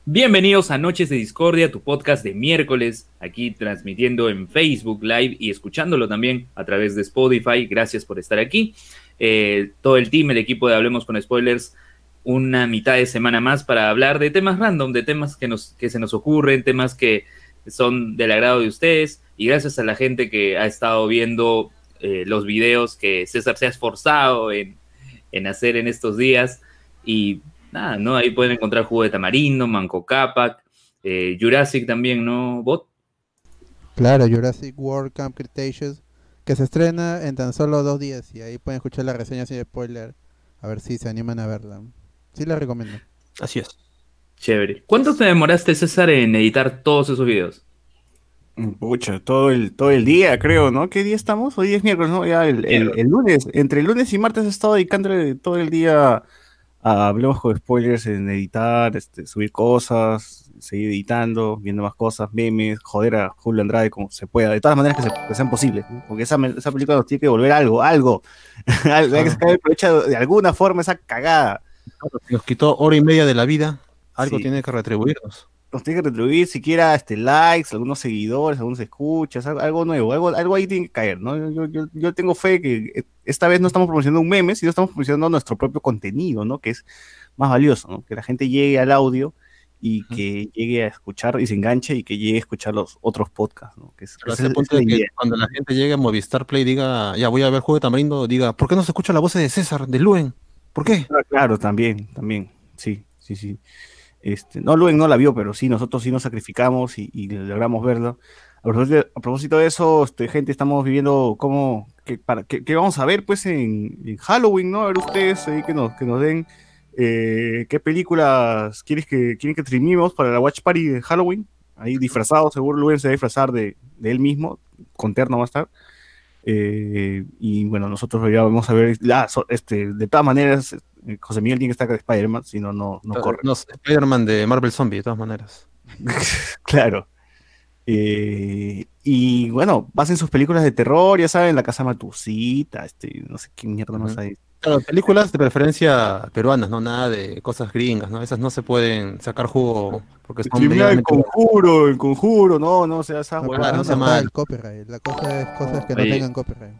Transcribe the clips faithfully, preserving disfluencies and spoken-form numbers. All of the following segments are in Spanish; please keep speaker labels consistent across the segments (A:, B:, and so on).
A: Bienvenidos a Noches de Discordia, tu podcast de miércoles, aquí transmitiendo en Facebook Live y escuchándolo también a través de Spotify. Gracias por estar aquí. Eh, todo el team, el equipo de Hablemos con Spoilers, una mitad de semana más para hablar de temas random, de temas que, nos, que se nos ocurren, temas que son del agrado de ustedes. Y gracias a la gente que ha estado viendo eh, los videos que César se ha esforzado en, en hacer en estos días. Y nada, ¿no? Ahí pueden encontrar jugo de tamarindo, Manco Cápac, eh, Jurassic también, ¿no, Bot?
B: Claro, Jurassic World Camp Cretaceous, que se estrena en tan solo dos días y ahí pueden escuchar la reseña sin spoiler, a ver si se animan a verla. Sí la recomiendo.
C: Así es.
A: Chévere. ¿Cuánto te demoraste, César, en editar todos esos videos?
C: Pucha, todo el, todo el día, creo, ¿no? ¿Qué día estamos? Hoy es miércoles, ¿no? Ya el, el, el lunes, entre el lunes y martes he estado dedicándole todo el día a Hablemos con Spoilers en editar, este, subir cosas, seguir editando, viendo más cosas, memes, joder a Julio Andrade como se pueda, de todas las maneras que, se, que sean posibles, ¿no? Porque esa, esa película nos tiene que devolver algo, algo, algo, hay que sacar el provecho de alguna forma esa cagada.
D: Nos quitó hora y media de la vida, algo
C: Sí.
D: tiene que retribuirnos.
C: Nos tiene que retribuir siquiera este, likes, algunos seguidores, algunos escuchas, algo, algo nuevo, algo, algo ahí tiene que caer, ¿no? Yo, yo, yo tengo fe que esta vez no estamos promocionando un meme, sino estamos promocionando nuestro propio contenido, ¿no? Que es más valioso, ¿no? Que la gente llegue al audio y que uh-huh. llegue a escuchar y se enganche y que llegue a escuchar los otros podcasts, ¿no? Que es,
D: Pero ese punto de que cuando la gente llegue a Movistar Play diga, ya voy a ver Juego de Tamarindo, diga, ¿por qué no se escucha la voz de César, de Luen? ¿Por qué?
C: Claro, claro, también, también, sí, sí, sí. Este, no, Luen no la vio, pero sí, nosotros sí nos sacrificamos y, y logramos verlo. A propósito, a propósito de eso, este, gente, estamos viviendo cómo, que, para, que, que vamos a ver pues en, en Halloween, ¿no? A ver ustedes ahí que nos, que nos den eh, qué películas quieres que, quieren que streamemos para la Watch Party de Halloween. Ahí disfrazado, seguro Luen se va a disfrazar de, de él mismo, con terno va a estar. Eh, y bueno, nosotros ya vamos a ver, ah, so, este, de todas maneras, José Miguel tiene que estar de Spider-Man, si no, no, no corre.
D: No, Spider-Man de Marvel Zombie, de todas maneras.
C: Claro. Eh, y bueno, pasen sus películas de terror, ya saben, La Casa Matucita, este, no sé qué mierda más hay.
D: Claro, películas de preferencia peruanas, no nada de cosas gringas, ¿no? Esas no se pueden sacar jugo porque son
C: medianamente... El conjuro, el conjuro, no, no, o sea, esa
B: no,
C: huevada,
B: no se llama el copyright, la cosa es cosas que Oye. no tengan copyright.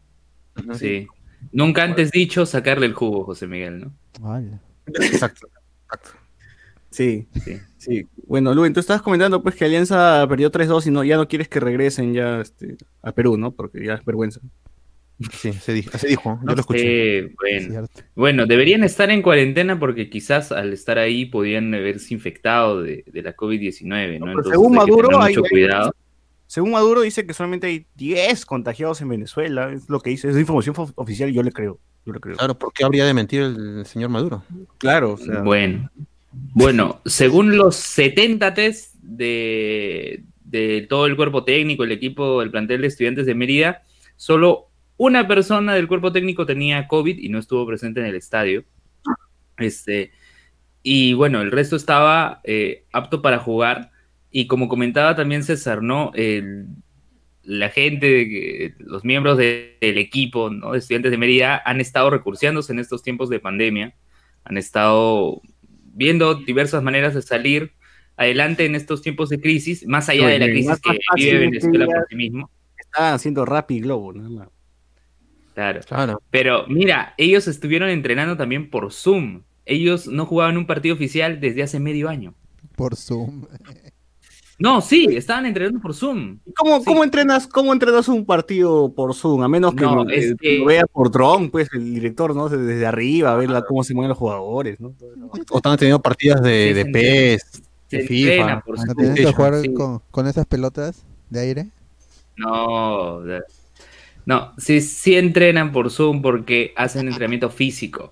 A: Sí. Nunca antes dicho sacarle el jugo, José Miguel, ¿no?
B: Vale.
C: Exacto, exacto. Sí, sí, sí. Bueno, Luen, tú estabas comentando pues que Alianza perdió tres dos y no, ya no quieres que regresen ya este, a Perú, ¿no? Porque ya es vergüenza.
D: Sí, se dijo, se dijo, yo lo escuché.
A: Eh, bueno. bueno, deberían estar en cuarentena porque quizás al estar ahí podían haberse infectado de, de la COVID diecinueve, ¿no?
C: Entonces, según
A: hay
C: Maduro,
A: que tener
C: hay,
A: mucho
C: hay,
A: cuidado.
C: Según Maduro dice que solamente hay diez contagiados en Venezuela, es lo que dice, es información oficial y yo le creo, yo le creo.
D: Claro, ¿por qué habría de mentir el señor Maduro?
C: Claro, o sea...
A: Bueno, bueno, según los setenta test de, de todo el cuerpo técnico, el equipo, el plantel de estudiantes de Mérida, solo una persona del cuerpo técnico tenía COVID y no estuvo presente en el estadio. Este, y bueno, el resto estaba eh, apto para jugar. Y como comentaba también César, ¿no? El, la gente, los miembros de, del equipo, ¿no? De estudiantes de Mérida han estado recursiándose en estos tiempos de pandemia. Han estado viendo diversas maneras de salir adelante en estos tiempos de crisis, más allá de la crisis que vive Venezuela por sí mismo.
C: Estaban haciendo Rappi y Globo, ¿no?
A: Claro. claro. Pero mira, ellos estuvieron entrenando también por Zoom. Ellos no jugaban un partido oficial desde hace medio año.
B: Por Zoom.
A: No, sí, estaban entrenando por Zoom.
C: ¿Cómo,
A: sí.
C: ¿cómo, entrenas, ¿Cómo entrenas un partido por Zoom? A menos que,
A: no,
C: lo,
A: es
C: eh,
A: que...
C: lo vea por dron, pues el director, ¿no? Desde, desde arriba, a ver la, cómo se mueven los jugadores, ¿no?
D: O están teniendo partidas de, sí, de P E S, de FIFA.
B: Por ¿No tienen que jugar sí. con, con esas pelotas de aire?
A: No, de... No, sí, sí entrenan por Zoom porque hacen entrenamiento físico.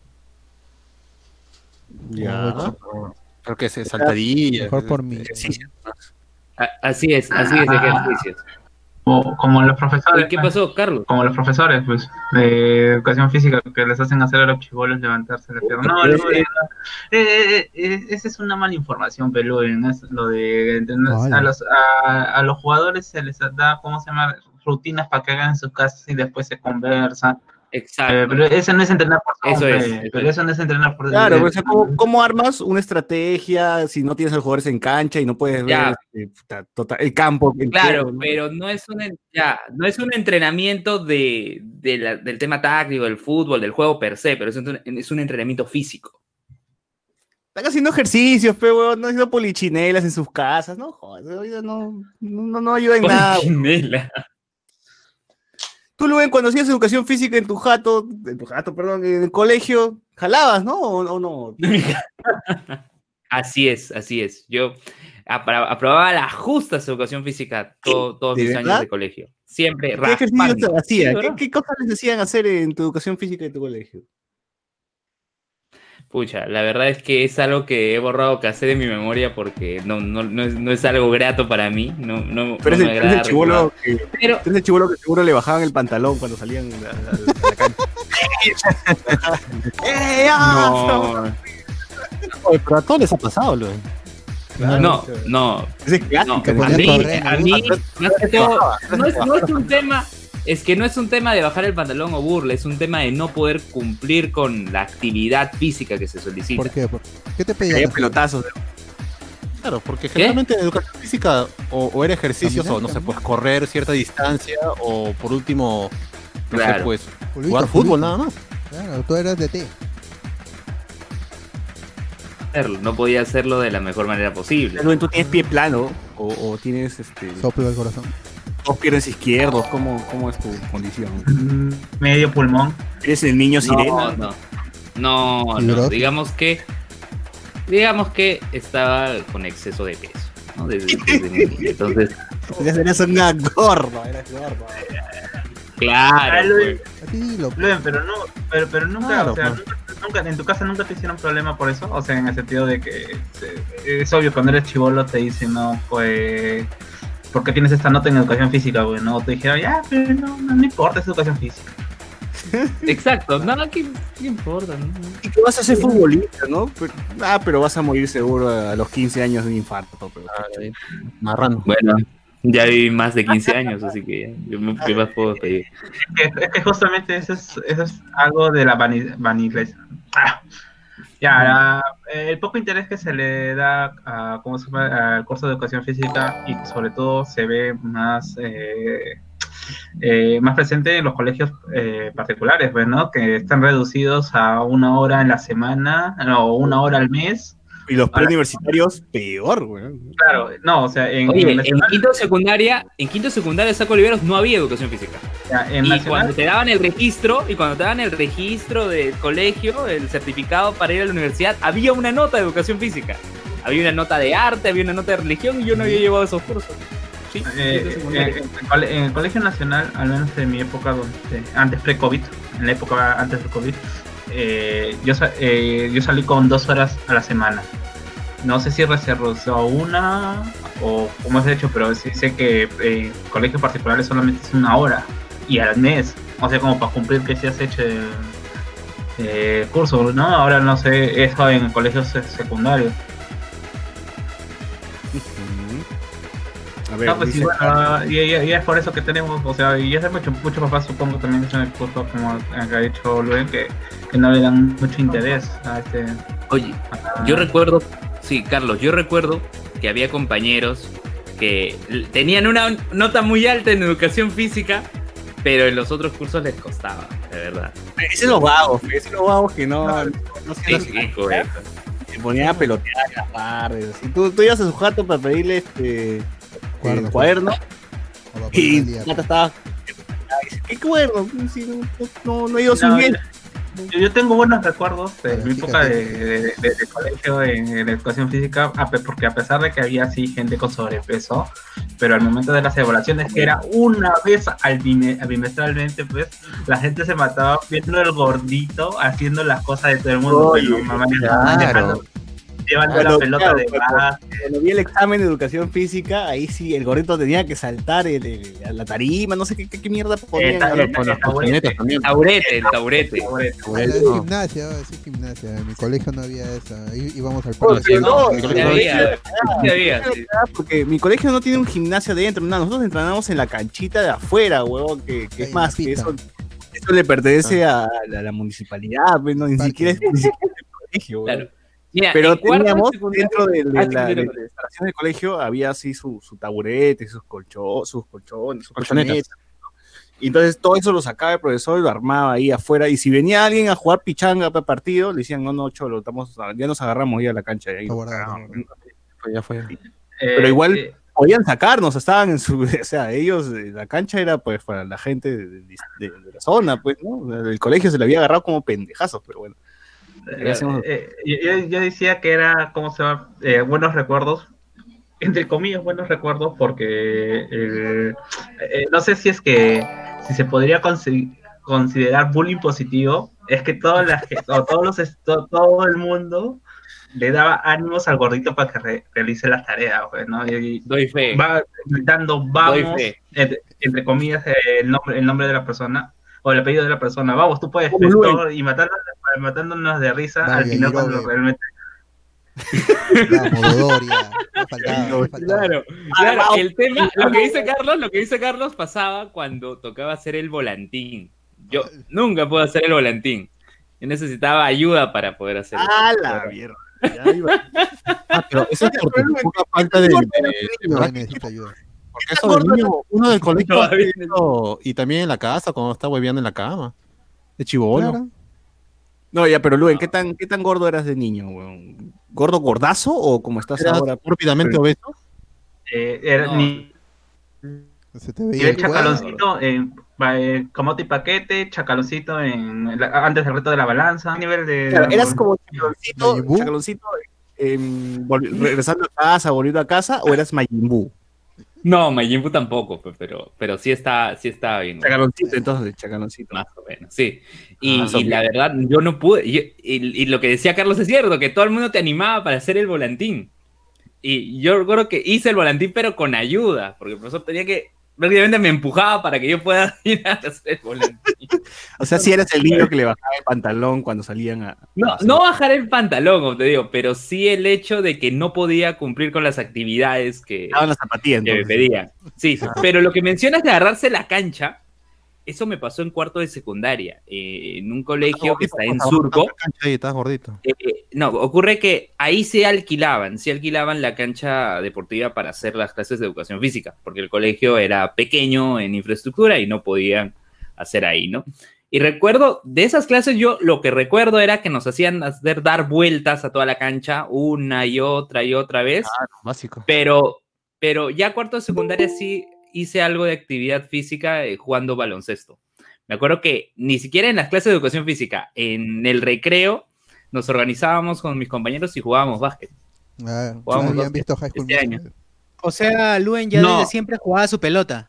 D: Ya. Creo que es saltadilla.
B: Mejor por mí.
A: Así es, así es, ejercicios.
E: O, como los profesores.
A: ¿Y qué pasó, Carlos?
E: Como los profesores, pues, de educación física, que les hacen hacer a los chibolos levantarse la pierna. No, no, no, eh, eh, eh, esa es una mala información, Peluden. Es lo de. Vale. A, los, a, a los jugadores se les da, ¿cómo se llama? Rutinas para que hagan en sus casas y después se conversan.
A: Exacto.
E: Eh, pero eso no es entrenar por Zoom,
A: Eso es,
E: pe,
A: eso
E: pero
A: es.
E: eso no es entrenar por
C: Claro,
E: eh,
C: pues, o sea, ¿cómo, cómo armas una estrategia si no tienes a los jugadores en cancha y no puedes
A: Ya.
C: ver este, puta, total- el campo entero,
A: Claro,
C: ¿no?
A: pero no es un, en- ya, no es un entrenamiento de, de la- del tema táctico, del fútbol, del juego per se, pero es un, es un entrenamiento físico.
C: Están haciendo ejercicios, pe, huevón, no haciendo polichinelas en sus casas, no, joder, no, no, no ayuda en nada.
A: Polichinela.
C: Tú, Luen, cuando hacías educación física en tu jato, en tu jato, perdón, en el colegio, jalabas, ¿no? ¿O, o no?
A: Así es, así es. Yo apro- aprobaba la justa educación física todo- todos
C: ¿De
A: mis
C: verdad?
A: años de colegio. Siempre
C: ¿Qué ejercicios
A: raspando.
C: te hacían?
A: Sí,
C: ¿Qué,
A: ¿verdad?
C: qué cosas les hacían hacer en tu educación física de tu colegio?
A: Pucha, la verdad es que es algo que he borrado casi de mi memoria porque no, no, no, es, no es algo grato para mí. No, no,
C: Pero
A: no
C: es
A: me
C: el,
A: agrada
C: es el chibolo
A: recordar.
C: que,
A: Pero
C: es el chibolo que seguro le bajaban el pantalón cuando salían a, a- a la cancha. ¡Eh, ya!
A: no,
D: Oye, pero a todos les ha pasado, Luen.
A: no, no.
C: Ese es clásico.
A: No,
B: Te
A: a
B: ponían
A: mí,
B: correr,
A: a
B: ¿no?
A: mí, más que todo, no es, no es un tema, es que no es un tema de bajar el pantalón o burla, es un tema de no poder cumplir con la actividad física que se solicita.
B: ¿Por qué? ¿Por- ¿Qué te
C: Caía
B: pedían?
C: pelotazos.
D: Claro, porque generalmente en educación física o, o era ejercicios
B: Caminar,
D: o no sé,
B: caminar.
D: pues correr cierta distancia o por último, no sé,
A: Claro.
D: pues
B: Fulbito,
D: jugar
B: fulbito.
D: fútbol nada más.
B: Claro, tú eras de T.
A: Hacerlo, no podía hacerlo de la mejor manera posible.
C: Luen, ¿tú tienes pie plano o, o tienes este,
B: Soplo del corazón.
C: dos piernas izquierdos? ¿Cómo, ¿Cómo es tu condición?
E: mm, medio pulmón.
C: ¿Eres el niño sirena?
A: No, no, no, no,
B: Fibrosis.
A: digamos que, digamos que estaba con exceso de peso, ¿no? Desde, desde muy niño. Entonces,
C: Eres una gorda, eres gorda.
A: claro,
E: Luis.
A: pues,
B: Así dilo.
E: Luen, pero no, pero, pero nunca,
D: Claro,
E: o sea,
D: pues.
E: nunca, nunca, en tu casa nunca te hicieron problema por eso, o sea, en el sentido de que eh, es obvio cuando eres chivolo te dicen, no, pues, ¿por qué tienes esta nota en educación física, güey? No, te dijeron, ya, pero no, no, no importa, es educación física.
A: exacto, nada, ¿qué, qué importa? ¿No?
C: Y que vas a ser futbolista, ¿no? Pero- ah, pero vas a morir seguro a los quince años de un infarto. Pero,
D: Marrano.
A: Bueno, ya viví más de quince años, así que ya, yo- ¿qué más puedo pedir?
E: Es que, es que justamente eso es, eso es algo de la vani- vanidad. Ah. Ya, la- el poco interés que se le da a, ¿cómo se llama? Al curso de educación física y sobre todo se ve más eh, eh, más presente en los colegios eh, particulares, pues, ¿no? Que están reducidos a una hora en la semana o una hora al mes.
C: y los preuniversitarios, peor, güey.
E: Claro, no, o sea, en,
A: Oye,
E: en
A: en
E: nacional,
A: quinto secundaria, en quinto secundaria de Saco Oliveros no había educación física.
E: ya, en
A: Y
E: nacional,
A: cuando te daban el registro, y cuando te daban el registro del colegio, el certificado para ir a la universidad, había una nota de educación física. Había una nota de arte, había una nota de religión, y yo no había llevado esos cursos. Sí,
E: Eh,
A: quinto
E: eh,
A: secundaria.
E: en, el cole- en el Colegio Nacional, al menos en mi época, donde, antes pre-COVID, en la época antes del COVID, eh, yo, sa- eh, yo salí con dos horas a la semana. No sé si reservó una o cómo es hecho, pero sí sé que eh, colegios particulares solamente es una hora y al mes. O sea, como para cumplir que si has hecho el eh, curso, ¿no? Ahora no sé, eso en colegios se- secundarios.
C: A ver,
E: No, pues sí,
C: dice-
E: bueno, y, y- y es por eso que tenemos, o sea, y hace mucho, muchos papás supongo también en el curso, como ha dicho Luen, que, que no le dan mucho interés a este...
A: Oye,
E: a-
A: yo recuerdo, sí, Carlos, yo recuerdo que había compañeros que l- tenían una nota muy alta en educación física, pero en los otros cursos les costaba, de verdad.
C: Ese es los vagos, pe, ese es los vagos que no, no, no se
A: Sí, sí, correcto.
C: se ponían a pelotear en las tardes. así. Tú, tú ibas a su jato para pedirle este
B: Cuaderno.
C: el cuaderno
B: O va a
C: y
B: poner al día.
C: Nata estaba. ¿Qué cuaderno? Si no, no, no he ido
E: No,
C: sin bien.
E: yo, yo tengo buenos recuerdos de
B: A ver,
E: mi época
B: fíjate.
E: de, de, de- de colegio en, en educación física, a pe- porque a pesar de que había así gente con sobrepeso, pero al momento de las evaluaciones, que era una vez al bime- bimestralmente, pues la gente se mataba viendo el gordito haciendo las cosas de todo el mundo.
C: Oye,
E: pues, mamá,
D: claro.
E: dejando- llevando
C: Claro,
E: la pelota
C: claro,
E: de
C: claro.
E: básquet.
C: Cuando vi el examen de educación física, ahí sí el gordito tenía que saltar el, el- a la tarima, no sé qué, qué, qué mierda ponían.
E: ta-
C: ahí.
E: eh,
D: Con las
E: taburete.
D: patinetas también.
A: Taburete, el taburete.
B: Ah,
D: Bueno,
B: es
D: no.
B: gimnasia, oh, sí, gimnasia. En mi colegio no había eso. Í- Íbamos al
C: Oye,
B: parque.
C: no,
D: en mi
A: Sí
D: colegio
A: había, sí había, sí.
C: Porque mi colegio no tiene un gimnasio adentro, no, nosotros entrenamos en la canchita de afuera, huevón, que, que
B: Ahí
C: es
B: en
C: más,
B: la
C: que
B: pista.
C: eso, Eso le pertenece a la, a la municipalidad, pues, no, ni siquiera es ni siquiera es el colegio.
A: Claro. Mira,
C: pero
A: cuarto
C: teníamos,
A: de
C: dentro de, de
A: ah,
C: la,
A: sí,
C: de la instalación del colegio, había así su, su taburete, sus, colcho, sus colchones, sus
D: Colchonetas.
C: colchonetas. Y entonces todo eso lo sacaba el profesor y lo armaba ahí afuera. Y si venía alguien a jugar pichanga para partido, le decían, no, no, cholo, estamos, ya nos agarramos ya a la cancha. Y ahí nos cagamos.
D: Fue, ya fue.
C: Pero igual
E: Eh,
C: podían sacarnos, estaban en su, o sea, ellos, la cancha era pues para la gente de, de- de- de la zona, pues, ¿no? El colegio se le había agarrado como pendejazos, pero bueno.
E: eh, eh, yo, yo decía que era, ¿cómo se llama? Eh, buenos recuerdos, entre comillas, buenos recuerdos, porque eh, eh, no sé si es que si se podría consi- considerar bullying positivo, es que toda la, ge- o todos los, est- to- todo el mundo le daba ánimos al gordito para que re- realice las tareas, pues, ¿no? Y,
A: Doy fe.
E: va gritando
A: Doy
E: vamos,
A: fe.
E: entre, entre comillas, eh, el nombre, el nombre de la persona o el apellido de la persona, vamos, tú puedes,
C: Como Luen.
E: todo, y matándonos, matándonos de risa
B: Vamos,
E: al final
B: Yajirobe.
E: cuando realmente
B: Vamos, Dodoria. No faltaba, no faltaba.
A: Claro, claro, el tema, lo que dice Carlos, lo que dice Carlos pasaba cuando tocaba hacer el volantín. Yo nunca pude hacer el volantín. Yo necesitaba ayuda para poder hacer
C: ¡Ah,
A: eso.
C: la mierda! Ya iba.
D: Ah, pero eso es por tu poca falta de, de, de
B: No
D: práctica.
B: necesita ayuda.
D: Porque eso de niño, uno del colegio
A: Todavía
D: hace eso, y también en la casa, cuando está hueveando en la cama. De chibolo.
B: Claro.
C: No, ya, pero Luen, ¿qué tan, ¿qué tan gordo eras de niño, weón? ¿Gordo gordazo o como estás
D: ¿Eras
C: ahora?
D: rápidamente obeso?
E: eh, era
A: No.
E: ni
B: Se te
E: y
B: veía
E: el
B: el cuadro.
E: chacaloncito en va, eh, camote y paquete, chacaloncito en la- antes del reto de la balanza, a nivel de
C: Claro, eras como chacaloncito,
B: Majin Buu.
C: chacaloncito em, vol- regresando a casa, volviendo a casa, o eras Majin Buu.
A: No, Majin Buu tampoco, pues, pero, pero sí está, sí está bien.
C: Chacaloncito, entonces, chacaloncito.
A: Más o menos, sí. Y,
C: Ah, son
A: y la
C: bien.
A: verdad, yo no pude. Y, y- y lo que decía Carlos es cierto, que todo el mundo te animaba para hacer el volantín. Y yo recuerdo que hice el volantín, pero con ayuda, porque el profesor tenía que. Prácticamente me empujaba para que yo pueda ir a hacer el volantín.
C: O sea, si eras el niño que le bajaba el pantalón cuando salían a...
A: No,
C: a-
A: no bajar el pantalón, como te digo, pero sí el hecho de que no podía cumplir con las actividades que,
C: Estaban las zapatillas,
A: que me
C: entonces.
A: pedían. Sí, pero lo que mencionas de agarrarse la cancha, eso me pasó en cuarto de secundaria, eh, en un colegio que está en Surco.
D: Ahí estás gordito.
A: Eh, eh, no, ocurre que ahí se alquilaban, se alquilaban la cancha deportiva para hacer las clases de educación física, porque el colegio era pequeño en infraestructura y no podían hacer ahí, ¿no? Y recuerdo, de esas clases yo lo que recuerdo era que nos hacían hacer dar vueltas a toda la cancha una y otra y otra vez,
D: Ah, básico.
A: pero, pero ya cuarto de secundaria sí hice algo de actividad física eh, jugando baloncesto. Me acuerdo que ni siquiera en las clases de educación física, en el recreo, nos organizábamos con mis compañeros y jugábamos básquet.
B: Ah,
A: Jugamos
B: habían
A: básquet
B: visto High School
A: este
B: Musical.
F: O sea, Luen ya
A: No.
F: desde siempre jugaba su pelota.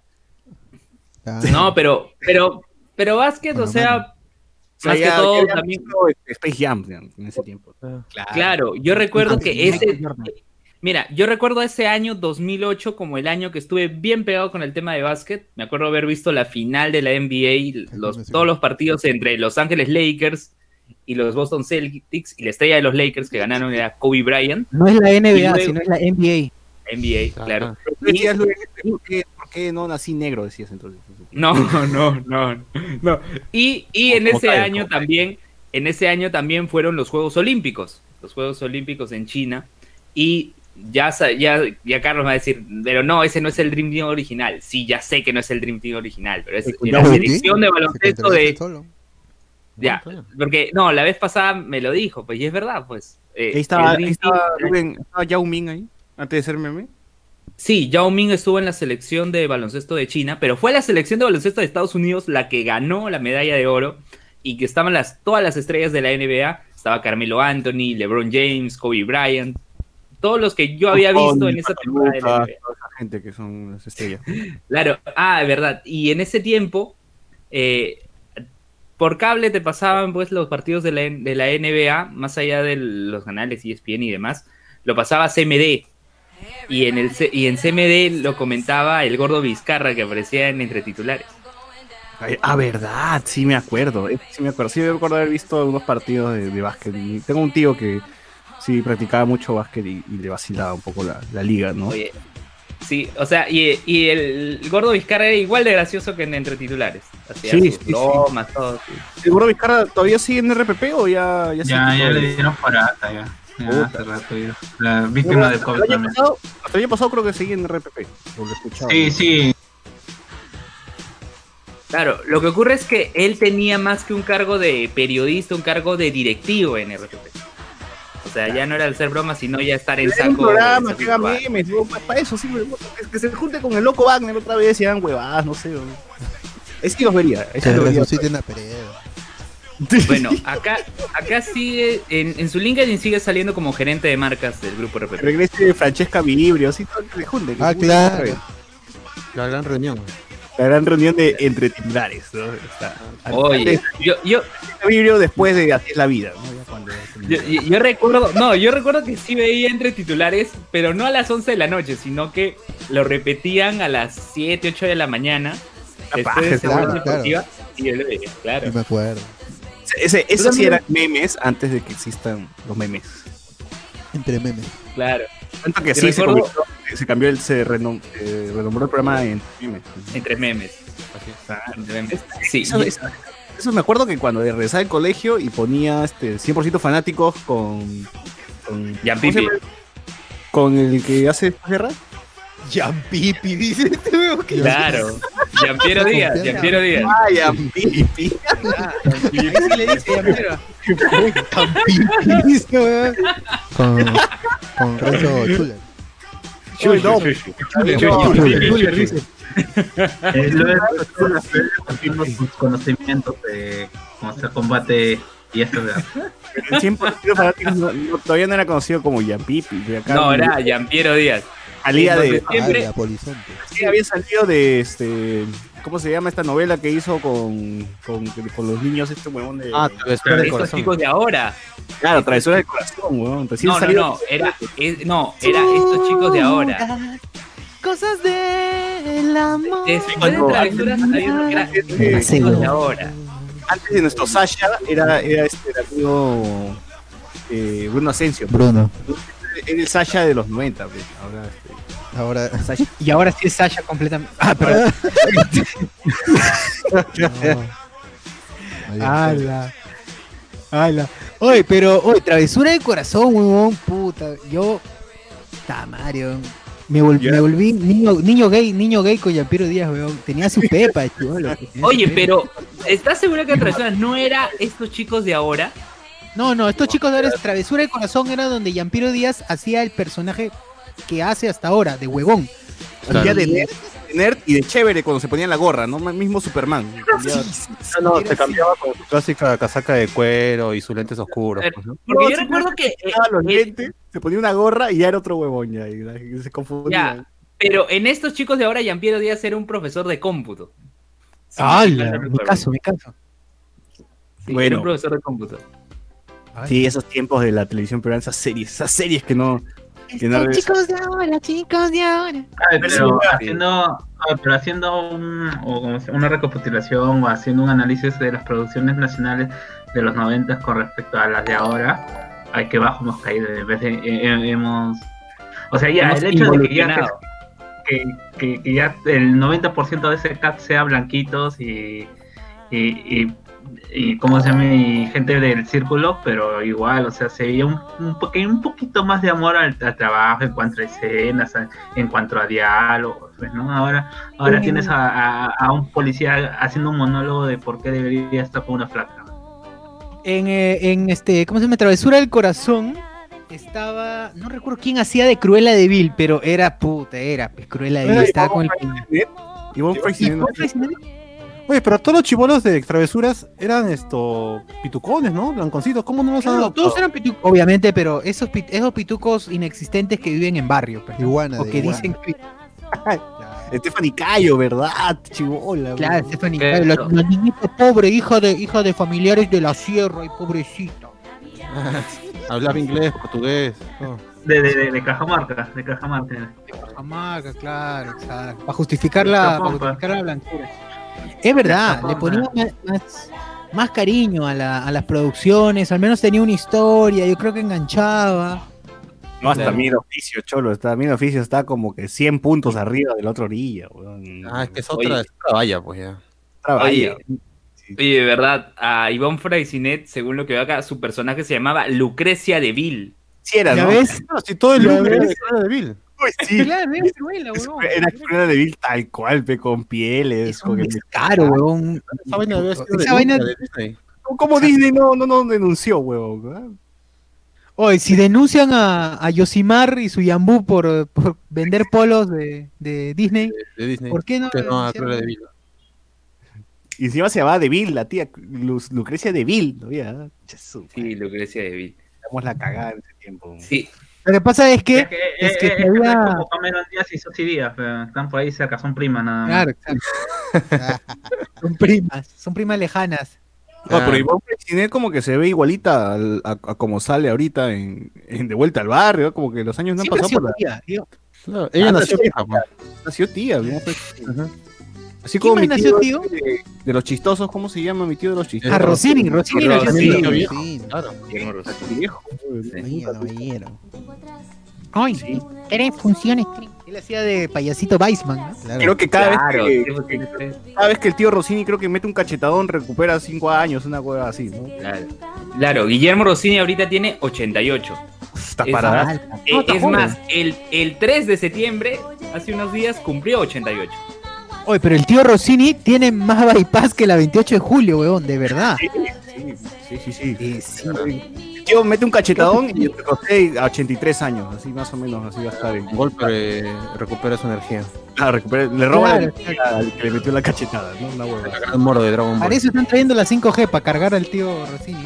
B: Ah,
A: No, pero, pero, pero básquet,
B: Con
A: o
B: la
A: sea,
B: mano.
C: O sea,
A: más que
C: ya-
A: todo
C: ya habían
A: también.
C: visto Space Jam digamos, en ese tiempo.
A: Claro, yo recuerdo que
B: Michael
A: ese.
B: Jordan.
A: Mira, yo recuerdo ese año dos mil ocho como el año que estuve bien pegado con el tema de básquet. Me acuerdo haber visto la final de la N B A, los, todos los partidos entre Los Ángeles Lakers y los Boston Celtics, y la estrella de los Lakers que ganaron era Kobe Bryant,
F: No es la N B A,
A: Y luego-
F: sino es la N B
A: N B A,
D: Ah,
A: claro.
C: Pero tú decías, Luis, ¿por qué, ¿por qué no nací negro? Decías entonces.
A: No, no, no, no. Y, y en
D: Como
A: ese
D: cae,
A: año
D: como cae.
A: también, en ese año también fueron los Juegos Olímpicos, los Juegos Olímpicos en China, y ya, sa- ya, ya Carlos va a decir, pero no, ese no es el Dream Team original. Sí, ya sé que no es el Dream Team original, pero es
C: Sí,
A: la
C: ¿sí?
A: selección de
B: Se
A: baloncesto
B: contradice
A: de...
B: solo.
A: Ya,
D: Bueno, está
A: porque no, la vez pasada me lo dijo, pues, y es verdad, pues. eh,
C: Ahí estaba,
A: el
C: ahí
A: Dream
C: estaba,
A: Team-
C: Rubén, estaba Yao Ming ahí, antes de ser meme.
A: Sí, Yao Ming estuvo en la selección de baloncesto de China, pero fue la selección de baloncesto de Estados Unidos la que ganó la medalla de oro y que estaban las, todas las estrellas de la N B A. Estaba Carmelo Anthony, LeBron James, Kobe Bryant, todos los que yo había visto en esa temporada de la N B A.
C: Toda esa gente que son las estrellas.
A: Claro, ah, de verdad. Y en ese tiempo, eh, por cable te pasaban pues los partidos de la, de la N B A, más allá de los canales E S P N y demás, lo pasaba C M D. Y en, el, C- y en C M D lo comentaba el gordo Vizcarra que aparecía en Entre Titulares.
C: Ay, ah, verdad, sí me acuerdo. eh, Sí me acuerdo, sí me acuerdo haber visto algunos partidos de, de básquet. Y tengo un tío que sí practicaba mucho básquet y, y le vacilaba un poco la, la liga, ¿no?
A: Oye, Sí, o sea, y, y el, el Gordo Vizcarra era igual de gracioso que en Entre Titulares. Hacía
C: Sí,
A: sus
C: sí,
A: bromas, todo. Sí.
C: ¿El Gordo Vizcarra todavía sigue en R P P o ya ya, se
E: Ya,
C: quitó
E: ya le
C: de-
E: dieron por alta, ya. Ya,
C: Puta.
E: hace rato ya. La víctima de
C: Hasta
E: COVID
C: el año
E: también.
C: pasado, hasta el año pasado creo que seguía en R P P. Lo he escuchado.
E: Sí, sí.
A: Claro, lo que ocurre es que él tenía más que un cargo de periodista, un cargo de directivo en R P P. O sea, ya no era el ser broma, sino ya estar en
C: Era
A: saco.
C: un programa
A: en
C: que
A: saco
C: haga
A: global.
C: memes, ¿no? Para eso sí, es que se junte con el loco Wagner otra vez y hagan huevadas, no sé. ¿no? Es que los vería, es que
B: Que
C: los vería.
B: resuciten a Peredo.
A: Bueno, acá, acá sigue, en, en su LinkedIn sigue saliendo como gerente de marcas del grupo R P P.
C: Regrese Francesca Vibrio, así todo que se junte. que
B: Ah,
C: se junte
B: claro.
C: otra vez.
D: La gran reunión.
C: La gran reunión de entre titulares, ¿no? Está-
A: Oye, yo, yo,
C: Francesca Vibrio después de Así es la vida, ¿no? Ya cuando-
A: yo, yo- yo recuerdo, no, yo recuerdo que sí veía Entre Titulares, pero no a las once de la noche, sino que lo repetían a las siete, ocho de la mañana. Después
C: paja,
A: de Seguridad
B: claro,
A: Deportiva, y yo lo veía, claro.
B: Sí me acuerdo.
C: Ese,
A: Tú
C: esos sí
A: también-
C: eran memes antes de que existan los memes.
B: Entre memes.
A: Claro,
C: Tanto que
A: Y
C: sí se,
A: recuerdo-
C: convirtió- se cambió el, se renom- eh, renombró el programa en memes.
A: entre memes. Entre memes. Sí,
C: Eso, eso- eso me acuerdo que cuando regresaba del colegio y ponía este cien por ciento fanáticos con. con
A: Jan
C: ¿cómo se
A: Pipi.
C: llama? Con el que hace guerra.
F: Jan Pipi, dice este weón que
A: claro. Giampiero Díaz,
B: Confianza.
A: Giampiero Díaz.
C: Ah, Jan Pipi.
F: ahí sí le dice Jan Jan Pipi, dice weón.
B: Con, con Renzo Schuller.
C: Chuy, no,
F: Julia dice.
E: Eh, luego compartimos sus conocimientos de cómo se combate y eso de
C: el cien por ciento fanáticos no- no- todavía no era conocido como Jan Pipi. de acá
A: No, era Giampiero Díaz.
C: salía de.
A: Entonces, Siempre-
B: Ah, la Polizonte.
C: Sí, había salido de este. ¿Cómo se llama esta novela que hizo con, con, con los niños este huevón de.
D: Ah, travesura del
A: Estos
D: corazón.
A: chicos de ahora.
C: claro, Travesuras del Corazón, weón. Recién
A: No, no,
C: salido-
A: no, era, es- no, era estos chicos de ahora.
F: Cosas del amor.
A: Después de
C: Cuando-
A: Travesuras había uno que era
C: eh,
A: estos chicos de ahora.
C: Antes de nuestro Sasha era, era este el amigo eh, Bruno Asensio.
B: Bruno.
C: Era el Sasha de los noventa, pues. Ahora este,
B: Ahora.
C: Sasha.
F: Y ahora sí es Sasha completamente. Ah, perdón.
B: No.
F: Ala. Ala. Oye, pero, oye, travesura de corazón, huevón, puta. Yo. Está Mario. Me, vol-
C: Ya.
F: me volví niño, niño gay, niño gay con Yampiro Díaz, weón. Tenía su pepa, chivolo. tenía su
A: Oye,
F: pepa.
A: pero ¿estás segura que Travesuras no era estos chicos de ahora?
F: No, no, estos chicos de ahora es Travesura de Corazón, era donde Yampiro Díaz hacía el personaje que hace hasta ahora, de huevón.
C: Hacía de nerd, de nerd y de chévere cuando se ponía la gorra, ¿no? Mismo Superman. Cambiaba-
D: No, no, se cambiaba con su clásica casaca de cuero y sus lentes oscuros.
A: Eh,
D: pues, ¿no?
A: Porque
C: No,
A: yo
C: sí,
A: recuerdo que. eh,
C: Quitaba los
A: eh,
C: lentes, se ponía una gorra y ya era otro huevón ya. Y, la- y se confundía.
A: Ya, pero en estos chicos de ahora, Giampiero Díaz era un profesor de cómputo. Sí,
F: ¡Hala!
A: sí,
F: Me caso, me caso.
A: Sí,
C: Bueno.
A: era un profesor de cómputo.
C: Sí, esos tiempos de la televisión peruana, esas series, esas series que no. Que no regresan.
F: chicos de ahora, chicos de ahora.
E: Ay,
C: Pero
E: pero
C: sí.
E: haciendo, ah, pero haciendo un, o como se- una recapitulación o haciendo un análisis de las producciones nacionales de los noventas con respecto a las de ahora, ay, que bajo hemos caído, en vez de, eh, eh, hemos, o sea, ya,
A: Hemos
E: el hecho de que ya,
A: involucionado.
E: que, que- que ya el noventa por ciento de ese cast sea blanquitos y, y, y, y ¿cómo se llama? Y gente del círculo, pero igual, o sea, se veía un, un, poque- un poquito más de amor al, al trabajo en cuanto a escenas, a- en cuanto a diálogos, pues, ¿no? Ahora, ahora tienes a, a, a un policía haciendo un monólogo de por qué debería estar con una flaca.
F: En, eh, en este, ¿cómo se llama? Travesura del Corazón estaba, no recuerdo quién hacía de Cruella de Vil, pero era puta, era pues, Cruella de Vil,
C: Era
F: estaba con el
C: Ivonne Freixenet, ¿no?
D: Oye, pero todos los chibolos de travesuras eran esto pitucones, ¿no? Blanconcitos, ¿cómo no los han
F: Claro, todos eran pitucos, obviamente, pero esos, pit- esos pitucos inexistentes que viven en barrio, pues, ¿no?
B: Iguana
F: o
B: de
F: que
B: iguana.
F: dicen que,
C: Stephanie Cayo, ¿verdad? Chibola.
F: claro,
C: güey.
F: Stephanie,
A: Pero-
F: la, la niñita pobre, hija de, hija de familiares de la sierra y pobrecita.
D: hablaba inglés, portugués. todo.
E: De, de, de, de Cajamarca, de Cajamarca.
F: Cajamarca, claro, exacto. Para justificar la, para
E: Capompa.
F: justificar la blancura. Es verdad, le
E: Capompa.
F: ponía más, más, más cariño a, la, a las producciones, al menos tenía una historia, yo creo que enganchaba.
C: No, hasta
A: Claro.
C: mi oficio, cholo. Está, mi oficio está como que cien puntos arriba de la otra orilla, weón.
D: Ah, es que es
A: Oye.
D: otra, es otra valla, pues ya.
C: Trabaja.
A: Oye, oye, de verdad, a Ivonne Freycinet, según lo que veo acá, su personaje se llamaba Lucrecia de Vil.
C: Sí era,
F: ¿Ya
C: ¿no?
F: ves?
D: No, si todo el
F: Ya
D: lucro era
F: ves.
D: de Cruella de Vil.
C: Uy, sí.
F: Claro, es cruela,
C: Es-
F: huevón.
C: Era Cruella de Vil tal cual, pe, con pieles.
F: Es
C: con
F: un
C: el-
F: descaro, huevón.
D: Esa vaina debe ser de
F: Esa vaina-
D: de Disney.
C: ¿Cómo Disney no, no, no denunció, huevón?
F: Oye, si denuncian a, a Yosimar y su Yambú por, por vender polos de, de Disney,
D: De, de Disney.
F: ¿por qué no?
D: Que no a
F: denunciaron?
D: Cruella de Vil.
C: Y encima se llamaba de Vil, la tía Lu- Lucrecia de Vil, todavía.
A: Sí, Lucrecia de Vil.
C: Damos la cagada en ese tiempo.
A: Sí,
F: Lo que pasa es que,
E: Es que,
F: es
E: es
F: que
E: que, es
F: todavía-
E: que como Cameron Díaz y Sochi Díaz, pero están por ahí cerca, son primas nada más.
F: claro, claro. Son primas, son primas lejanas.
C: No, pero Ivonne Freycinet como que se ve igualita al- a, a como sale ahorita en, en De Vuelta al Barrio, como que los años no han
F: Siempre ha
C: pasado
F: sido
C: por la...
F: tía, tío.
D: Claro, ella
C: Ah,
D: nació
C: sí.
D: vieja, pues.
C: Nació tía, Ivonne Freycinet.
D: Ajá.
C: Así
F: ¿Quién
C: como mi
F: más
C: tío,
F: nació tío?
C: De, de los chistosos, ¿cómo se llama mi tío de los chistosos?
F: A Rossini, Rossini nació
A: Rossini.
F: tío.
D: viejo.
B: Sí,
D: Claro.
A: Guillermo Rosati.
C: Viejo,
B: caballero, caballero.
F: Ay, tres funciones. Él hacía de payasito Weissman, ¿no?
B: Claro.
C: Creo que cada,
A: Claro,
C: vez
A: sí,
C: que,
A: porque tiene-
C: cada vez que el tío Rossini creo que mete un cachetadón recupera cinco años, una hueva así, ¿no?
A: claro. Claro, Guillermo Rossini ahorita tiene ochenta y ocho.
C: Está
A: Es
C: parada.
A: más,
F: Alta.
A: Eh,
C: No, está
A: es
C: joven.
A: más, el, el tres de septiembre, hace unos días, cumplió ochenta y ocho.
F: Oye, pero el tío Rossini tiene más bypass que la veintiocho de julio, weón, de verdad.
C: Sí, sí, sí, sí.
F: Eh, sí.
C: El tío mete un cachetadón y retrocede a ochenta y tres años, así más o menos, así va a estar. En...
D: Un golpe eh, recupera su energía.
C: Ah, recupera- le roba
F: Claro,
C: la energía al que le metió la cachetada, ¿no? Una hueva.
D: El gran moro de Dragon Ball.
F: Para eso están trayendo la cinco G, para cargar al tío Rossini.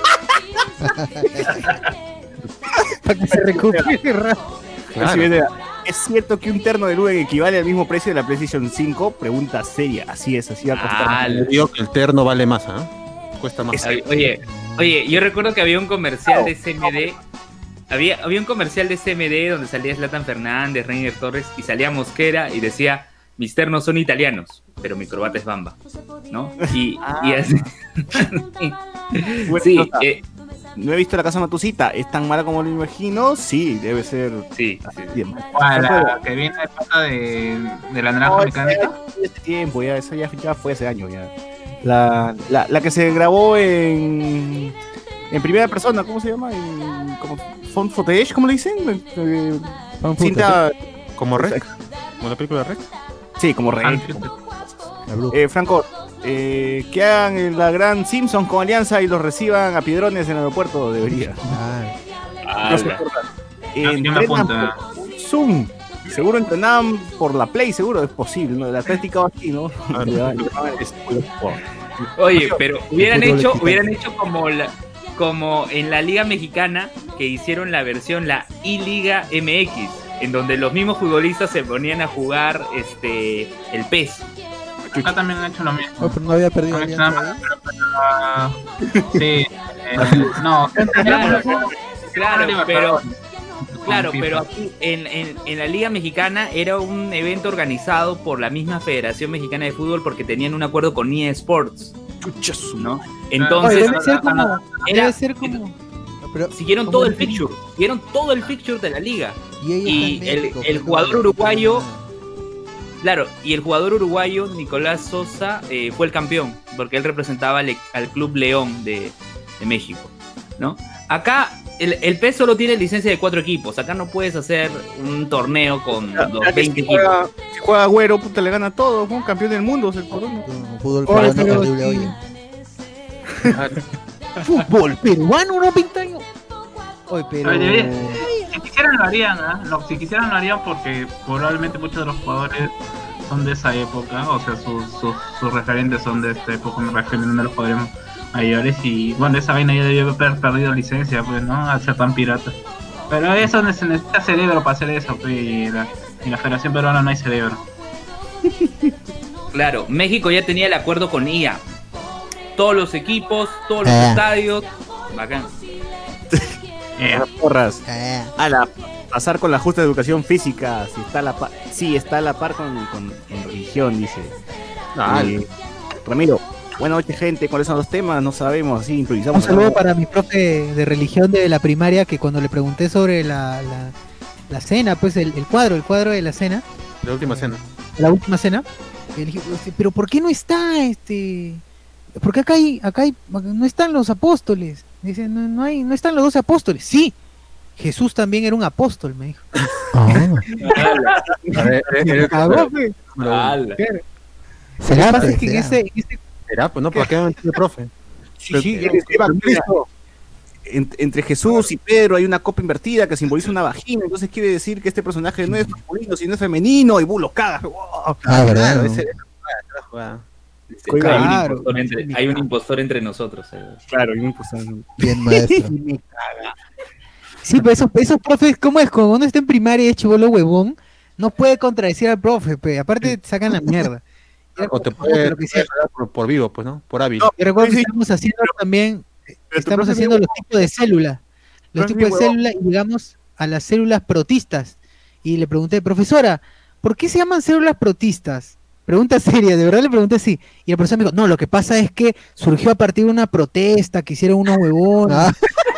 F: Para que se recupere rápido.
D: Claro.
C: Así viene, ¿es cierto que un terno de Luen equivale al mismo precio de la PlayStation cinco? Pregunta seria. Así es, así va a costar.
A: Ah,
D: Yo digo que el terno vale más, ¿ah? Cuesta más.
A: Oye, Oye, oye, yo recuerdo que había un comercial de C M D. Había, había un comercial de C M D donde salía Zlatan Fernández, Reiner Torres y salía Mosquera y decía: mis ternos son italianos, pero mi corbata es bamba, ¿no? Y, y así.
C: Buena
A: Sí,
C: nota.
A: eh,
C: No he visto la casa Matucita. ¿Es tan mala como lo imagino? Sí, debe ser.
A: sí, sí, sí.
C: Bien.
E: ¿Cuál? La que viene de pata de, de la naranja
C: No,
E: mecánica.
C: ese tiempo, ya, eso ya, ya fue hace años ya. La, la, la que se grabó en en primera persona, ¿cómo se llama? En, como phone footage, ¿cómo le dicen? Eh,
B: Fan
C: cinta,
D: ¿Como Rec? ¿Como la película de Rec?
C: sí, como rey.
E: Ah,
B: La bruja.
C: Eh, Franco, eh, que hagan en la gran Simpsons con Alianza y los reciban a piedrones en el aeropuerto, debería.
B: Ah,
C: No se
A: Ala.
C: acuerdan.
E: yo me
C: Entrenan
E: apunto.
C: por Zoom. Seguro entrenaban por la Play, seguro es posible, ¿no? La Atlética va aquí, ¿no?
D: Ah,
C: Le
D: no.
C: daban- le daban el escudo.
A: Oye, pero hubieran
B: fútbol
A: hecho,
B: mexicano.
A: hubieran hecho como la, como en la Liga Mexicana, que hicieron la versión, la I-Liga M X, en donde los mismos futbolistas se ponían a jugar este el P E S.
E: Acá también han hecho lo mismo.
B: oh, pero no había perdido
E: No han hecho
B: alianza
E: nada
B: ahí.
E: más, pero, ah, sí, eh, no,
A: Claro, claro,
E: Libertadores.
A: pero claro,
E: Con
A: pero
E: FIFA.
A: aquí en, en, en la Liga Mexicana era un evento organizado por la misma Federación Mexicana de Fútbol porque tenían un acuerdo con E A Sports, ¿no?
F: Oye,
A: Entonces
F: debe ser como.
A: era-
F: Debe ser como.
B: No, pero,
A: siguieron
F: como
A: todo el
F: el tenis.
A: fixture, siguieron todo el fixture de la liga.
B: y ella
A: y
B: está en
A: el-
B: México,
A: el
B: pues, no,
A: jugador
B: no,
A: uruguayo-
B: no, no.
A: Claro, y el jugador uruguayo Nicolás Sosa eh, fue el campeón, porque él representaba al, al Club León de, de México, ¿no? Acá el, el P E S solo tiene licencia de cuatro equipos, acá no puedes hacer un torneo con
C: Ya,
A: los
C: ya que
A: veinte
C: si
A: equipos.
C: juega, si juega Agüero, puta, le gana todo, fue un campeón del mundo, es el corona.
B: Con fútbol
F: Oye,
B: peruano
F: pero
B: horrible,
F: sí.
B: oye.
F: Fútbol peruano, no pintaño. Oye, pero.
E: Oye, debería- si quisieran lo harían, ¿ah? No, si quisieran lo harían porque probablemente muchos de los jugadores son de esa época, o sea, sus, sus, sus referentes son de esta época, me refiero a los jugadores mayores y bueno, esa vaina ya debió haber perdido licencia, pues, ¿no? Al ser tan pirata. Pero eso ne- se necesita cerebro para hacer eso, pues, y la, y la Federación Peruana no hay cerebro.
A: Claro, México ya tenía el acuerdo con I A. Todos los equipos, todos los
B: Ah.
A: estadios, bacán.
E: Eh,
C: Las porras.
B: Ah,
C: A la pasar con la justa educación física, si está a la par, sí, está a la par con, con, con religión, dice.
D: Ah,
C: Eh, Ramiro, Buenas noches, gente. ¿Cuáles son los temas? No sabemos, así improvisamos.
F: Un saludo para mi profe de religión de la primaria, que cuando le pregunté sobre la, la, la cena, pues el, el cuadro, el cuadro de la cena.
D: La última cena.
F: La última cena. Le dije, pero ¿por qué no está este? Porque acá hay, acá hay, no están los apóstoles. Dice, no, no hay, no están los doce apóstoles. Sí, Jesús también era un apóstol, me dijo.
B: Ah.
D: A ver, eh, eh,
F: Cabrón, pues.
A: Ala.
B: ¿Será,
F: Lo que pasa
B: pues,
F: es que en
B: será?
F: ese, en ese-
D: Será, pues no, ¿para qué el profe?
C: Sí, sí, en- entre Jesús y Pedro hay una copa invertida que simboliza una vagina, entonces quiere decir que este personaje no es masculino, sino es femenino, y bulo caga. ¡Wow!
B: Ah, ¿verdad?
D: Claro,
B: ¿no?
D: ese- esa jugada.
A: Hay,
F: Claro.
A: un impostor entre, hay un impostor entre nosotros. eh.
C: Claro, y un pues,
B: Bien maestro.
F: Sí, pero esos, esos profes, ¿cómo es? Cuando uno está en primaria y es chibolo huevón, no puede contradecir al profe, pe. Aparte te sacan la mierda. Yo
D: O te
F: recuerdo
D: puede,
F: lo que
D: te
F: hicieron-
D: puede por, por vivo, pues, ¿no? Por hábil.
C: No,
F: yo recuerdo que
C: sí, sí.
F: estamos haciendo también,
C: Pero tu
F: estamos
C: profe
F: haciendo
C: es
F: los tipos de células, los
C: Profe
F: tipos de
C: huevón.
F: células y llegamos a las células protistas. Y le pregunté, profesora, ¿por qué se llaman células protistas? Pregunta seria, de verdad le pregunté así. Y el profesor me dijo, no, lo que pasa es que surgió a partir de una protesta que hicieron unos huevones.
B: Ah.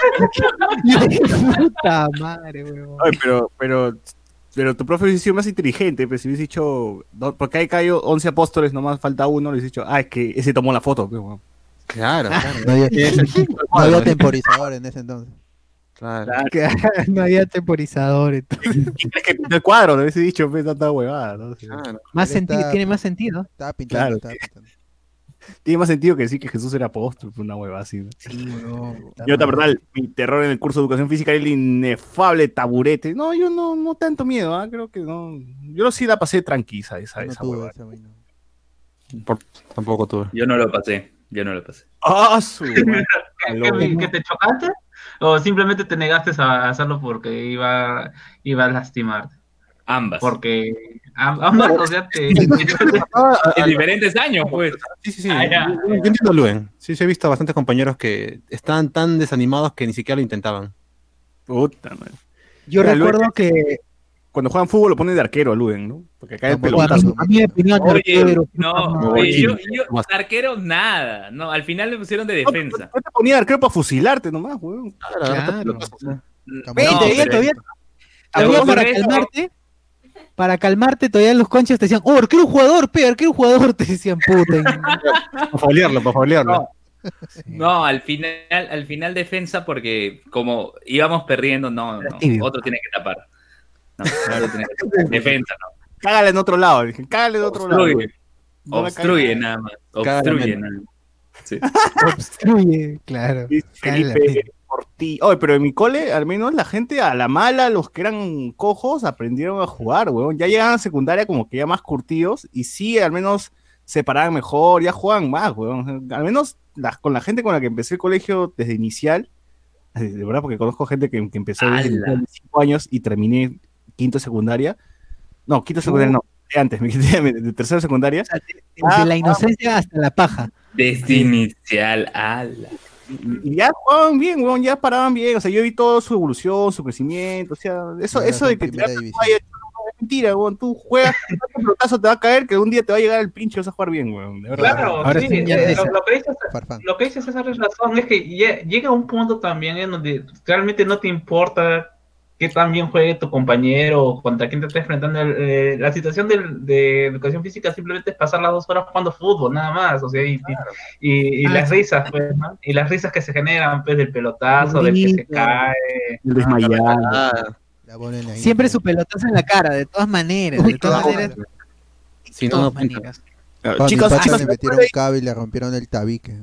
F: Y yo dije, puta madre, huevón.
C: Ay, pero, pero, pero tu profe hubiese sido más inteligente, pues si hubiese dicho, no, porque hay caído once apóstoles, nomás falta uno, le hubiese dicho, ah, es que ese tomó la foto, pues, weón.
D: Claro, claro.
B: No había,
D: Es el tipo de
B: no
D: cuadro,
B: había
D: ¿eh?
B: temporizador en ese entonces.
D: Claro.
F: Que no había temporizador. entonces.
C: ¿Quién crees que pintó el cuadro? Le hubiese dicho, pues, tanta huevada, ¿no? Sí.
D: Claro.
F: Más
B: Él
F: sentido,
B: está-
F: tiene más sentido.
B: Estaba pintando,
C: Claro.
B: estaba pintando.
C: Tiene más sentido que decir que Jesús era apóstol, pues, una huevada así, ¿no?
F: Sí, huevón.
C: Yo, la verdad, mi terror en el curso de educación física era el inefable taburete. No, yo no, no tanto miedo, ¿ah? Creo que no. Yo sí la pasé tranquila, esa,
B: Yo no
C: esa
B: tuve
C: huevada.
B: esa vaina.
D: Por- tampoco tuve.
A: Yo no lo pasé. Yo no lo pasé.
C: ¡Ah, su madre!
E: ¿Que, que- que te chocaste? ¿O simplemente te negaste a hacerlo porque iba, iba a lastimarte?
A: Ambas.
E: Porque am- ambas, o sea, te...
A: En diferentes años, pues.
D: Sí, sí, sí.
E: Ah, ya.
D: Yo, yo entiendo a Luen. Sí, sí, he visto a bastantes compañeros que estaban tan desanimados que ni siquiera lo intentaban.
C: Puta, madre.
F: Yo
C: Mira,
F: recuerdo
C: Luis,
F: que
C: Cuando juegan fútbol lo ponen de arquero a Luden, ¿no? Porque acá el
B: Vamos,
C: pelotazo.
B: vamos.
F: a mí me ponían de
A: Oye,
F: arquero, puta
A: no,
F: madre.
A: oye, yo,
D: Chino.
A: yo, arquero nada. No, al final me pusieron de
C: No,
A: defensa.
C: no te ponía de arquero para fusilarte nomás, weón.
F: Claro.
D: No,
F: Ve,
A: No,
F: todavía,
A: pero-
F: todavía,
A: a
F: todavía
A: vos
F: para
A: de eso-
F: calmarte, para calmarte, todavía los conchas te decían, oh, arquero jugador, pe, arquero jugador, te decían, puta.
D: para faulearlo, para faulearlo.
A: No. No, al final, al final defensa porque como íbamos perdiendo, no, no,
F: Tibio.
A: otro tiene que tapar. No, otro tiene que tapar. Defensa, no.
C: Cágale en otro lado, dije, cágale de otro lado.
A: Obstruye,
C: No la
A: obstruye
C: cagues.
A: nada más.
D: Cágale
A: Obstruye
D: menos.
A: nada más. Sí.
F: Obstruye, claro.
C: Dice Felipe Ortiz. Oye, pero en mi cole, al menos la gente a la mala, los que eran cojos, aprendieron a jugar, weón. Ya llegaban a secundaria como que ya más curtidos y sí, al menos se paraban mejor, ya juegan más, weón. Al menos las- con la gente con la que empecé el colegio desde inicial, de de verdad, porque conozco gente que, que empezó desde
A: ¡Hala!
C: inicial de cinco años y terminé quinto de secundaria. No, quinto de secundaria no, de antes, me quedé de, de tercero de secundaria.
F: Desde la inocencia hasta la paja.
A: Desde inicial, ala.
C: Y ya jugaban bien, weón, ya paraban bien. O sea, yo vi toda su evolución, su crecimiento. O sea, eso,
B: Ahora
C: eso
B: son
C: de que te
B: primera
C: das
B: división.
C: toalla, no, es mentira, weón. Tú juegas, un pelotazo te va a caer, que un día te va a llegar el pinche y vas a jugar bien, weón. De verdad.
E: Claro,
F: Ahora
E: sí,
F: sí, ya
E: eh,
F: esa.
E: lo, lo que dices,
B: Farfán.
E: lo que dices César es razón, es que lle- llega un punto también en donde realmente no te importa qué tan bien juegue tu compañero o contra quién te estés enfrentando. El- eh, la situación del- de educación física simplemente es pasar las dos horas jugando fútbol, nada más, o sea, y, y, y- y
F: Ah,
E: las
F: sí.
E: risas, pues, ¿no? Y las risas que se generan, pues, del pelotazo, del que se
F: Bonito.
E: cae.
C: El desmayado.
D: Ah,
B: La ponen ahí.
F: Siempre su pelotazo en la cara, de todas maneras. De todas
B: Claro.
F: maneras.
D: si
F: de
D: no, no
F: todas
D: pinta.
F: maneras.
B: Cuando mi
C: Chicos,
B: pata
C: chicos,
B: le metieron un cable y le rompieron el tabique.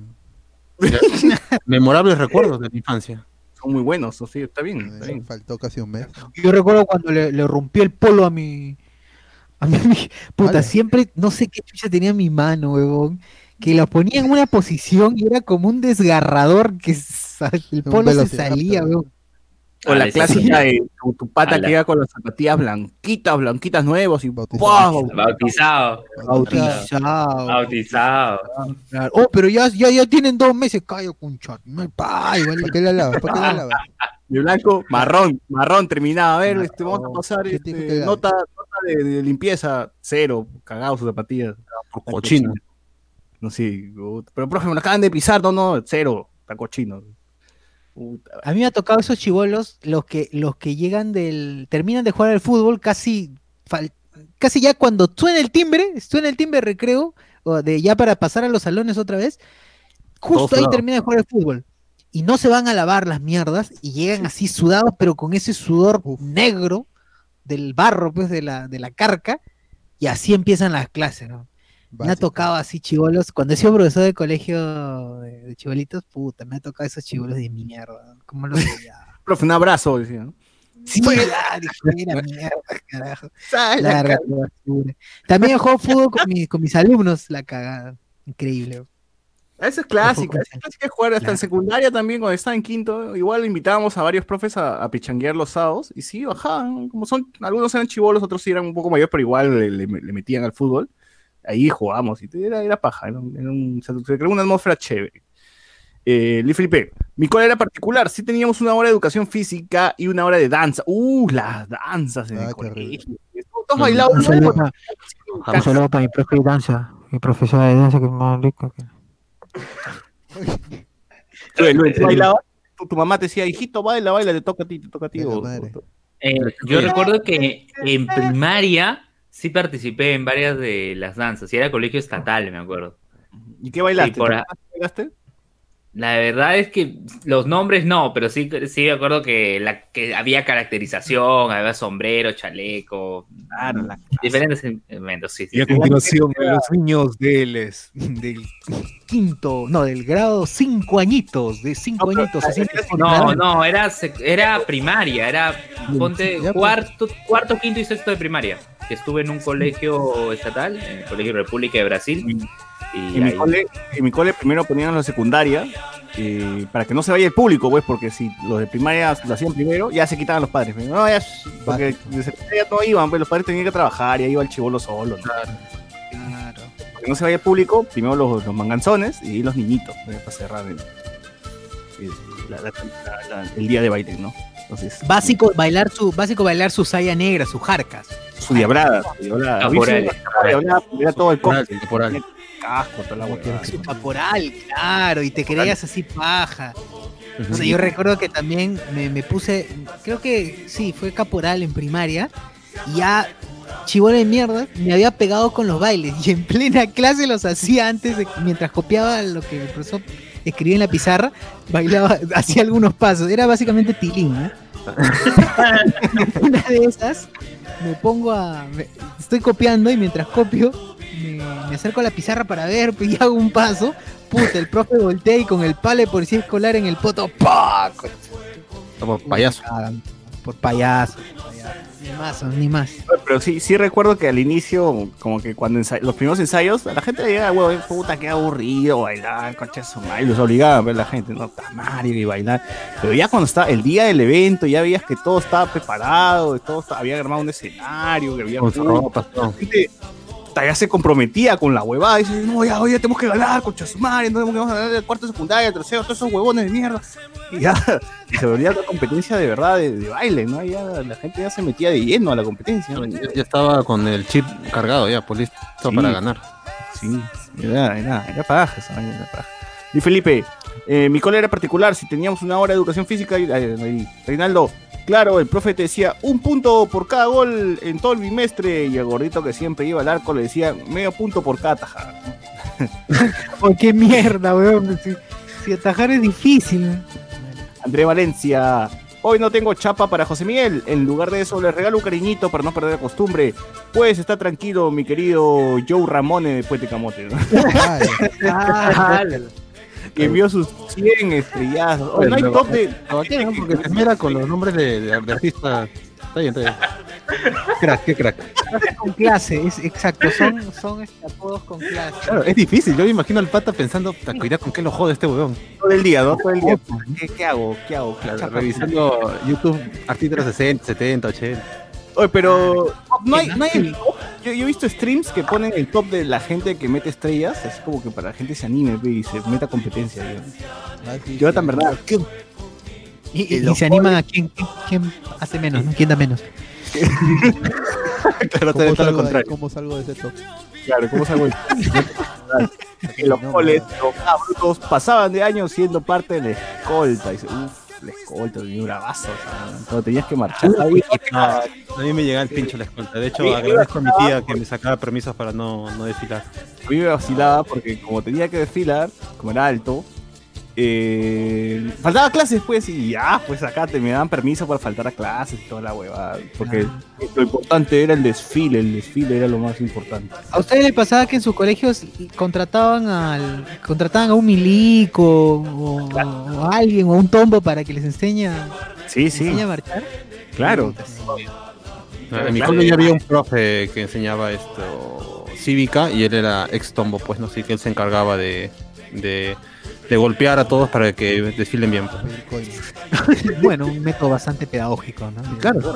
D: Memorables recuerdos de la infancia.
C: son muy buenos, o sea, está bien. Está bien.
B: Faltó casi un mes.
F: Yo recuerdo cuando le, le rompió el polo a mi. A mi, mi- puta,
B: Ala.
F: siempre, no sé qué chucha tenía en mi mano, huevón. Que lo ponía en una posición y era como un desgarrador que sa- el
B: Un
F: polo se
B: velociraptor.
F: salía, huevón.
C: O la
A: Ah,
C: clásica de tu, tu pata
A: Ala.
C: que llega con las zapatillas blanquitas, blanquitas nuevos y
B: Bautizado.
C: ¡pum!
A: Bautizado,
F: Bautizado.
A: bautizado.
F: Claro. Oh, pero ya, ya, ya tienen dos meses, callo, concha. No, pa, igual.
B: ¿Para qué la lavas? ¿Para qué la lavas?
C: De blanco, marrón, marrón terminado. A ver, este, vamos a pasar
B: ¿Quién dijo
C: este,
B: que era?
C: nota, nota de, de limpieza, cero, cagado sus zapatillas.
D: Por cochino.
C: No sé, puta, pero profe, me lo acaban de pisar, no, no, cero, está cochino. Puta.
F: A mí me ha tocado esos chibolos, los que, los que llegan del, terminan de jugar al fútbol casi, fal- casi ya cuando suena el timbre, suena el timbre de recreo, o de ya para pasar a los salones otra vez, justo
D: Todos
F: ahí
D: sudados.
F: termina de jugar al fútbol. Y no se van a lavar las mierdas y llegan así sudados, pero con ese sudor
B: Uf.
F: negro del barro, pues, de la, de la carca, y así empiezan las clases, ¿no? Me ha
B: Básico.
F: tocado así chibolos, cuando he sido profesor de colegio de, de chibolitos, puta, me ha tocado esos chibolos de mierda, ¿cómo los odiaba?
C: Profe, un abrazo, decía, ¿no?
F: Sí, ah, dije, era mierda, carajo. Larga
C: Larga.
F: tu basura. También he jugado fútbol con, mi- con mis alumnos, la cagada. Increíble.
C: Esa es clásica, esa es clásica de jugar hasta en secundaria también, cuando estaba en quinto, igual invitábamos a varios profes a, a pichanguear los sábados, y sí, bajaban, como son, algunos eran chibolos, otros sí eran un poco mayores, pero igual le, le- le metían al fútbol, ahí jugábamos, y era, era paja, era un- era un- se, se creó una atmósfera chévere. Eh, Luis Felipe, mi cole era particular, sí teníamos una hora de educación física y una hora de danza, uh, las danzas en
B: Ah,
C: el
B: qué
C: colegio, todos bailaban,
F: Un saludo,
C: ¿no?
F: pa- un saludo para mi profe de danza, mi profesora de danza que es más rica que...
C: Luis, Luis, ¿tú bailabas? Tu, tu mamá te decía, hijito, baila, baila, te toca a ti, te toca a ti.
B: De la
C: o-
B: madre.
C: o-
A: Eh, yo recuerdo que en primaria sí participé en varias de las danzas, y era colegio estatal, me acuerdo.
C: ¿Y qué bailaste?
A: Sí, por
C: ¿Te
A: a-
C: acuerdas qué bailaste?
A: La verdad es que los nombres no, pero sí, sí me acuerdo que, la, que había caracterización, había sombrero, chaleco,
C: Claro, la
A: diferentes elementos, sí, sí.
G: Y a
A: sí.
G: continuación, los niños del, del
F: Quinto, no, del grado cinco añitos, de cinco
C: No, pero-
F: añitos. así que-
A: No, no, era, sec- era primaria, era, ponte,
B: Ya, pues.
A: cuarto, cuarto, quinto y sexto de primaria, que estuve en un colegio estatal, en el Colegio República de Brasil, y
C: En mi,
A: ahí-
C: cole, en mi cole primero ponían la secundaria eh, para que no se vaya el público, pues, porque si los de primaria lo hacían primero, ya se quitaban los padres. pues, No, ya, porque de secundaria no iban, pues los padres tenían que trabajar y ahí iba el chibolo solo. ¿no?
F: Claro.
C: Para que no se vaya el público, primero los, los manganzones y los niñitos, pues, para cerrar el, el- la- la- la- la- el día de baile, ¿no? Entonces,
F: Básico bailar su, básico bailar su saya negra, sus jarcas.
C: su diabrada, su diabrada.
A: Caporales,
C: Su diabrada, era todo el
D: Temporal,
C: cóctel,
D: temporal.
C: casco, toda la huevada.
F: Su caporal, claro, y te creías así paja. O sea, yo recuerdo que también me, me puse, creo que sí, fue caporal en primaria, y ya chibolo de mierda, me había pegado con los bailes, y en plena clase los hacía antes, de, mientras copiaba lo que el profesor escribía en la pizarra, bailaba, hacía algunos pasos, era básicamente tilín, ¿no? Una de esas, me pongo a, me- estoy copiando, y mientras copio, me, me acerco a la pizarra para ver, pues, y hago un paso, puta, el profe voltea y con el palo de policía escolar en el poto, ¡pah!
D: Como payaso.
F: Cagan, por payaso, payaso. Ni más, ni más.
C: Pero sí, sí recuerdo que al inicio, como que cuando ensa- los primeros ensayos, a la gente le llegaba, huevo, puta, qué aburrido bailar, concha de su madre, y los obligaban a ver la gente, no, está Mario y bailar. Pero ya cuando estaba el día del evento, ya veías que todo estaba preparado, todo estaba- había armado un escenario, que había
D: Con su ropa, todo.
C: la gente puta, ya se comprometía con la huevada, y dice, no, ya, oye, tenemos que ganar, concha de su madre, no tenemos que vamos a ganar el cuarto de secundaria, el tercero, todos esos huevones de mierda. Y ya, y se volvía una competencia de verdad de, de baile, ¿no? Ya la gente ya se metía de lleno a la competencia. ¿no?
D: Ya, ya estaba con el chip cargado ya, pues listo
C: Sí.
D: para ganar.
C: Sí, era, era, era paja esa vaina, era paja. Y Felipe, eh, mi cole era particular, si teníamos una hora de educación física, y, ay, ay, Reinaldo, claro, el profe te decía un punto por cada gol en todo el bimestre, y el gordito que siempre iba al arco le decía medio punto por cada tajada.
F: Oh, qué mierda, weón. Si, si atajar es difícil.
C: André Valencia, hoy no tengo chapa para José Miguel, en lugar de eso le regalo un cariñito para no perder la costumbre. Pues está tranquilo, mi querido Joe Ramone de Puente Camote, ¿no?
B: Ay,
F: Ah,
C: Que envió sus cien estrellazos. Oh, no hay top de...
D: Lo bacán, ¿no? Porque se esmera con los nombres de, de, de artistas. Está bien, está bien. Crack, qué crack.
F: con clase, es exacto. Son, son este, apodos con clase.
D: Claro, es difícil. Yo me imagino al pata pensando, "Puta, cuidado con qué lo jode este huevón.
C: Todo el día, ¿no? Todo el día. ¿Qué, qué hago? ¿Qué hago? ¿Qué
D: Claro,
C: chapa?
D: revisando YouTube, artistas sesenta, setenta, ochenta.
C: Oye, pero no hay, no hay el top. Yo, yo he visto streams que ponen el top de la gente que mete estrellas, así como que para la gente se anime pe, y se meta competencia. Yo,
B: ah, sí,
C: yo
B: sí.
C: tan verdad.
F: Y, y-
C: Y
F: y
C: los
F: se animan a quién, quién, quién hace menos, ¿no? ¿Quién da menos?
C: Claro,
B: ¿Cómo
C: todo lo
B: salgo, de,
C: contrario.
B: ¿Cómo salgo de ese top?
C: Claro, ¿cómo salgo? que los coles, los cabros, pasaban de años siendo parte de la escolta. Dice, uff, la escolta, tenía un bravazo, o sea, cuando tenías que marchar.
D: No, a mí me llegaba el pincho la escolta. De hecho, agradezco a mi tía que me sacaba permisos para no, no desfilar.
C: A mí me vacilaba porque como tenía que desfilar, como era alto, eh, faltaba clases pues y ya, pues acá te me daban permiso para faltar a clases y toda la huevada. Porque ah. lo importante era el desfile, el desfile era lo más importante.
F: ¿A ustedes les pasaba que en sus colegios contrataban al contrataban a un milico o, claro. o a alguien o a un tombo para que les enseñe,
C: sí, sí.
F: enseñe a marchar?
C: Claro.
D: En mi colegio ya había un profe que enseñaba esto cívica y él era ex tombo, pues no sé, que él se encargaba de, de, de golpear a todos para que desfilen bien. Pues.
F: Bueno, un método bastante pedagógico, ¿no?
D: Claro, claro.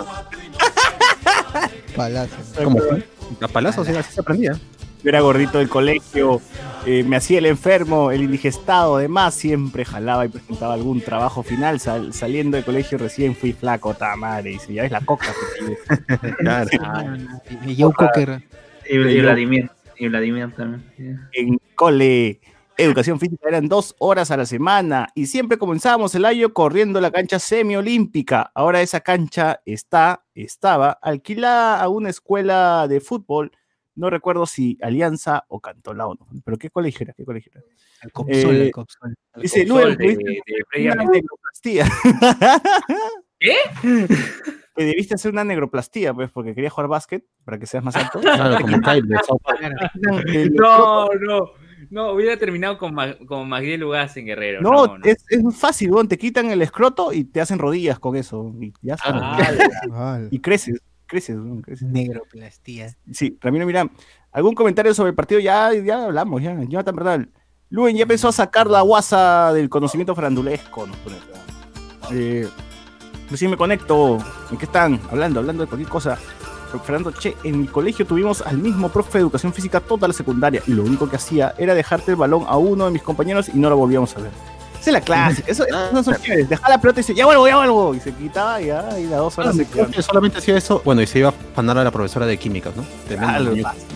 B: Palazo.
D: ¿Cómo fue? A palazos, sí, así se aprendía.
C: Yo era gordito del colegio, eh, me hacía el enfermo, el indigestado, además siempre jalaba y presentaba algún trabajo final. Sal, saliendo del colegio recién fui flaco, ta madre, y dice, ya ves la coca.
F: Claro. Y yo Cocker.
E: Y Vladimir, y Vladimir también.
C: En cole, educación física eran dos horas a la semana y siempre comenzábamos el año corriendo la cancha semiolímpica. Ahora esa cancha está, estaba alquilada a una escuela de fútbol. No recuerdo si Alianza o Cantolao, ¿no? Pero ¿qué colegio era? ¿Qué colegio era?
F: El Copsol, eh, el Copsol. El
C: dice, Luis, de, de, de una negroplastía.
A: ¿Qué?
C: Que debiste hacer una negroplastía, pues, porque quería jugar básquet, para que seas más alto.
D: Claro, como Kyle.
A: No, no. No, hubiera terminado con, Ma, con Magdiel Ugaz en Guerrero.
C: No,
A: no, no.
C: Es, es fácil, ¿no? Te quitan el escroto y te hacen rodillas con eso. Y ya sabes. Ah, y creces. Creces, ¿no? Creces.
F: Negroplastía.
C: Sí, Ramiro, mira, ¿algún comentario sobre el partido? Ya, ya hablamos, ya. Jonathan Bernal. Luen ya empezó a sacar la guasa del conocimiento farandulesco. ¿No? Eh, recién me conecto. ¿En qué están? Hablando, hablando de cualquier cosa. Fernando, che, en mi colegio tuvimos al mismo profe de educación física toda la secundaria y lo único que hacía era dejarte el balón a uno de mis compañeros y no lo volvíamos a ver. Esa es la clásica, eso, eso son chéveres. Dejaba la pelota y dice, ya vuelvo, ya vuelvo. Y se quitaba y ya, y las dos horas
D: ah,
C: se quedaban.
D: Solamente hacía eso, bueno, y se iba a afanar a la profesora de químicas, ¿no?
C: Claro,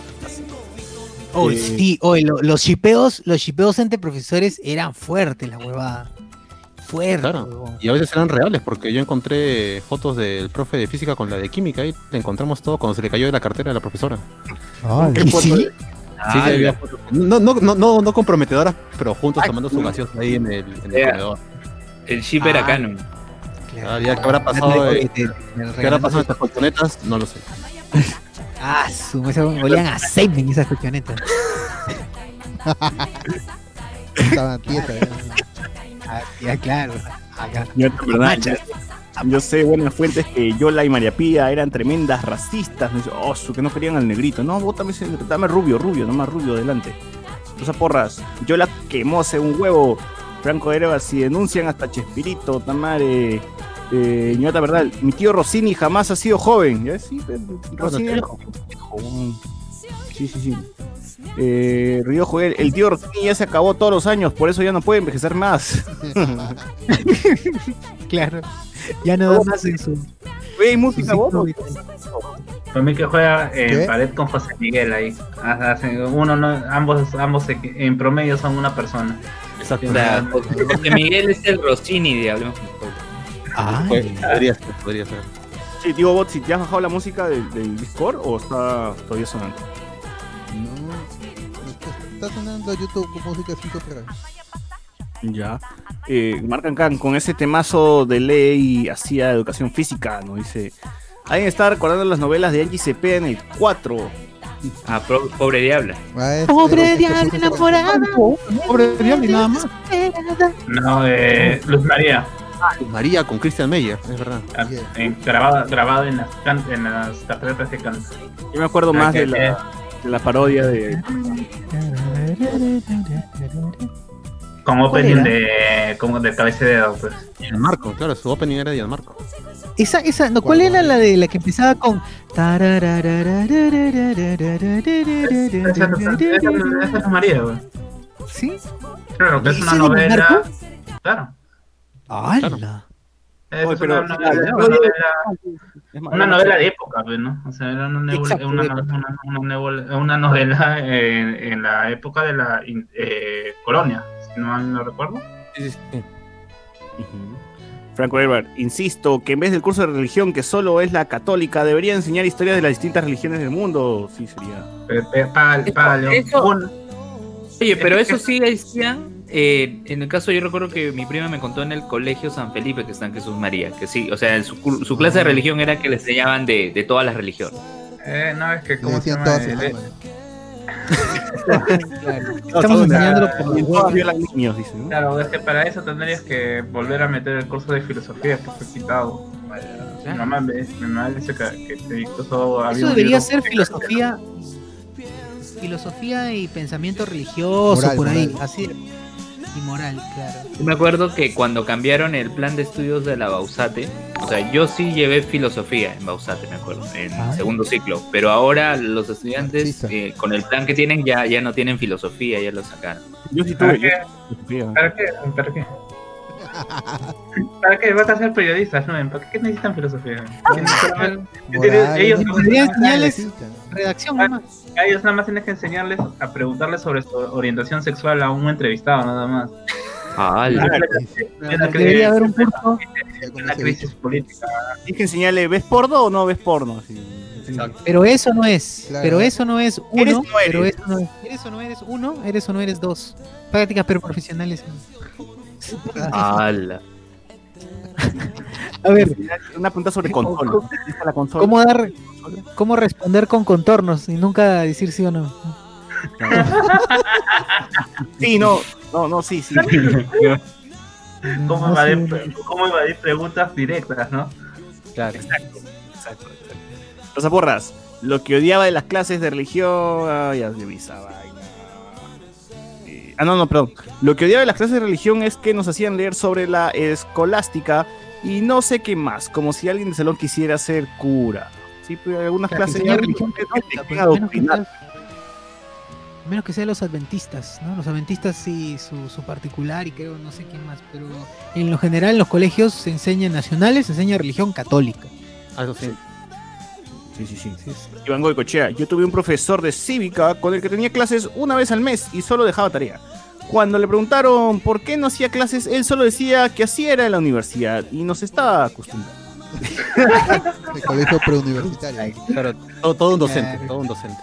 F: oh, eh, sí, oh, lo, los shipeos, los shipeos entre profesores eran fuertes, la huevada. Fuerte.
D: Claro. Y a veces eran reales, porque yo encontré fotos del profe de física con la de química y le encontramos todo cuando se le cayó de la cartera a la profesora.
B: Ah,
F: ¿Sí? ¿Sí?
D: Sí, ah, había fotos. No, no, no, no, no comprometedoras, pero juntos tomando su gaseosa ahí en el, en el yeah. comedor.
A: El ship era canon.
D: Claro, ya que habrá pasado de, ¿qué habrá pasado estas colchonetas? No lo sé.
F: Ah, su, olían a semen esas colchonetas.
B: Estaban tiesas.
F: Ah, ya, claro. Acá.
C: Yo, verdad, yo, yo sé buenas fuentes que Yola y María Pía eran tremendas racistas. Me dice, oh, su, que no querían al negrito. No, vos también, dame rubio, rubio, nomás rubio, adelante. Cosa porras. Yola quemó hace un huevo. Franco Hereva, si denuncian hasta Chespirito, Tamare. Eh, ñota, verdad, mi tío Rossini jamás ha sido joven. ¿Ya? Sí, Rossini era joven. Sí, sí, sí. Eh, Río Joel, el tío Rossini ya se acabó todos los años, por eso ya no puede envejecer más.
F: Claro, ya no da oh, más en su.
C: ¿Hay música vos?
E: Para mí que juega en ¿qué? Pared con José Miguel ahí. Uno, no, ambos, ambos en promedio son una persona.
A: Exacto. O sea, José Miguel es el Rossini de Hablemos con Spoiler.
D: Ah, podría ser, podría ser.
C: Sí, digo, Bot, si te has bajado la música del, del Discord o está todavía sonando.
B: No, está sonando YouTube con música cinco tres.
C: Ya. Eh, Marcan Khan, con ese temazo de ley hacía educación física, ¿no? Dice. Alguien está recordando las novelas de Angie Cepeda en el cuatro.
A: Ah, pro, pobre diabla.
F: Ah, es, pobre diabla enamorada.
D: Pobre diabla y nada más.
E: No, eh, Luz María.
D: Ah, Luz María con Christian Meyer, es verdad.
E: Ah, eh, grabado, grabado en las can, en las carpetas que canta.
C: Yo me acuerdo ah, más de la, de la parodia de.
E: Con opening de, como de cabeza de dedo, pues.
D: Gianmarco, claro, su opening era de Gianmarco.
F: Esa, esa, no, ¿cuál era la de la que empezaba con?
E: Esa es María, güey.
F: ¿Sí?
E: Claro, que es una novela. Claro.
F: ¡Hala!
E: Es una novela. Una novela de época, ¿no? O sea, era una, nebula, Exacto, una, una, una, nebula, una novela en, en la época de la eh, colonia, si no mal no recuerdo. Sí, sí, sí.
C: Uh-huh. Franco Herbert, insisto que en vez del curso de religión, que solo es la católica, debería enseñar historias de las distintas religiones del mundo. Sí, sería.
E: Pero, pero, para, para,
A: eso, un... Oye, pero eso sí decían. Eh, en el caso, yo recuerdo que mi prima me contó en el colegio San Felipe, que está en Jesús María, que sí, o sea, su, su clase de religión era que le enseñaban de, de todas las religiones.
E: Eh, no, es que como se llama. Eh,
F: claro. Estamos enseñándolo por
C: los niños, dicen, ¿no?
E: Claro, es que para eso tendrías que volver a meter el curso de filosofía que fue quitado. ¿Ah? Mi mamá me, mi mamá dice que, que incluso había
F: eso debería ser filosofía, filosofía y pensamiento religioso, moral, por ahí, moral. Así. Y moral, claro.
A: Yo me acuerdo que cuando cambiaron el plan de estudios de la Bausate, o sea, yo sí llevé filosofía en Bausate, me acuerdo, en ah, segundo ciclo, pero ahora los estudiantes eh, con el plan que tienen ya, ya no tienen filosofía, ya lo sacaron.
C: Yo sí tuve.
E: ¿Para qué? ¿Para qué? ¿Para qué? Vas a ser periodistas, ¿no? ¿Para qué necesitan filosofía?
F: Moral, ellos podrían enseñarles redacción,
E: a, a ellos nada más tienes que enseñarles a preguntarles sobre su orientación sexual a un entrevistado, nada más.
A: Ah,
F: debería haber un curso.
E: Una crisis política.
C: Tienes que enseñarle, ¿ves porno o no ves porno? Sí.
F: Pero eso no es, claro. pero eso no es uno, ¿Eres, no eres? pero eso no es, eres o no eres uno, eres o no eres dos. Prácticas pero profesionales.
A: ¡Hala!
F: A ver,
C: una pregunta sobre control.
F: ¿Cómo dar, cómo responder con contornos y nunca decir sí o no?
C: Sí, no, no, no, sí, sí.
E: ¿Cómo
F: no,
E: evadir,
F: sí.
E: ¿Cómo evadir preguntas directas, no?
C: Claro. Exacto, exacto, exacto. Rosa Porras, lo que odiaba de las clases de religión. Ah, ya se visaba. Ah, no, no, perdón. Lo que odiaba de las clases de religión es que nos hacían leer sobre la escolástica y no sé qué más, como si alguien de salón quisiera ser cura. Sí, pero algunas
F: claro,
C: clases de religión que no te queda doctrinar.
F: Menos que sean los adventistas, ¿no? Los adventistas sí, su, su particular y creo no sé quién más, pero en lo general en los colegios se enseña nacionales, se enseña religión católica.
C: Ah, eso sí. Sí, sí, sí, sí. Iván Goicochea, yo tuve un profesor de cívica con el que tenía clases una vez al mes y solo dejaba tarea. Cuando le preguntaron por qué no hacía clases, él solo decía que así era en la universidad y nos estaba acostumbrando.
B: El colegio preuniversitario.
D: Claro, todo, todo un docente, todo un docente.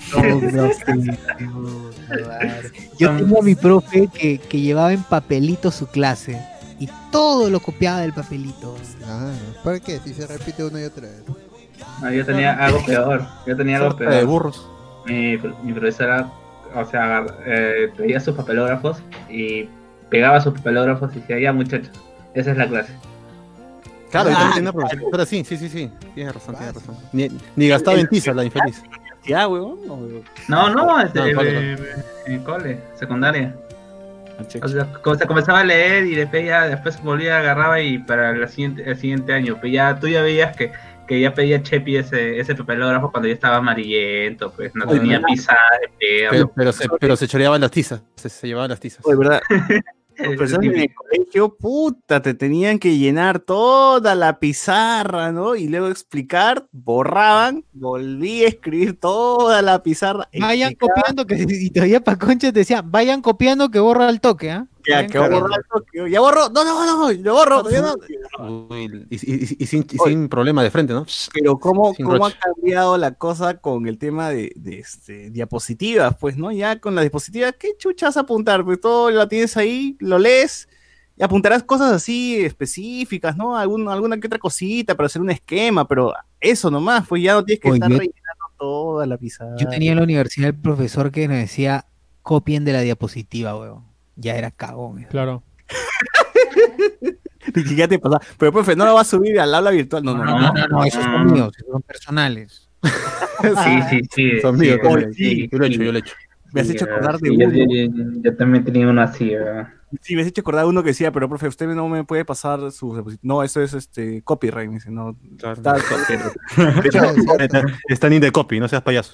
F: Yo tenía a mi profe que, que llevaba en papelito su clase y todo lo copiaba del papelito.
B: Ah, ¿para qué? Si se repite una y otra vez.
E: No, yo tenía algo peor. Yo tenía algo peor.
D: De burros.
E: Mi, mi profesora, o sea, eh, pedía sus papelógrafos y pegaba sus papelógrafos y decía, ya muchachos, esa es la clase.
D: Claro, yo también tenía una profesora, sí, sí, sí, sí. Tienes razón, tienes razón. Ni, ni gastaba en tiza la infeliz.
C: Ya, weón.
E: No, no, este, no, eh, en cole, secundaria. O sea, se comenzaba a leer y después ya después volvía, agarraba y para el siguiente, el siguiente año, pues ya tú ya veías que, que ya pedía Chepi ese, ese papelógrafo cuando ya estaba amarillento, pues no tenía no, no. pizarra,
D: pero, pero, se, pero se choreaban las tizas, se, se llevaban las tizas.
C: De verdad. Los en el colegio, puta, te tenían que llenar toda la pizarra, ¿no? Y luego explicar, borraban, volví a escribir toda la pizarra.
F: Vayan explicar. Copiando, que y todavía pa' concha te decía, vayan copiando que borra al toque, ¿ah? ¿eh?
C: Ya, que borra al toque, ya borró, no, no, no, lo borro, todavía no.
D: Uy, y, y, y, sin, y sin problema de frente, ¿no?
C: Pero cómo, cómo ha cambiado la cosa con el tema de, de este, diapositivas, pues, ¿no? Ya con las diapositivas, ¿qué chuchas apuntar? Pues todo lo tienes ahí, lo lees y apuntarás cosas así específicas, ¿no? Algún, alguna que otra cosita para hacer un esquema, pero eso nomás, pues ya no tienes que Oye, estar rellenando toda la pizarra.
F: Yo tenía en la universidad el profesor que nos decía, copien de la diapositiva, weón. Ya era cagón. ¿eh?
D: Claro.
C: Ya te pasa. Pero, profe, no lo va a subir al aula virtual. No, no, no.
F: No, no, no esos son míos, esos son personales.
E: Sí, sí, sí.
D: Son míos,
E: sí,
D: sí, sí, yo lo he hecho, yo lo he hecho.
C: Me has
E: sí,
C: hecho acordar
E: sí,
C: de
E: yo,
C: uno.
E: Yo, yo, yo también tenía uno así, ¿verdad?
C: Sí, me has hecho acordar de uno que decía, pero profe, usted no me puede pasar su... No, eso es este copyright, me dice, no.
D: Claro. Está, está, están in the copy, no seas payaso.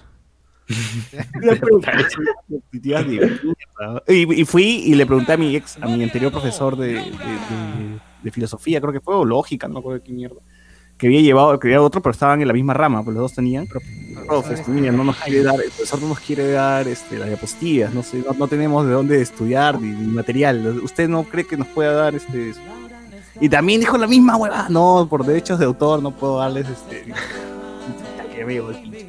C: y, y fui y le pregunté a mi ex, a mi anterior profesor de, de, de, de filosofía, creo que fue, o lógica, no me acuerdo de qué mierda. que había llevado, que había otro, pero estaban en la misma rama, pues los dos tenían. Profes, mira, no nos quiere dar, el profesor no nos quiere dar este, las diapositivas, no sé, no, no tenemos de dónde estudiar ni, ni material. ¿Usted no cree que nos pueda dar este? Y también dijo la misma huevada, no, por derechos de autor no puedo darles este. Que veo el pinche.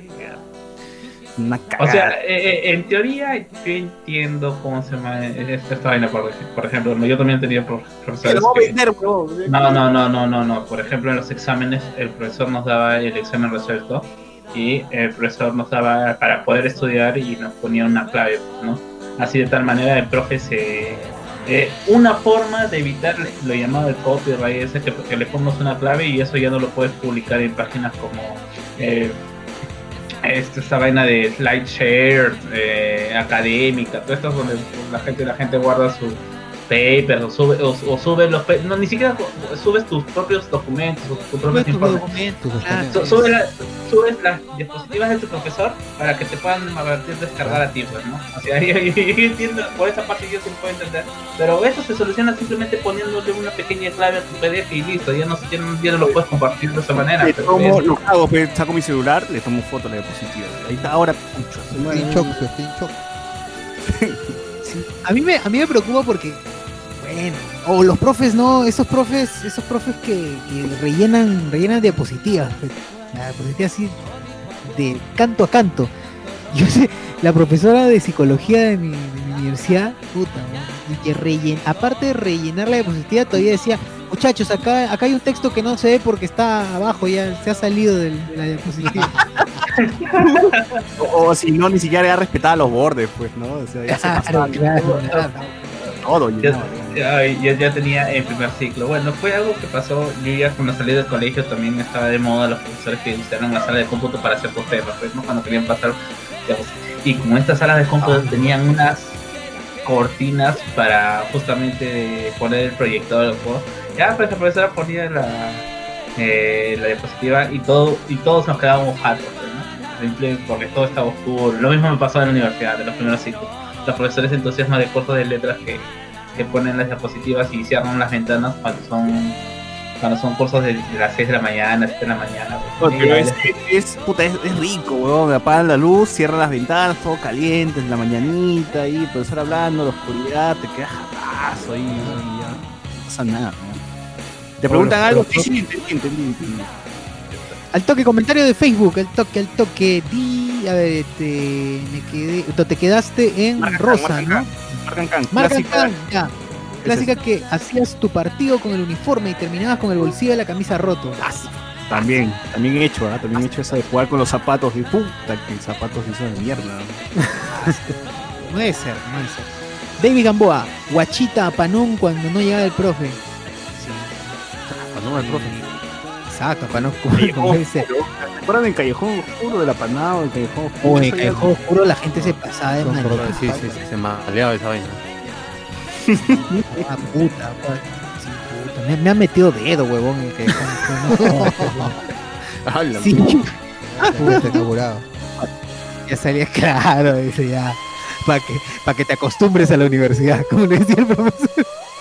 C: Una cagada.
E: O sea, eh, en teoría yo entiendo cómo se llama esta, esta vaina, por, por ejemplo, yo también tenía profesores
C: no,
E: que...
C: vender, bro.
E: No, no, no, no, no, no, por ejemplo en los exámenes el profesor nos daba el examen resuelto y el profesor nos daba para poder estudiar y nos ponía una clave, ¿no? Así de tal manera el profe se... Eh, una forma de evitar lo llamado el copyright es que, que le pongas una clave y eso ya no lo puedes publicar en páginas como... Eh, Esta, esta vaina de SlideShare, eh, académica, todo esto es donde la gente, la gente guarda sus papers o sube, o, o sube los no, ni siquiera subes tus propios documentos, tus propios informes. Ah, su, sube la, subes las diapositivas de tu profesor para que te puedan descargar a ti, pues, ¿no? O sea, yo, yo, yo entiendo, por esa parte yo sí puedo entender, pero eso se soluciona simplemente poniéndole una pequeña clave a tu P D F y listo, ya no, ya no, ya no lo puedes compartir de esa manera.
C: Le tomo, lo hago, pues, saco mi celular, le tomo foto a la diapositiva, ahí está, ahora
B: pincho, pincho.
F: Sí. A mí me, a mí me preocupa porque bueno, o los profes no, esos profes, esos profes que, que rellenan, rellenan diapositivas, la diapositiva así de canto a canto. Yo sé, la profesora de psicología de mi, de mi universidad, puta, ¿no? Y que rellen, aparte de rellenar la diapositiva, todavía decía, muchachos, acá, acá hay un texto que no se ve porque está abajo, ya se ha salido del, de la diapositiva.
C: o, o si no, ni siquiera ya respetaba los bordes, pues, ¿no? O sea, ya
F: claro,
C: se pasaba
F: claro,
C: todo,
F: claro.
C: todo
E: ya,
C: ya,
E: ya, ya, ya tenía el primer ciclo. Bueno, fue algo que pasó, yo ya cuando salí del colegio también estaba de moda los profesores que usaron la sala de cómputo para hacer posteros, pues, ¿no? Cuando querían pasar, digamos, y como estas salas de cómputo ah, tenían unas cortinas para justamente poner el proyector, ¿no? Ya pues la profesora ponía la, eh, la diapositiva y todo y todos nos quedábamos jatos, ¿no? Porque todo estaba oscuro. Lo mismo me pasó en la universidad, de los primeros ciclos. Los profesores entusiasman de cursos de letras que, que ponen las diapositivas y cierran las ventanas cuando son cuando son cursos de, de las seis de la mañana, siete de la mañana.
C: Pues, no, pero es, es, puta, es, es rico, weón. Apagan la luz, cierran las ventanas, todo caliente, en la mañanita, ahí, el profesor hablando, la oscuridad, te quedas jatazo ahí, y ya no pasa nada, ¿no? Te preguntan bueno, algo, sí, sí, entendí, entendí, entendí.
F: Al toque, comentario de Facebook, al toque, al toque, di, a ver, te, me quedé, te quedaste en Marcan, rosa, Marcan, ¿no?
C: Marcan Can,
F: Marcan Can, ya. Clásica es que hacías tu partido con el uniforme y terminabas con el bolsillo de la camisa roto.
C: También, también he hecho, ¿eh? También he hecho eso de jugar con los zapatos y puta, que el zapato se hizo de mierda.
F: No debe ser, no debe ser. David Gamboa, guachita a Panón cuando no llegaba el profe. Sí.
C: Panón el profe.
F: Exacto, Panón como debe ser.
C: ¿Se acuerdan del Callejón Oscuro de la Panao? El Callejón Oscuro.
F: O en el Callejón Oscuro la gente se pasaba de mal.
D: Sí, sí, sí, se maleaba esa vaina.
F: Ah, puta, sí, puta. Me, me ha metido dedo, huevón, el que
C: no,
F: sí.
B: Puta, inaugurado.
F: Ya salía claro, dice ya. Para que, pa que te acostumbres a la universidad, como le decía el profesor.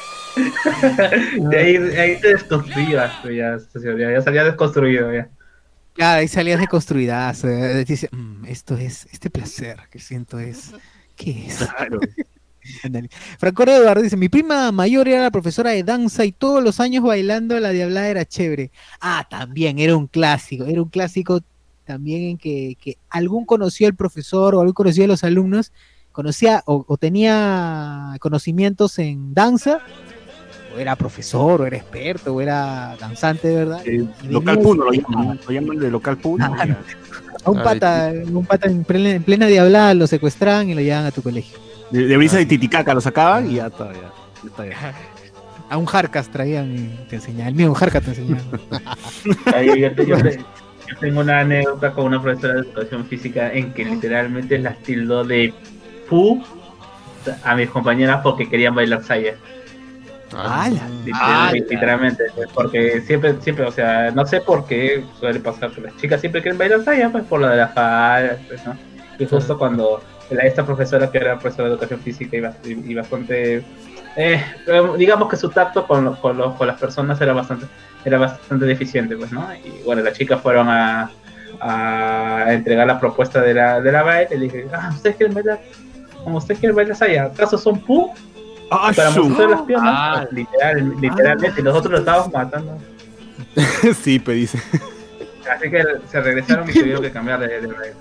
E: De ahí, ahí te desconstruías, ya, ya, ya salías desconstruido, ya.
F: Ya, ahí salías desconstruidazo. Dice, mmm, esto es, este placer que siento es, ¿qué es?
C: Claro.
F: Franco Eduardo dice, mi prima mayor era la profesora de danza y todos los años bailando la diablada era chévere. Ah, también, era un clásico, era un clásico también en que, que algún conocía al profesor o algún conocía a los alumnos, conocía o, o tenía conocimientos en danza, o era profesor, o era experto, o era danzante de verdad.
C: Eh, local puno lo llaman, lo llaman de local puno.
F: Ah, a un pata, un pata en plena, en plena diablada lo secuestraban y lo llevaban a tu colegio.
C: De, de brisa de Titicaca lo sacaban y ya está, ya, ya está ya.
F: A un Jarcas traían y te enseñaban. El mío, un Jarcas te enseñaban.
E: yo, te, yo, te, yo tengo una anécdota con una profesora de educación física en que literalmente las tildó de pu a mis compañeras porque querían bailar saya.
F: Ah,
E: literalmente, literalmente, porque siempre, siempre, o sea, no sé por qué suele pasar que las chicas siempre quieren bailar saya, pues por lo de la falda, pues, ¿no? Y justo cuando la, esta profesora, que era profesora de educación física, iba, y bastante, eh, digamos que su tacto con, lo, con, lo, con las personas era bastante, era bastante deficiente, pues, ¿no? Y bueno, las chicas fueron a, a entregar la propuesta de la, de la baile, y le dije, ah, ¿ustedes quieren bailar? Como ustedes quieren bailar Saya, ¿acaso son pu?
C: Ah,
E: para mostrar las piernas,
A: ah,
E: pues, literal, literalmente, ah, y nosotros lo estábamos matando.
C: Sí, pues dice.
E: Así que se regresaron y tuvieron que cambiar de, de baile.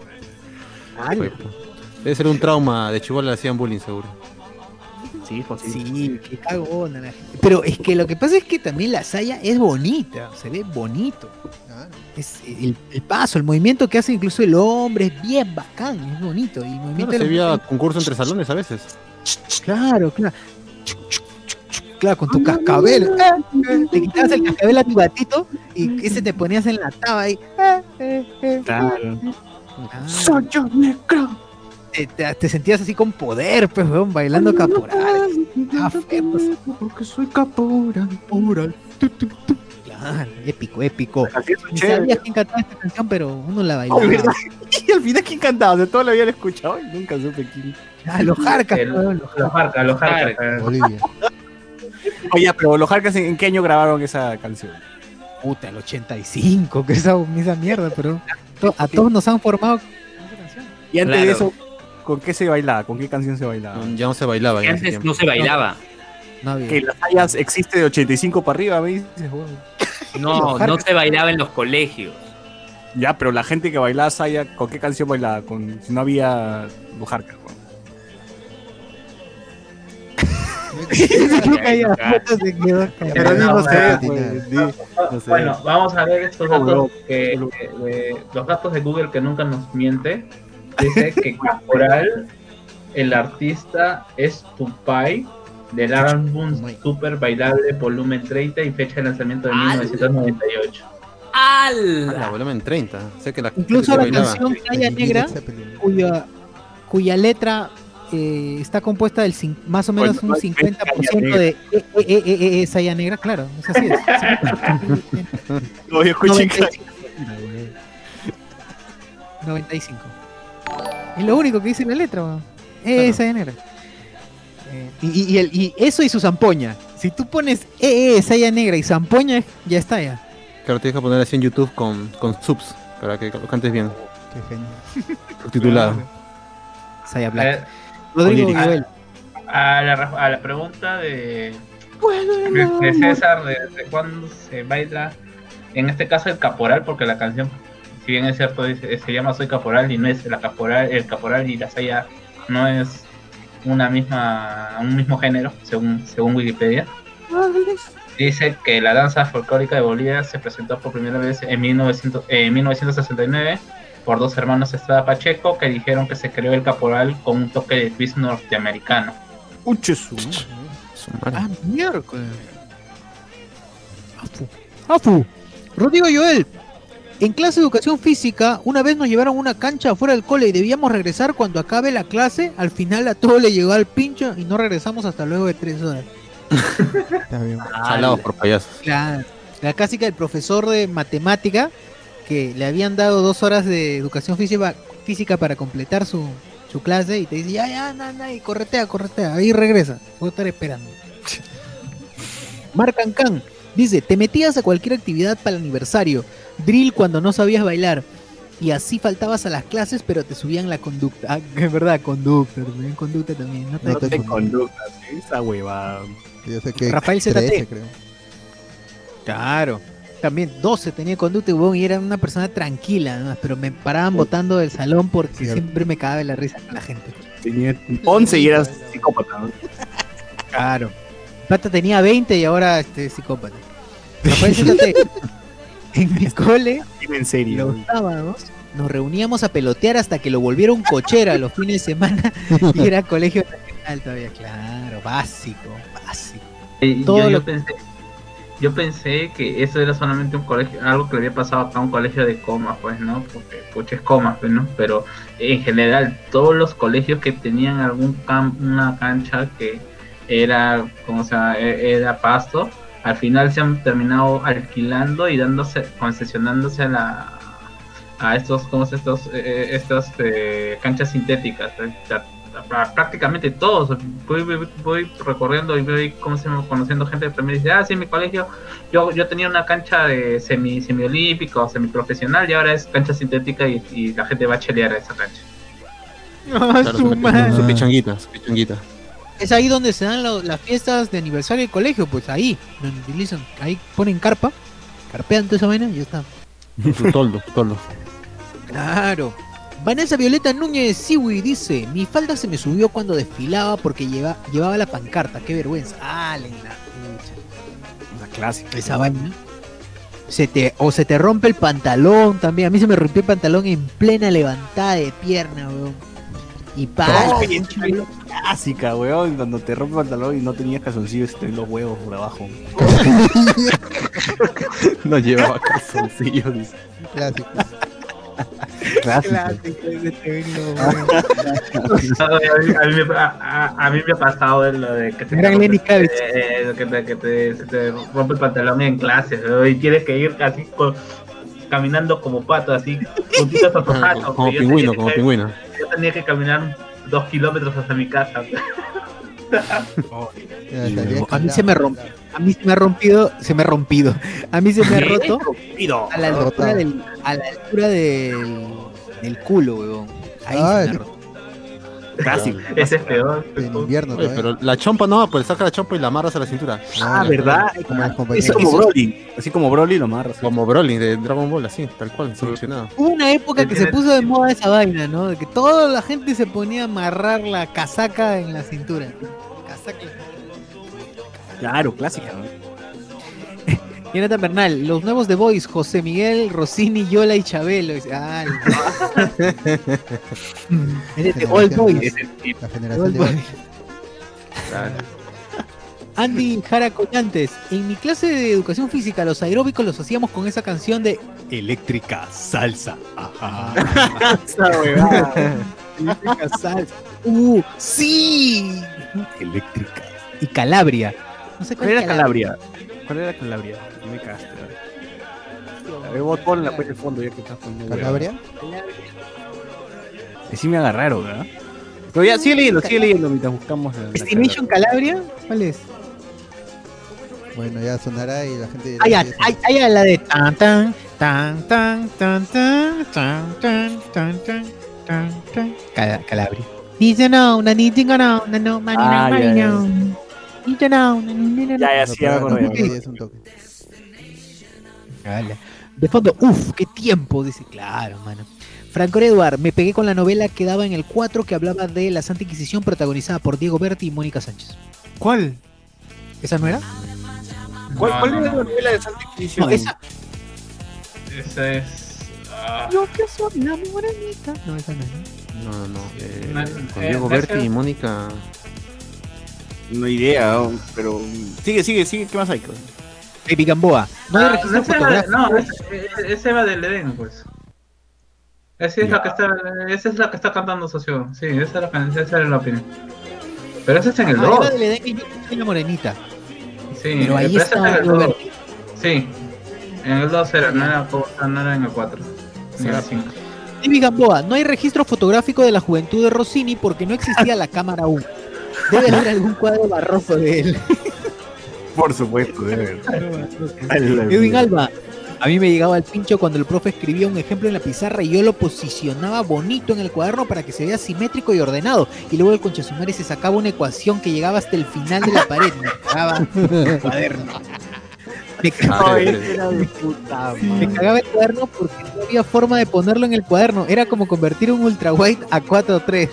D: Debe ser un trauma, de chibola le hacían bullying seguro.
C: Sí, pues sí.
F: Sí, qué cagona la gente. Pero es que lo que pasa es que también la Saya es bonita, se ve bonito. Es el, el paso, el movimiento que hace incluso el hombre es bien bacán, es bonito. Y el movimiento
D: Claro, se
F: de
D: veía concurso entre salones a veces.
F: Claro, claro. Claro, con tu cascabel. Te quitabas el cascabel a tu gatito y ese te ponías en la taba ahí.
C: Claro.
F: Ah,
C: Soy yo negro.
F: te, te, te sentías así con poder, pues, weón, bailando caporal. Ah, feo, pues.
C: Porque soy caporal.
F: Caporal. Tu, tu, tu. Claro, épico, épico. Ni sabía quién cantaba esta canción, pero uno la bailaba.
C: Oh, ¿verdad? Y al final, ¿quién cantaba? De todo lo habían escuchado y nunca supe quién.
F: Ah, los Jarcas,
E: El-
F: weón,
E: Los Jarcas, los Jarcas.
B: Bolivia.
C: Oye, pero los Jarcas, ¿en qué año grabaron esa canción?
F: Puta, el ochenta y cinco, que esa, esa mierda, pero to- a todos nos han formado con esa canción.
C: Y antes
A: Claro.
C: de eso, ¿con qué se bailaba? ¿Con qué canción se bailaba?
D: No, ya no se bailaba.
A: que
D: en ese
A: antes
D: tiempo.
A: no se bailaba.
F: No había.
C: Que las tallas existe de ochenta y cinco para arriba, me dices, weón.
A: No, no se bailaba en los colegios.
C: Ya, pero la gente que bailaba Saya, ¿con qué canción bailaba? Con, si no había los Jarcas, weón.
F: Calla, puta, se quedó callado.
C: Pero
E: no,
C: no sé,
B: no,
C: pues, di- no sé.
E: Bueno, vamos a ver estos
C: No,
E: datos
C: no.
E: que, que- de- los datos de Google que nunca nos miente. Dice que Caporal, el artista, es Tupai del álbum Super Bailable volumen treinta y fecha de lanzamiento de
A: ¡Ala!
E: mil novecientos noventa y ocho.
D: Ah, la
A: ¡Al!
D: volumen treinta. Sé que la
F: Incluso
D: que
F: la
D: bailaba.
F: canción Saya Negra, cuya, cuya letra eh, está compuesta del cin- más o menos
C: Bueno,
F: un cincuenta por ciento de eh, eh, eh, eh, eh, Saya Negra, claro, es así. Es.
C: No, yo escuché
F: noventa y cinco. noventa y cinco. Es lo único que dice la letra, weón. Eh,
D: Claro.
F: Saya Negra. Eh, y, y, y el- y eso y su zampoña. Si tú pones eh, eh, Saya Negra y zampoña, ya está ya.
D: Claro, te deja poner así en YouTube con, con subs para que lo cantes bien.
B: Qué genio.
D: Subtitulado.
F: Saya
E: A
F: Black.
E: ver,
F: Rodrigo
C: Oniric.
F: Guibel.
E: a la, a la pregunta de, de, de César, de, de cuándo se baila, en este caso el caporal, porque la canción, si bien es cierto, dice- se llama Soy Caporal y no es la caporal, el caporal y la Saya no es una misma, un mismo género, según, según Wikipedia. Dice que la danza folclórica de Bolivia se presentó por primera vez en, mil novecientos, eh, en mil novecientos sesenta y nueve por dos hermanos Estrada Pacheco, que dijeron que se creó el caporal con un toque de twist norteamericano.
C: Uche su.
D: Su madre.
F: Ah, miércoles. Afu. Afu. Rodrigo Joel. En clase de educación física, una vez nos llevaron a una cancha afuera del cole y debíamos regresar cuando acabe la clase. Al final a todo le llegó al pincho y no regresamos hasta luego de tres horas.
B: Está bien.
D: Salados por payasos.
F: La, la clásica del profesor de matemática que le habían dado dos horas de educación física, física para completar su, su clase y te dice, ya, ya, anda, anda, y corretea, corretea, ahí regresa, voy a estar esperando. Marc Cancan dice, te metías a cualquier actividad para el aniversario, drill cuando no sabías bailar, y así faltabas a las clases, pero te subían la conducta. Ah, es verdad, conducta, también, conducta también. No te
B: No te
C: De conducta, ¿sí? Esa hueva.
B: Yo sé que
F: Rafael Z T.
B: trece, creo.
F: Claro. También doce tenía conducta y, huevón, y era una persona tranquila, ¿no? Pero me paraban botando del salón porque
B: Cierto.
F: siempre me cagaba de la risa con la gente.
C: Tenía once y eras psicópata, ¿no?
F: Claro. Plata tenía veinte y ahora este psicópata. Rafael Z T. En mi cole,
C: En serio.
F: los sábados, nos reuníamos a pelotear hasta que lo volvieron cochera los fines de semana y era colegio nacional todavía. Claro, básico, básico.
E: Y
F: Todo
E: yo, yo
F: lo-
E: pensé, yo pensé que eso era solamente un colegio, algo que le había pasado acá a un colegio de Comas, pues, ¿no? Porque pucha es Comas, pues, ¿no? Pero en general, todos los colegios que tenían algún cam una cancha que era, como se llama, E- era pasto, al final se han terminado alquilando y dándose, concesionándose a la a estos, ¿cómo es estos, eh, estas eh, canchas sintéticas? ¿eh? O sea, prácticamente todos. Voy, voy, voy recorriendo y voy ¿cómo se llama? Conociendo gente de primera y dice, ah, sí, en mi colegio yo, yo tenía una cancha de semi, semiolímpica o semiprofesional y ahora es cancha sintética y, y la gente va a chelear a esa cancha.
F: Ah,
D: Claro,
F: su
D: su,
F: madre.
D: su pichanguita, su pichanguita.
F: Es ahí donde se dan lo- las fiestas de aniversario del colegio, pues ahí, donde utilizan, ahí ponen carpa, carpean toda esa vaina y ya está.
D: Su toldo, su toldo.
F: Claro. Vanessa Violeta Núñez Siwi dice, mi falda se me subió cuando desfilaba porque lleva, llevaba la pancarta, qué vergüenza. Ah, la pucha.
C: Una clásica.
F: Esa vaina. Se te, o se te rompe el pantalón también. A mí se me rompió el pantalón en plena levantada de pierna, weón. Y pa,
C: No,
F: un
C: es
F: chulo.
C: clásica, weón, cuando te rompe el pantalón y no tenías calzoncillos y te ven los huevos por abajo.
D: No llevaba calzoncillos, dice.
B: Clásico.
C: Clásico.
F: ese término,
E: a, mí, a, mí me, a, a- a mí me ha pasado de lo de que te,
F: Gran Lenny Kravitz.
E: eh, que te, que te, se te rompe el pantalón en clase, ¿no? Y tienes que ir así con- caminando como pato, así, puntitos a tu jato.
D: Como, como
E: que yo
D: pingüino,
E: tenía
D: como
E: que-
D: pingüino.
E: Yo tenía que caminar dos kilómetros hasta mi casa.
B: Ya, salía
F: A mí se
B: escalado.
F: me rompe. A mí se me ha rompido, se me ha rompido. A mí se me ha roto a la altura
B: Rotado.
F: del, a la altura del, del culo, weón. Ahí
B: Ah,
F: se me
B: el-
F: ha roto.
C: Clásico.
E: Ese es peor.
B: En invierno
D: Oye,
B: todavía.
D: pero la chompa no, pues saca la chompa y la amarras a la cintura.
C: Ah, ¿verdad?
B: Como las
C: Es
B: compañeras.
C: como Broly. Así como Broly lo amarras.
D: Como Broly de Dragon Ball, así, tal cual, solucionado.
F: Hubo una época que se puso de moda esa vaina, ¿no? De que toda la gente se ponía a amarrar la casaca en la cintura. Casaca.
C: Claro, clásica, ¿no?
F: Jonathan Bernal, los nuevos The Boys, José Miguel, Rossini, Yola y Chabelo. Dice, ah, eres de All Boys.
B: La
F: All
B: generación de
F: Boys.
B: hoy.
F: Andy Jara Collantes, en mi clase de educación física, los aeróbicos los hacíamos con esa canción de Eléctrica Salsa. Ajá.
C: Esa huevada.
F: Eléctrica Salsa. Uh, sí.
C: Eléctrica.
F: Y Calabria. No sé
C: ¿Cuál era Calabria? ¿Cuál era Calabria? Me cagaste. A ver, vos ponla pues de fondo ya que estás poniendo.
B: ¿Calabria?
C: Que sí me agarraron, ¿verdad? Pero ya, sigue leyendo, sigue leyendo mientras buscamos. la- la
F: Destination Calabria, ¿cuál es?
B: Bueno, ya sonará y la gente dirá.
F: Ah, ya,
B: sí, sí.
F: ay, ay, la de tan tan tan tan tan tan tan tan tan tan tan tan Cala- Calabria. Dice no, no, ni digo no, no, no, mani,
C: Ah,
F: no,
C: ya,
F: mani,
C: ya.
F: no. Dice no, no, no, no, no.
C: Ya, ya, sí, ya me acordé.
B: Sí, es un toque.
F: Ala. De fondo, uff, qué tiempo, dice, claro, mano. Franco Eduard, me pegué con la novela que daba en el cuatro que hablaba de la Santa Inquisición protagonizada por Diego Berti y Mónica Sánchez.
C: ¿Cuál?
F: ¿Esa no era?
C: ¿Cuál,
E: No,
C: cuál
E: no,
C: era
E: no.
C: la novela de Santa Inquisición?
F: No, esa.
E: Esa es. ah,
F: Yo que soy la morenita. No, esa no es. ¿no?
D: No, no, eh,
E: No,
D: con
E: eh,
D: Diego
E: de
D: Berti
E: ese-
D: y Mónica.
C: No idea, oh, pero. Sigue, sigue, sigue. ¿Qué más hay?
F: Baby Gamboa. No hay
E: ah,
F: registro
E: ese va-
F: fotográfico.
E: No, ese, ese va del Edén, pues. Esa es,
C: Ya.
E: la que está, esa es la que está cantando Socio. Sí, esa es la, esa era la opinión. Pero ese es en el
F: Ah, Eva
E: dos.
F: del Edén y yo que soy la morenita.
E: Sí,
F: Pero ahí
E: ese es
F: está
E: en el
F: Diego
E: dos.
F: Berti.
E: Sí, en el dos era, no era, no era en el cuatro. En el cinco.
F: Baby Gamboa. No hay registro fotográfico de la juventud de Rossini porque no existía la cámara aún. Debe haber algún cuadro barroco de él.
C: Por supuesto, de verdad.
F: Edwin Alba. A mí me llegaba el pincho cuando el profe escribía un ejemplo en la pizarra y yo lo posicionaba bonito en el cuaderno para que se vea simétrico y ordenado. Y luego el conchasumare se sacaba una ecuación que llegaba hasta el final de la pared. Me cagaba el cuaderno. Me cagaba,
D: Ah,
C: Ay,
D: pero-
C: ese era de puta
F: me
C: madre.
F: cagaba el cuaderno porque no había forma de ponerlo en el cuaderno. Era como convertir un ultra wide a cuatro tres.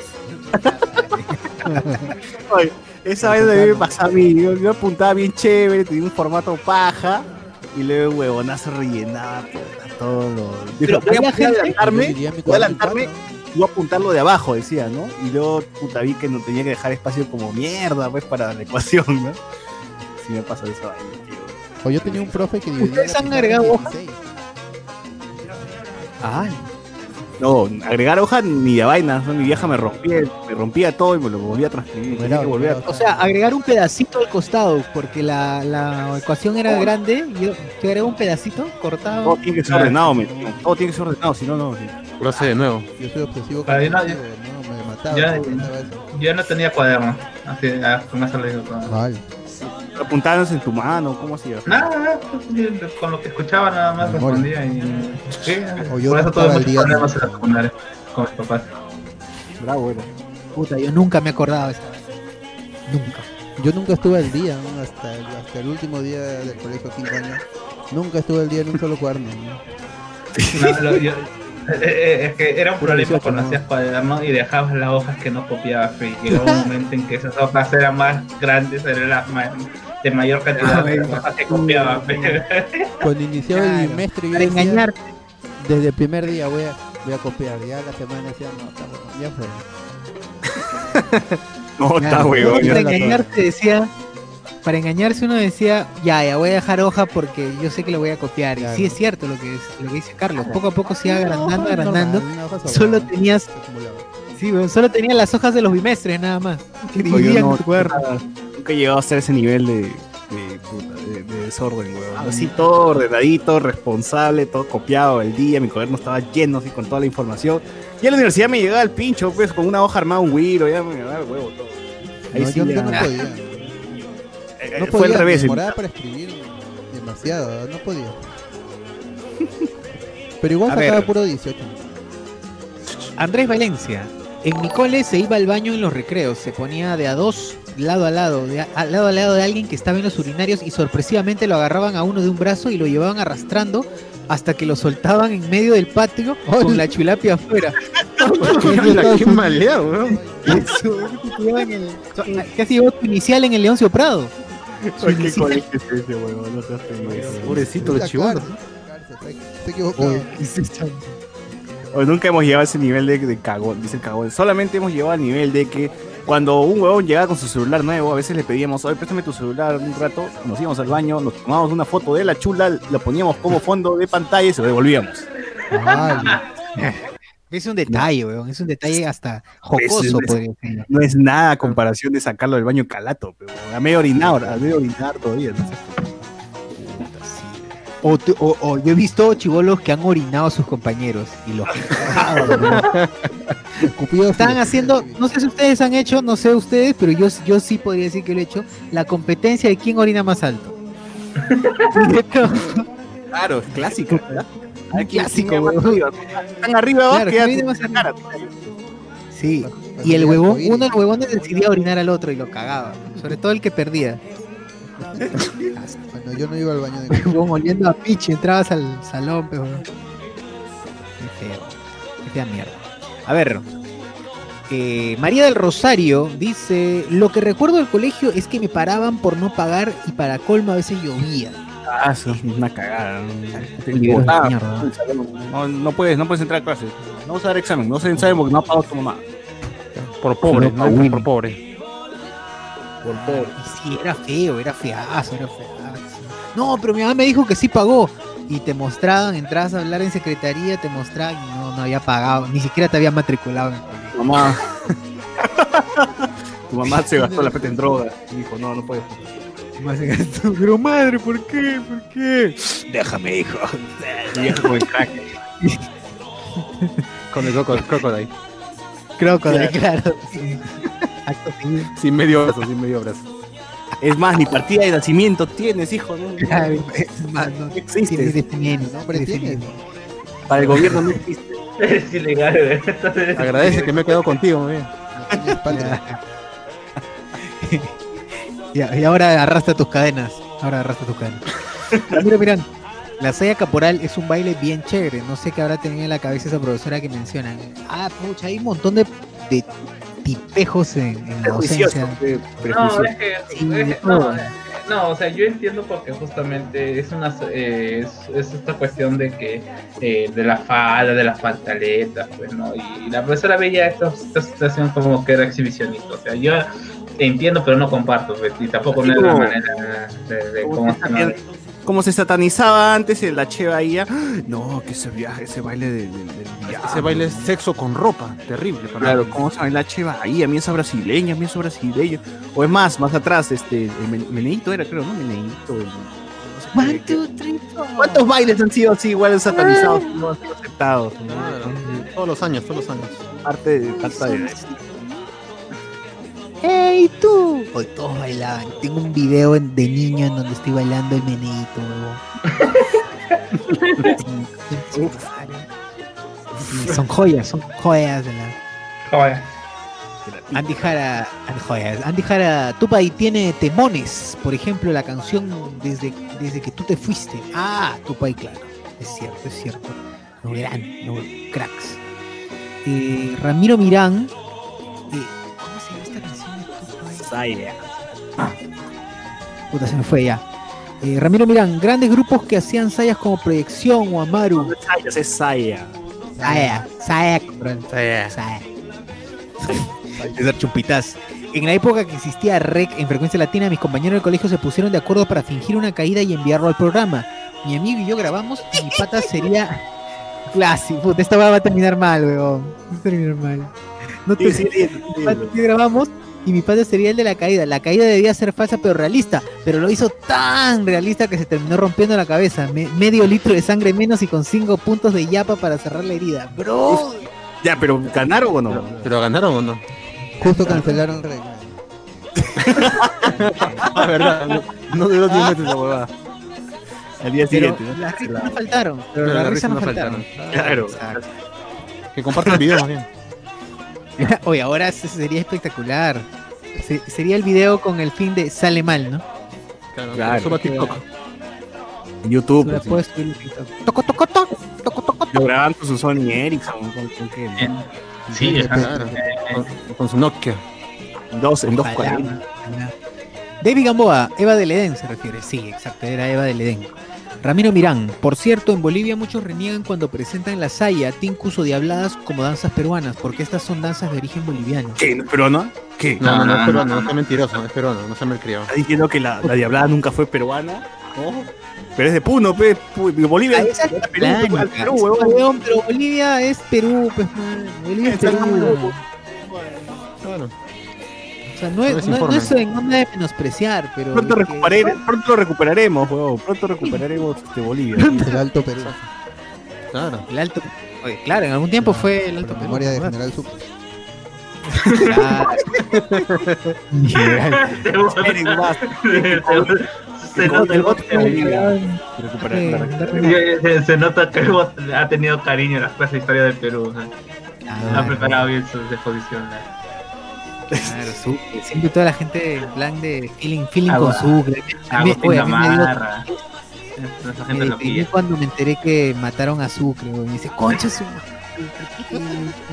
C: Ay, esa vez a mí me pasaba a mí. Yo, yo apuntaba bien chévere, tenía un formato paja. Y luego el huevonazo rellenaba puta, todo lo.
F: Pero
C: Dijo, voy a
F: había
C: voy a
F: gente-
C: adelantarme,
B: Yo diría mi
C: voy a
B: cuadro
C: adelantarme
B: cuatro.
C: y voy a apuntarlo de abajo, decía, ¿no? Y luego puta vi que no tenía que dejar espacio como mierda, pues, para la ecuación, ¿no? Sí me pasó eso ahí, tío.
B: O yo tenía un profe que dividía
F: ¿Ustedes
B: la
F: han
B: pizarra en
F: agregado hojas?
B: dieciséis.
F: Ah,
C: No, agregar hoja ni de vainas, ¿no? Mi vieja me rompía, me rompía todo y me lo volvía a transcribir.
B: Bueno,
C: que volver a...
F: O sea, agregar un pedacito al costado, porque la, la ecuación era
C: Oh.
F: grande, yo, yo agregaba un pedacito, cortaba.
C: Todo tiene que ser ordenado, me, todo tiene que ser ordenado, si no, no. Sí.
D: Lo hace de nuevo.
B: Yo soy obsesivo
E: Para
B: con
E: mí no,
B: eso,
E: yo-
B: no, me mataba.
E: yo-
B: me mataba eso.
E: Yo no tenía cuaderno, así, ah, con eso le digo todo.
B: Vale.
C: Apuntabas en tu mano, ¿cómo hacías?
E: Nada, pues, con lo que escuchaba nada más respondía y sí,
B: O yo
E: por eso
B: no
E: tuve
B: estaba al
E: muchos
B: día.
E: problemas en la secundaria con mis papás.
C: Bravo, bueno.
F: Puta, yo nunca me acordaba de eso. Nunca.
B: Yo nunca estuve al día, ¿no? hasta, el, hasta el último día del colegio, quinto año. Nunca estuve al día en un solo cuaderno, ¿no?
E: No, lo- yo- eh, eh, es que era un
B: Puro
E: problema
B: dieciocho,
E: cuando
B: ¿no?
E: hacías cuaderno y dejabas las hojas que no copiabas. Y llegó un momento en que esas hojas eran más grandes, eran las más, de mayor cantidad de hojas que copiabas.
B: Cuando iniciaba
F: Claro,
B: el bimestre, yo
F: Para
B: decía,
F: engañarte.
B: desde el primer día voy a, voy a copiar. Ya la semana decía, no, está bueno, ya fue.
C: No, está
F: Claro,
C: huevón.
F: para
C: ya.
F: engañarse decía, para engañarse uno decía, ya, ya voy a dejar hoja porque yo sé que lo voy a copiar.
B: Claro.
F: Y sí es cierto lo que, es, lo que dice Carlos. Poco a poco se iba
B: Una
F: agrandando,
B: hoja
F: agrandando.
B: normal, una hoja
F: Solo
B: sobrada,
F: tenías,
B: se acumulaba.
F: sí, weón, solo tenías las hojas de los bimestres nada más. Que
C: Oye,
F: dividían
C: no,
F: tu cuaderno.
C: nunca, nunca he llegado a hacer ese nivel de, de, puta, de, de desorden, weón. Así todo ordenadito, responsable, todo copiado el día, mi cuaderno estaba lleno así con toda la información. Y en la universidad me llegaba el pincho, pues, con una hoja armada, un güiro, ya me llegaba el huevo todo. Ahí
B: No,
C: sí
B: yo,
C: ya-
B: yo no podía.
C: eh,
B: No
C: fue
B: podía,
C: al revés.
B: me demoraba para escribir demasiado, no podía. Pero igual
C: A
B: sacaba
C: ver.
B: puro dieciocho.
F: Andrés Valencia. En mi cole se iba al baño en los recreos, se ponía de a dos, lado a lado, de a, a- lado a lado de alguien que estaba en los urinarios y sorpresivamente lo agarraban a uno de un brazo y lo llevaban arrastrando hasta que lo soltaban en medio del patio con la chulapia afuera.
D: Qué maleado, weón.
F: Eso, te llevan el- casi llevó tu inicial en el Leoncio Prado. Su
C: Ay, ¿qué
F: inicial.
C: colegio es ese, huevón? No seas pendejo.
D: Pobrecito, los
B: La
D: chibolos.
B: cárcel, cárcel, se- se equivocó.
F: Oye, ¿qué es esto?
C: O nunca hemos llegado a ese nivel de, de cagón, dice el cagón. Solamente hemos llegado al nivel de que cuando un huevón llegaba con su celular nuevo, a veces le pedíamos, oye, préstame tu celular un rato, nos íbamos al baño, nos tomábamos una foto de la chula, la poníamos como fondo de pantalla y se lo devolvíamos.
B: Vale.
F: Es un detalle, weón. Es un detalle hasta
C: Eso
F: jocoso,
C: es-
F: podría ser.
C: No es nada a comparación de sacarlo del baño calato, pero a medio orinar, a medio orinar todavía. No sé.
F: O, te- o- o yo he visto chivolos que han orinado a sus compañeros y los
B: Cupido
F: están
B: sí.
F: haciendo, no sé si ustedes han hecho, no sé ustedes, pero yo, yo sí podría decir que lo he hecho, la competencia de quién orina más alto.
C: Claro, es clásico. ¿verdad?
F: Un
C: Aquí-
F: clásico,
C: aquí más
F: weón.
C: arriba. Están arriba, vos,
F: Claro,
C: quédate
F: ¿quién orina
C: en
F: más
C: la
F: arriba?
C: cara.
F: Sí, y el huevón, uno de los huevones decidía orinar al otro y lo cagaba, sobre todo el que perdía.
B: Bueno, yo no iba al baño de
F: El huevón oliendo a piche, entrabas al salón, pero qué feo, qué fea mierda. A ver, eh, María del Rosario dice, lo que recuerdo del colegio es que me paraban por no pagar y para colmo a veces llovía.
C: Ah, eso es una cagada. Te
F: Liberos de
C: botaban,
F: mierda.
C: No, no puedes, no puedes entrar a clase. No vas a dar examen, no se examen porque no ha pagado tu mamá.
D: Por pobre,
C: No,
D: no,
C: Win.
D: por pobre.
C: Por pobre.
F: Y sí, era feo, era feazo, era feazo. No, pero mi mamá me dijo que sí pagó. Y te mostraban, entrabas a hablar en secretaría, te mostraban y no, no había pagado, ni siquiera te había matriculado en el colegio.
C: Mamá. Tu mamá se gastó la plata en drogas. Y dijo, no, no puedes.
F: Más se gastó. Pero madre, ¿por qué? ¿Por qué? Déjame, hijo.
C: Y ya con el crack.
D: Con el coco, crocodile.
F: Crocodile, claro. Acto seguido.
D: Sin medio brazo, sin medio brazo.
C: Es más, ni partida de nacimiento tienes, hijo. No,
F: Claro, es más, no
C: no existe.
F: tienes definiendo,
B: ¿Qué nombre tienes?
C: Para el gobierno no existe.
E: Es ilegal, güey. Entonces,
D: Agradece que me he quedado contigo, muy bien.
B: No tenía espalda.
F: Ya, y ahora arrastra tus cadenas. Ahora arrastra tus cadenas. Mira, miran. La saya caporal es un baile bien chévere. No sé qué habrá tenido en la cabeza esa profesora que mencionan. Ah, pucha, hay un montón de, de tipejos en, en la
C: Prejuicioso.
F: docencia.
C: eh,
E: No,
C: prejuicioso.
E: es que,
F: Sí,
E: es que-
F: de
E: no,
F: todo.
E: eh, no, o sea, yo entiendo porque justamente es una eh, es, es esta cuestión de que eh, de la falda, de las pantaletas, pues, ¿no? Y la profesora veía esta, esta situación como que era exhibicionista. O sea, yo entiendo, pero no comparto, pues, y tampoco
C: Así
E: no es la
C: como-
E: manera de, de
C: Como
E: cómo
C: si
E: se
C: también- como se satanizaba antes la Che Bahía, no, que ese viaje, ese baile del de, de, de
D: ese baile es sexo con ropa, terrible. Para
C: claro,
D: mí.
C: ¿cómo se baila la Che Bahía? Mienza brasileña, mienza brasileño. O es más, más atrás, este, el Meneíto era, creo, ¿no? Meneíto. El, no sé
F: One, two, three, four.
C: ¿Cuántos bailes han sido así igual satanizados y no han sido aceptados? ¿No?
D: Claro, todos los años, todos los años.
C: Parte de falta de...
F: ¡Hey tú! Hoy todos bailaban. Tengo un video en- de niño en donde estoy bailando el meneíto, huevón. Sí, son joyas, son joyas de la...
E: Joder.
F: Andy Jara, Andy joyas. Andy Jara, Tupac tiene temones. Por ejemplo, la canción desde, desde que tú te fuiste. Ah, Tupac, claro. Es cierto, es cierto. No gran, no cracks. Eh, Ramiro Mirán. eh, ¿Cómo se llama esta canción de Tupac?
C: Saya.
F: Puta, se me fue ya. Eh, Ramiro Mirán, grandes grupos que hacían sayas como Proyección o Amaru.
C: No es Saya, es Saya.
F: Saya, Saya, cabrón.
D: Saya.
F: Saya. César Chupitas. En la época que existía Rec en Frecuencia Latina, mis compañeros del colegio se pusieron de acuerdo para fingir una caída y enviarlo al programa. Mi amigo y yo grabamos y mi pata sería... Clásico, puta, esta va a terminar mal, weón. Va a terminar mal. No te...
C: Sí, sí, sí, sí, sí.
F: Pata y yo grabamos y mi pata sería el de la caída. La caída debía ser falsa pero realista, pero lo hizo tan realista que se terminó rompiendo la cabeza. Me- medio litro de sangre menos y con cinco puntos de yapa para cerrar la herida. Bro,
C: Ya, pero ¿ganaron o no?
D: ¿Pero ganaron o no?
B: Justo cancelaron Rec.
D: Ah, verdad. No, no duró diez meses la huevada.
C: Al día
F: pero
C: siguiente, ¿no?
F: las risas no faltaron. Pero
D: Pero
F: las
D: las
F: risas no
D: risas no
F: faltaron.
C: Claro.
F: Exacto.
D: Que compartan el video más bien.
F: Oye, ahora ese sería espectacular. Se- sería el video con el fin de sale mal, ¿no?
D: Claro,
C: Claro.
D: suba a TikTok.
C: En YouTube.
F: Se la
C: pues,
F: puedes subir en TikTok. Toco, toco, toco, toco, toco,
C: lo graban con su Sony Ericsson. ¿Con, con qué?
E: Eh, Sí, ajá.
D: Claro. Con, con su Nokia.
C: Dos, en dos
F: Ojalá,
C: cuarenta.
F: ojalá. David Gamboa, Eva del Edén se refiere. Sí, exacto, era Eva del Edén. Ramiro Mirán, por cierto, en Bolivia muchos reniegan cuando presentan la saya, tincus o diabladas como danzas peruanas, porque estas son danzas de origen boliviano.
C: ¿Qué? ¿No es peruano? ¿Qué?
D: No, no, no,
E: No,
D: es
E: no,
D: peruano,
E: no,
D: no sea mentiroso, es peruano, no sea malcriado.
C: ¿Estás diciendo que la, la diablada nunca fue peruana? ¿No? Pero es de Puno, pe. Pu- Bolivia
F: Ah,
C: es
F: esa
C: Perú,
F: Plana,
C: Perú, Perú,
F: esa
C: huevón.
F: huevón, pero Bolivia es Perú, pues, man. Bolivia es
C: Esa
F: Perú.
C: huevón.
D: Claro.
F: O sea, no es,
D: No se
F: no, no
D: informen.
F: es en onda de menospreciar, pero...
C: Pronto,
F: es que-
C: recuperare- pronto lo recuperaremos, huevón. Pronto recuperaremos este, Bolivia.
B: El Alto Perú.
D: Claro.
F: El Alto... Oye, claro, en algún tiempo fue el Alto
B: Por
F: Perú.
B: memoria de
F: ¿verdad?
B: General Sucre.
F: Claro.
C: Esperen más.
E: Se nota el bot-
C: Recuperar- la recuperar-
F: Claro,
E: se- se nota que el bot ha tenido cariño en las clases de historia de Perú. o sea, Ha preparado bien sus exposiciones.
F: claro, Sucre. Siempre toda la gente en plan de feeling, feeling
E: Agua-
F: con Sucre. A mí-
E: Agustín
F: oye, a mí me dio-
E: Gamarra. Esa
F: me
E: gente lo
F: deprimí
E: pilla.
F: cuando me enteré que mataron a Sucre, güey. Me dice, concha su madre".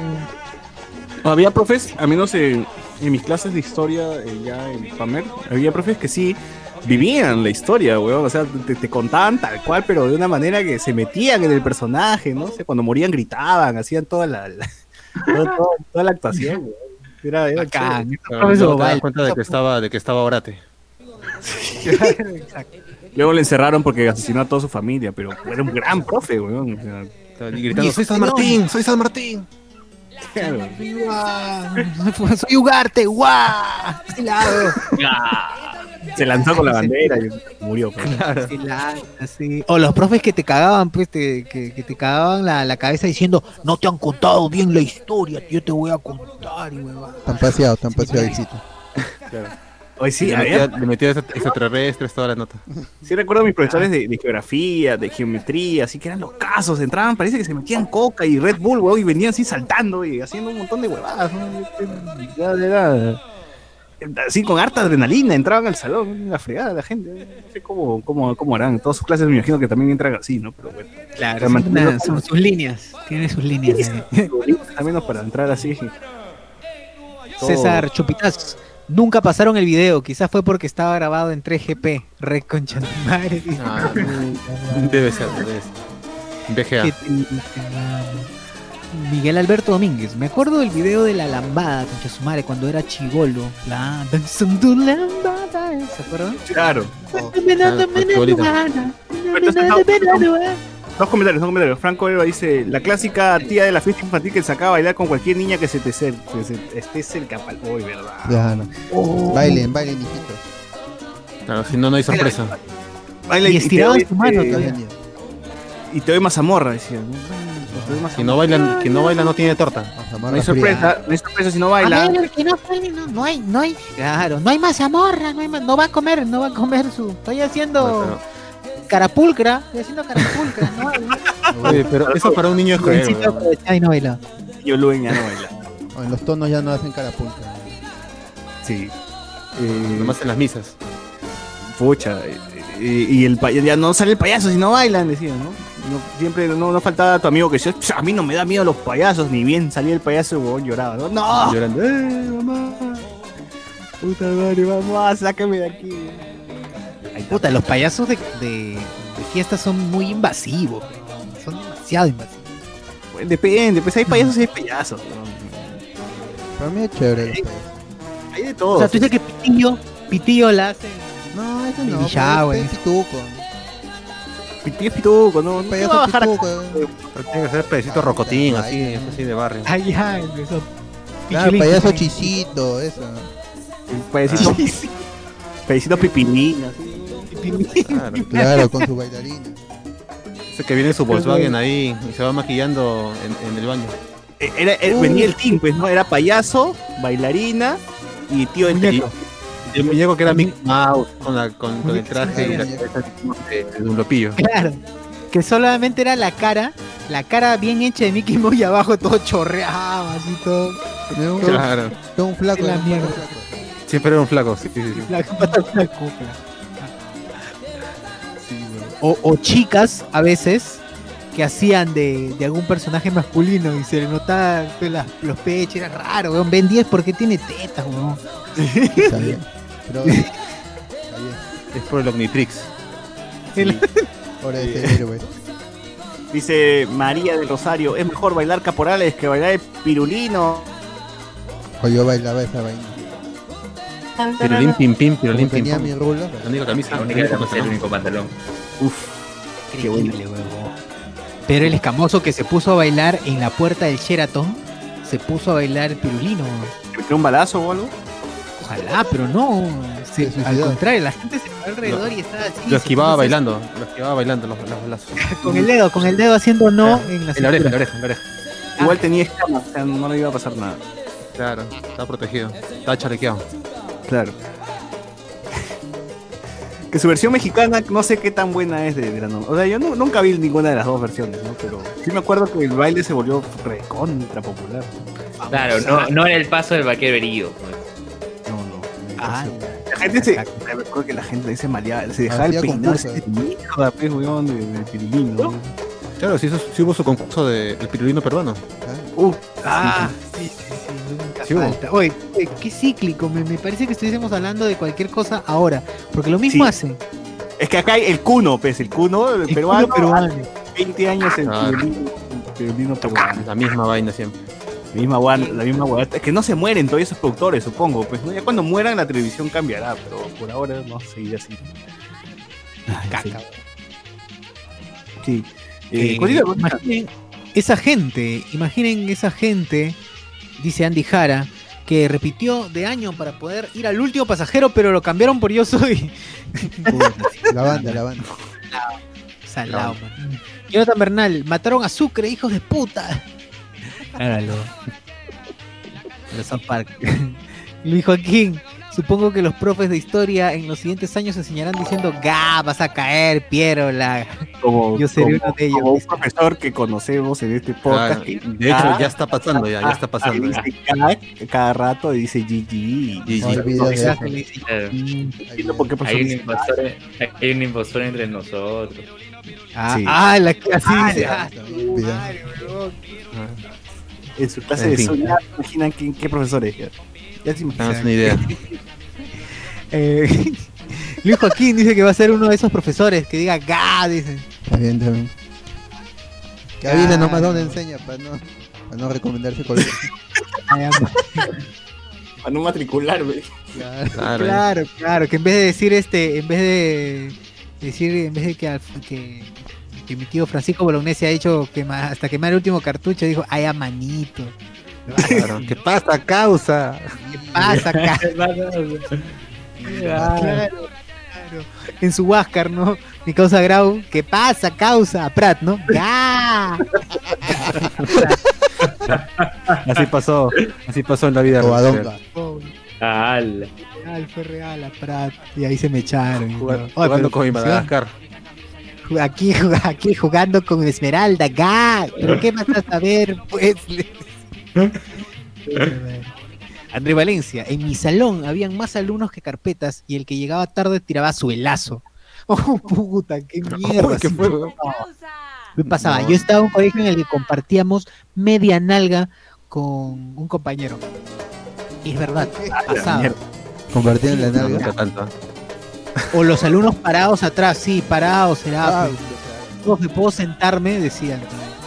C: Había profes, a menos en, en mis clases de historia, eh, ya en Pamer, había profes que sí vivían la historia, weón. O sea, te, te contaban tal cual, pero de una manera que se metían en el personaje, ¿no? O sea, cuando morían gritaban, hacían toda la, la- toda, toda- toda la actuación, weón. Era, era
F: Bacán.
C: chévere.
D: Claro,
F: Profesor
D: luego te das
F: Oval.
D: cuenta de que estaba, de que estaba Orate.
F: Exacto.
C: Luego le encerraron porque asesinó a toda su familia, pero era un gran profe, weón. O sea,
D: Estaba ahí gritando, soy San Martín, soy San Martín.
C: claro.
F: Guau, soy Ugarte, guau. Pelado.
C: Se lanzó con la bandera y murió. pues.
D: Claro.
F: Pelado, así. O los profes que te cagaban, pues, te, que, que te cagaban la, la cabeza diciendo, no te han contado bien la historia, yo te voy a contar, y huevada.
B: Tan paseado, tan paseado, visito.
C: Hoy sí,
D: le
C: había-
D: metía, le metía extraterrestres toda la nota.
C: sí recuerdo a mis profesores de, de geografía, de geometría, así que eran los casos, entraban, parece que se metían coca y Red Bull, weón, y venían así saltando y haciendo un montón de huevadas, ¿no? Ya era- así con harta adrenalina, entraban al salón, la fregada la gente, no sé cómo, cómo, cómo harán, en todas sus clases me imagino que también entran así, ¿no? Pero bueno,
F: Claro,
C: Para
F: son,
C: mantenerlo
F: una- son sus líneas, tiene sus líneas. ahí.
C: al menos para entrar así. todo-
F: César Chupitas, nunca pasaron el video, quizás fue porque estaba grabado en tres G P, re concha de madre.
D: Ah, debe ser, debe ser.
F: Qué
D: V G A.
F: triste, mano. Miguel Alberto Domínguez, me acuerdo del video de la lambada, concha su madre, cuando era chivolo. La danzando lambada, ¿se acuerdan?
C: Claro.
D: Claro, con chibolita.
C: Entonces, no, dos comentarios, dos comentarios. Franco Eva dice, la clásica tía de la fiesta infantil que sacaba a bailar con cualquier niña que se te cer- que se esté cerca. Hoy, verdad.
B: Ya, no.
F: Oh.
B: Bailen, bailen, hijitos.
D: Claro, si no, no hay sorpresa.
C: Baila
F: Y estiraban
C: te
F: su
C: doy,
F: mano
C: eh,
F: todavía.
C: Y te doy mazamorra, decía. ¿no? Te doy
D: Si no baila, quien no baila no tiene torta.
C: No hay sorpresa, no hay sorpresa si no baila.
F: A ver, el que no baile, no, no hay, no hay, claro, no hay mazamorra, no hay ma- no va a comer, no va a comer su, estoy haciendo carapulcra, estoy haciendo carapulcra, no baila.
D: Oye, pero eso para un niño es cruel.
F: Jovencito
D: weón.
F: aprovechaba y no baila.
C: Yo Lueña no baila.
B: O en los tonos ya no hacen carapulca.
C: Sí. Eh,
D: Nomás en las misas.
C: Pucha. eh, eh, y el pay- ya no sale el payaso si no bailan, decían, ¿no? No, siempre no, no faltaba tu amigo que decía, "Pss, a mí no me da miedo los payasos", ni bien salía el payaso, huevón, lloraba, ¿no? ¡No!
D: Llorando.
C: ¡Eh, mamá! Puta madre, mamá, sácame de aquí. Ahí está.
F: Puta, los payasos de, de, de fiesta son muy invasivos, son demasiado invasivos.
C: Bueno, depende, pues hay payasos y hay payasos, ¿no?
B: Para mí es chévere. el payaso.
C: Hay de todo.
F: O sea, tú dices que Pitillo, Pitillo la hace.
B: No, eso
F: Baby
B: no.
F: shower.
B: Pues, es pituco.
C: Pitillo es pituco, ¿no?
B: El
C: ¿Qué va a
B: payaso
C: bajar acá?
B: pituco. eh.
D: Pero tiene que ser pedacito rocotín,
B: Ay,
D: así,
B: ay,
D: eso así de barrio.
F: Ay, ay, eso.
B: Claro,
F: Pichulín.
B: payaso chisito, eso.
C: El payasito, payasito pipilín, así.
D: Claro.
B: Claro, con su bailarina.
D: Ese que viene en su Volkswagen ahí y se va maquillando en, en el baño.
C: Eh, Era, era- venía el team, pues, ¿no? Era payaso, bailarina y tío del trío.
D: Y el muñeco que era Mickey Mouse con, la, con, con el traje y la
B: Sí.
D: cabeza de, de un lopillo.
F: Claro, que solamente era la cara, la cara bien hecha de Mickey Mouse y abajo todo chorreado, así todo.
B: Era un,
D: Claro.
B: todo un flaco.
F: La
B: era un
F: mierda.
B: flaco.
D: Siempre era un flaco. Sí, sí, sí.
F: La pata de una copla. O, o chicas, a veces, que hacían de, de algún personaje masculino y se le notaba pues, las- los pechos, era raro, weón. Ben diez porque tiene tetas, weón.
B: Está bien. Pero, está bien.
D: Es por el Omnitrix.
F: El-
B: Ahora es el héroe.
C: Dice María del Rosario, es mejor bailar caporales que bailar el pirulino.
B: O yo bailaba esa vaina.
D: Pirulín, pim, pim, pirulín,
B: Como
D: pim,
B: tenía
D: pim.
B: mi rulo.
D: La única camisa.
A: La
D: la
A: única
D: única
A: camisa, el
D: pantalón.
A: único pantalón.
C: Uf, qué bueno.
F: Increíble, weón. Pero el escamoso que se puso a bailar en la puerta del Sheraton, se puso a bailar el pirulino, weón.
C: ¿Te metió un balazo o algo?
F: Ojalá, pero no. Se-
B: Se suicidó.
F: al contrario, la gente se fue alrededor y estaba así.
D: Lo
F: se
D: esquivaba
F: puso a-
D: bailando. Lo esquivaba bailando los, los lazos.
F: Con el dedo, con el dedo haciendo no en la
D: En la oreja, en
F: cintura.
D: la oreja, en la oreja.
C: Igual tenía escamas, o sea, no le iba a pasar nada.
D: Claro, estaba protegido. Estaba chalequeado.
C: Claro. Que su versión mexicana no sé qué tan buena es de verano. O sea, yo no- nunca vi ninguna de las dos versiones, ¿no? Pero sí me acuerdo que el baile se volvió recontra popular.
A: Claro, no, no era el paso del vaquero herido.
C: No, no.
F: Ah,
C: La gente se. Me acuerdo que la gente se maleaba, se dejaba el
B: Hacía
C: peinado
B: concursos.
C: ese de mierda, pues, weón, de, de pirulín, ¿no?
D: Claro, sí, eso- sí hubo su concurso de el pirulino peruano.
C: Uh,
F: Ah, sí, sí, sí, nunca
D: Sí hubo.
F: falta. Oye, oye, qué cíclico, me, me parece que estuviésemos hablando de cualquier cosa ahora, porque lo mismo
C: Sí.
F: hacen.
C: es que acá hay el cuno, pues, el cuno el
F: El
C: peruano,
F: culo peruano.
C: veinte años el
D: Ah.
C: pirulino, el pirulino peruano.
D: La misma vaina siempre.
C: La misma guan- la misma guan- Es que no se mueren todavía esos productores, supongo. Pues ¿no? Ya cuando mueran la televisión cambiará, pero por ahora no seguir así. Ay,
F: Caca.
C: Sí.
F: Eh,
C: Eh, Cosita, cosita.
F: imaginen esa gente, imaginen esa gente, dice Andy Jara, que repitió de año para poder ir al último pasajero, pero lo cambiaron por Yo Soy.
B: La banda, la banda.
F: Salado, man. Jonathan Bernal, mataron a Sucre, hijos de puta. Hágalo. Los South Park. Luis Joaquín, supongo que los profes de historia en los siguientes años enseñarán diciendo, ga, vas a caer, Piero, la...
C: Como,
F: Yo seré
C: como-
F: uno de ellos,
C: como un
F: dice.
C: profesor que conocemos en este podcast.
D: Claro,
C: que
D: de hecho,
C: cada-
D: ya está pasando, ya, ya está pasando.
C: dice
D: ya.
C: cada, cada rato dice G G.
D: G G.
B: No hay videos de eso.
A: Claro.
C: Entiendo por qué
A: Hay
C: profesor
A: un,
C: dice,
A: impostor, hay un impostor entre nosotros.
F: Ah,
C: Sí.
F: ah, la que así
B: Ah,
F: dice.
B: ya,
F: Ah,
B: ya,
F: su
B: video.
F: madre, weón.
C: en su clase
D: En
C: de
D: fin.
C: soñar, imaginan qué, qué profesor es. Ya, ya se imaginan.
D: Damos una idea.
F: Eh, Luis Joaquín dice que va a ser uno de esos profesores que diga ga, dicen.
B: Está bien, está bien. Que avisen nomás dónde enseña para no, para no recomendarse colegio.
C: Para no matricularme.
B: Claro.
D: Claro,
F: Claro, claro, que en vez de decir este, en vez de Decir, en vez de que, al- que, que mi tío Francisco Bolognesi ha dicho que ma- hasta quemar el último cartucho, dijo, ay, a manito.
D: Claro, ¿qué pasa, causa?
F: ¿Qué pasa acá? Claro, claro. En su Huáscar, ¿no? Mi causa Grau, ¿qué pasa, causa? A Prat, ¿no? ¡Ya!
D: Así pasó, así pasó en la vida
B: O a
D: real.
B: Donga.
A: ¡Ala!
F: Real, fue real, a Prat. Y ahí se me echaron. ¿no?
D: Jugando,
F: Oye,
D: jugando
F: pero
D: con mi
F: funciona.
D: Madagascar.
F: Aquí, aquí jugando con Esmeralda, ¡ga! ¿Pero qué vas a saber, pues? André Valencia, en mi salón habían más alumnos que carpetas y el que llegaba tarde tiraba suelazo. Oh, puta, qué mierda.
D: ¿Qué
F: sí,
D: fue?
F: no. Me pasaba,
D: No.
F: yo estaba en un colegio en el que compartíamos media nalga con un compañero. Y es verdad, pasaba.
C: mierda.
B: Compartiendo la
D: No,
B: nalga.
D: nunca tanto.
F: O los alumnos parados atrás, sí, parados, era.
B: Ah,
F: pues, ¿me puedo sentarme? Decían.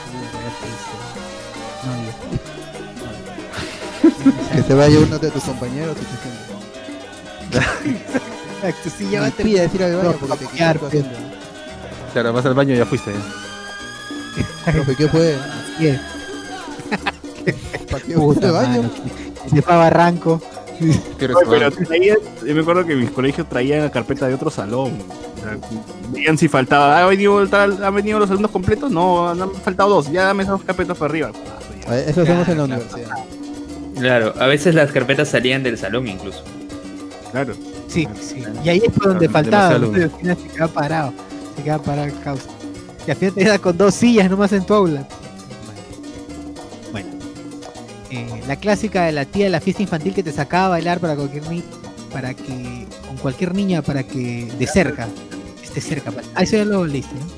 F: No,
B: que se vaya uno de tus compañeros y te sientes.
F: Exacto, sí, ya
B: Ya
F: va a
B: me pide decir al baño
F: No,
B: porque te
F: copiar,
B: quito
F: pues.
B: haciendo.
D: Claro, vas al baño y ya fuiste.
B: Profe, ¿qué fue?
F: terminar.
B: ¿Para qué
F: Puta
B: fue al baño?
F: mano, se fue a Barranco.
D: Pero
C: Oye, pero traían- yo me acuerdo que mis colegios traían la carpeta de otro salón. O sea, veían si faltaba. ¿Ha venido, tal- ¿Han venido los alumnos completos? No, han faltado dos. Ya dame esas dos carpetas para arriba.
B: A ver, eso hacemos en la universidad.
A: Claro, a veces las carpetas salían del salón incluso.
C: Claro.
F: Sí, sí. Y ahí es por donde
D: Demasiado
F: faltaba.
D: alumno.
F: Entonces, al final se quedaba parado. Se quedaba parado el causa. Y al final te quedas con dos sillas nomás en tu aula. Bueno. Eh, la clásica de la tía de la fiesta infantil que te sacaba a bailar para cualquier ni para que con cualquier niña para que de cerca esté cerca. para- Ah, eso ya lo leíste, ¿no?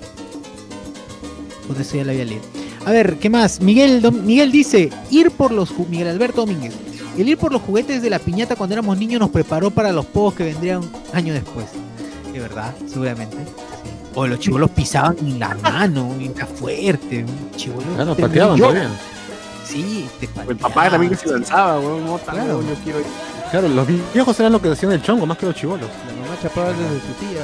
F: Pues eso ya lo había leído. A ver, ¿qué más? Miguel Dom- Miguel dice, ir por los ju- Miguel Alberto Domínguez. El ir por los juguetes de la piñata cuando éramos niños nos preparó para los pogos que vendrían años después. De verdad, seguramente. Sí. O los chibolos pisaban en la mano, y era fuerte. Un chibolo.
D: Claro,
F: te-
D: pateaban
F: yo-
D: todavía.
F: Sí, te
C: El
F: pateaban.
C: papá también que se lanzaba, weón. No, tan
F: Claro.
C: weón, yo quiero ir.
D: Claro, los viejos eran lo que hacían el chongo, más que los chibolos.
B: La mamá chapaba desde su tía.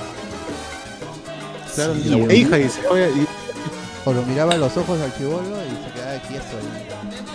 D: Claro,
B: Sí,
D: la
B: weón.
D: hija y se fue y
B: O lo miraba a los ojos al chivolo y se quedaba quieto ahí.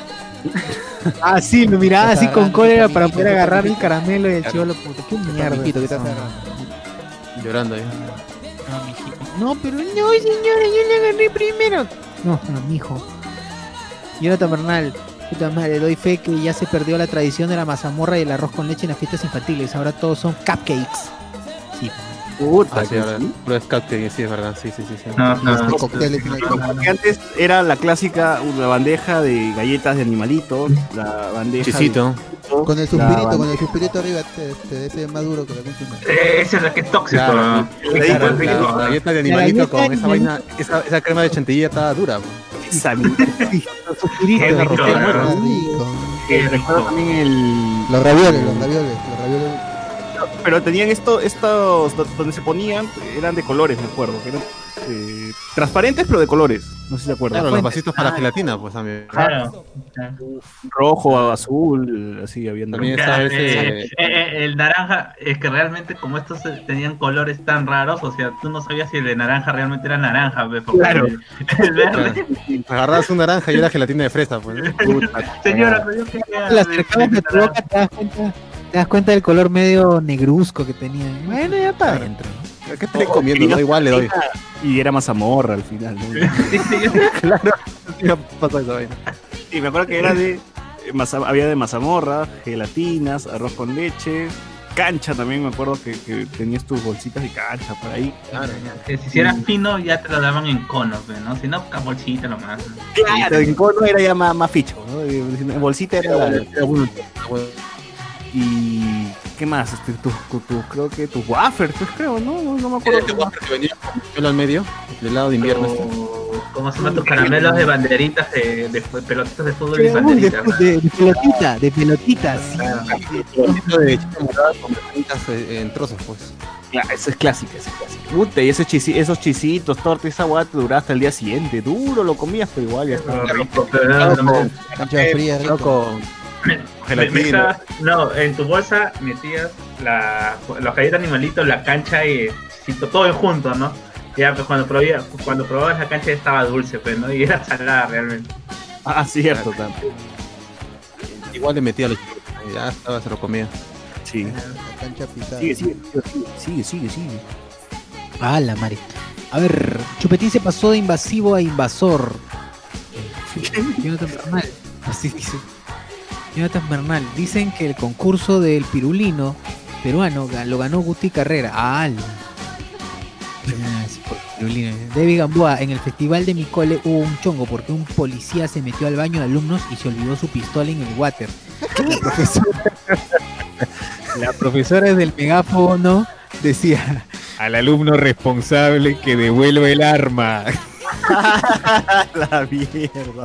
F: Ah, sí, lo miraba
B: Estás
F: así con
B: agarrando,
F: cólera
B: mijito,
F: para poder
B: mijito,
F: agarrar el
B: mijito.
F: caramelo y el chivolo, puta, qué mierda.
B: Mijito, ¿qué
F: es
B: estás
F: eso.
B: agarrando?
D: llorando ahí.
F: No, mijito. No, pero no, señora, yo le agarré primero. No, no, mijo. Jonathan Bernal, puta madre, doy fe que ya se perdió la tradición de la mazamorra y el arroz con leche en las fiestas infantiles. Ahora todos son cupcakes. Sí.
C: Puta,
D: Ah, sí,
C: que
D: ahora,
C: sí.
D: puro escape, sí, es verdad, sí, sí, sí. sí.
E: No, no,
B: Este
E: no.
B: cóctel es una cosa.
C: Porque antes era la clásica, una bandeja de galletas de animalitos, la bandeja
D: Chisito.
C: de...
B: Con el
C: la
B: suspirito,
C: bande-
B: con el suspirito arriba, te, te, ese es más duro que la consume.
E: Eh, esa es la que es tóxica.
D: Claro,
E: ¿no?
C: Claro,
E: Esa-
C: claro.
D: La galleta de animalito
F: galleta
D: con
F: de
D: esa vaina, esa, esa crema de chantilly estaba dura. po.
C: Esa mierda.
F: Los suspiritos.
E: Qué rico,
F: Rocío
E: ¿no?
F: Muerto.
B: Qué rico.
E: Qué
C: Recuerdo
E: rico.
C: también el...
B: Los ravioles, los ravioles, los ravioles.
C: Pero tenían esto, estos, do- donde se ponían, eran de colores, me acuerdo, que eran eh, transparentes pero de colores, no sé si se acuerdan.
D: Claro, los
F: fuentes.
D: vasitos para gelatina, pues también.
E: Claro.
C: Rojo, azul, así habían.
D: También
E: Claro,
D: estaba
E: eh,
D: ese.
E: eh, eh, el naranja es que realmente como estos eh, tenían colores tan raros, o sea, tú no sabías si el de naranja realmente era naranja, ve, porque
C: Claro.
E: el, el verde.
D: Agarrabas un naranja y era gelatina de fresa, pues.
E: Señora, pero yo quería
F: Te la
E: de-
F: acercabas
E: de
F: de tu boca, te das cuenta, te das cuenta del color medio negruzco que tenía. Bueno, ya para adentro.
D: ¿Qué estoy comiendo? No, igual le doy.
C: Y era mazamorra al final, ¿no?
D: Claro, sí me pasó esa vaina.
C: Y me acuerdo que era de. eh, maza- había de mazamorra, gelatinas, arroz con leche, cancha también, me acuerdo que, que tenías tus bolsitas de cancha por ahí.
E: Que si hicieras fino ya te lo daban en conos, ve, ¿no? Si no, ca- bolsita nomás.
C: Claro, en cono era ya más, más ficho, ¿no? En bolsita era la.
D: Era bueno, bueno.
C: Y. ¿Qué más? Este, tu, tu, tu- creo que tus wafers, pues creo, ¿no? No, no me acuerdo.
D: Este wafer que venía con pelo al medio, del helado de invierno. este.
E: O, ¿cómo se llaman tus caramelos de banderitas, de, de pelotitas de fútbol y
F: Uy, de,
E: banderitas? ¿no?
F: de- de pelotita, de pelotita, sí.
D: Esto de chica morada con pepinitas eh, en trozos, pues.
C: Claro, eso es clásica, eso es clásica. Puta, y ese chisi- esos chisitos, torta, esa guata te duraba hasta el día siguiente. Duro lo comías, pero igual ya estaba.
E: Pero rico, pero no me-
B: Cancha fría,
D: Helado
B: rico.
D: con
E: Me-
D: gelatina.
E: me echabas- no, en tu bolsa metías la, los galletas animalitos, la cancha y dulcecito, todo junto, ¿no? Ya, pues cuando probé, cuando probabas la cancha ya estaba dulce, pues, ¿no? Y era salada realmente.
C: Ah, cierto, también.
D: Igual le metía los ya estaba, se lo comía.
C: Sí.
B: La cancha pisada.
C: Sigue, sigue, sigue, sigue, sigue.
F: Ah, la madre. A ver, Chupetín se pasó de invasivo a invasor. Jonathan Bernal. Así dice. Jonathan Bernal. Dicen que el concurso del pirulino peruano lo ganó Guti Carrera. Ah, la. Ah, sí, por pirulino. David Gamboa. En el festival de mi cole hubo un chongo porque un policía se metió al baño de alumnos y se olvidó su pistola en el water. La profesora, la profesora del megáfono decía:
G: al alumno responsable que devuelva el arma.
C: La mierda.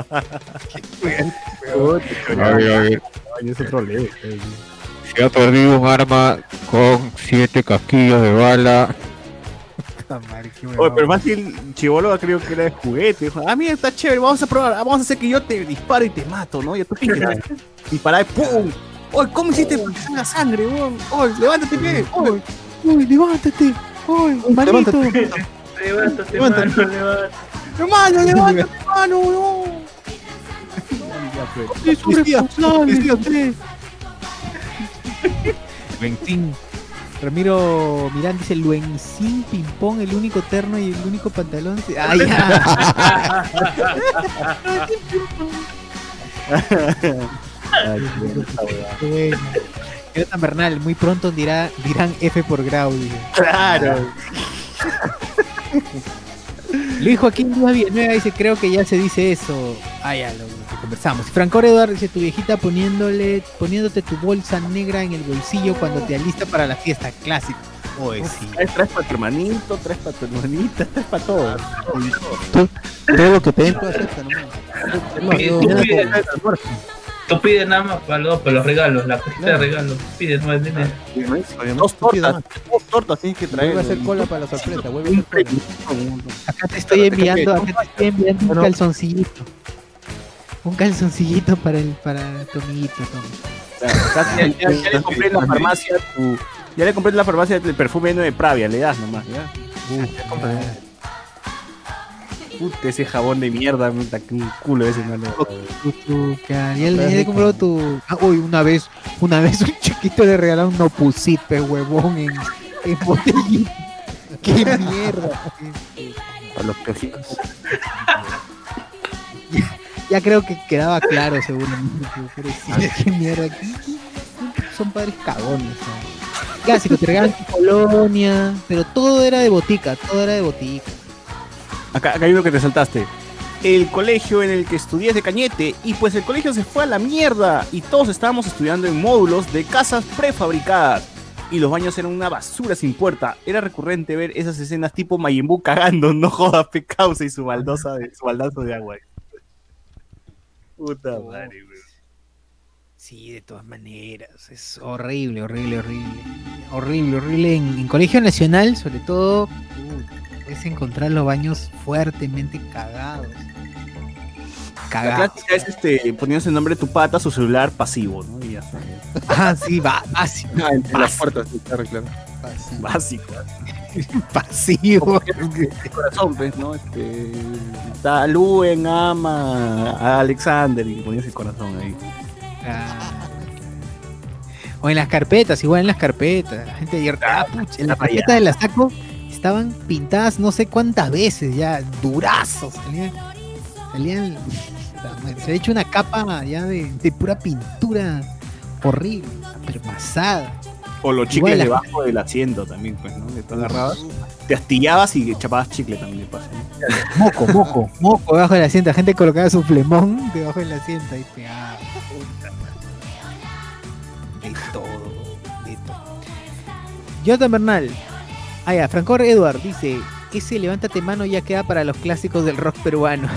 G: A ver, a ver.
C: Es otro leve.
G: Se ha perdido un arma con siete casquillos de bala.
C: Oye, pero más bien Chibolo creo que era de juguete. Dijo, ah, mira, está chévere, vamos a probar, vamos a hacer que yo te disparo y te mato, ¿no? Y tú pinches disparar y ¡pum! Oye, ¿cómo hiciste para que salga sangre, weón? Oye, levántate, ¿qué? Oye,
F: uy, levántate, uy, manito.
E: Levántate, levántate, mano, levántate.
C: Hermano, levántate, mano, weón.
F: Es un responsable.
G: Ventín.
F: Ramiro Mirán dice: Luencín Pimpón, el único terno y el único pantalón. ¡Ah, ya! Bueno. Jonathan Bernal, muy pronto dirá, dirán F por Grau. Dice.
C: Claro.
F: Luis Joaquín Díaz Villanueva dice: creo que ya se dice eso. Ah, ya, lo, lo que conversamos. Francor Eduardo dice: tu viejita poniéndole, poniéndote tu bolsa negra en el bolsillo cuando te alista para la fiesta. Clásico.
C: Oye, sí. Traes, traes para tu hermanito, traes para tu hermanita, traes para todo.
B: Todo lo que te den, tú aceptas, nomás.
E: Tú pides nada más para los, para los regalos, la cajita de regalos. Pides, no es dinero.
C: Dos tortas, dos tortas tienes que traer.
B: Vuelve a hacer cola para la sorpresa, vuelve a hacer cola.
F: Acá te estoy enviando, acá te estoy enviando un calzoncillito. Un calzoncillito para el, para tu amiguito, Tom.
C: Ya, ya, ya le compré en la farmacia tu, ya le compré en la farmacia el perfume de Pravia, le das nomás, ya. Uh, Puta, ese jabón de mierda, un culo ese, no le.
F: Ya le he comprado tu. Ah, uy, una vez, una vez un chiquito le regalaron un Opusip, huevón, en, en botellita. ¡Qué mierda!
C: Para los pejitos.
F: ya, ya creo que quedaba claro, seguramente. Pero sí, qué mierda. ¿Qué, qué? Son padres cagones, ¿no? Clásico, te regalan tu colonia, pero todo era de botica, todo era de botica.
C: Acá, acá hay uno que te saltaste. El colegio en el que estudié es de Cañete y pues el colegio se fue a la mierda y todos estábamos estudiando en módulos de casas prefabricadas y los baños eran una basura sin puerta. Era recurrente ver esas escenas tipo Majin Buu cagando, no jodas, Pecausa y su baldosa de, su baldazo de agua. Puta madre, güey.
F: Sí, de todas maneras, es horrible, horrible, horrible. Horrible, horrible. En, en Colegio Nacional, sobre todo, uh, puedes encontrar los baños fuertemente cagados. Cagados.
C: La clásica es este, poniéndose el nombre de tu pata, su celular pasivo, ¿no? Y ya está.
F: Ah, sí, va, básico.
D: Ah, entre las puertas, sí, claro, claro.
C: Básico.
F: Pasivo.
C: El corazón, pues, ¿no? Este, está Luen, ama a Alexander y ponías el corazón ahí.
F: Ah. O en las carpetas, igual en las carpetas. La gente ayer, ah, puch, en las carpetas de la saco estaban pintadas no sé cuántas veces ya, durazos. Salían, salían se ha hecho una capa ya de, de pura pintura horrible, permasada.
C: O los chicles debajo del asiento también, pues, ¿no? Te agarrabas, te astillabas y chapabas chicle también de paso, ¿no?
F: Moco, moco, moco debajo del asiento. La gente colocaba su flemón debajo del asiento y pegaba. De todo, de todo. Jonathan Bernal. Ah, ya, Francor Edward dice: ese levántate mano ya queda para los clásicos del rock peruano.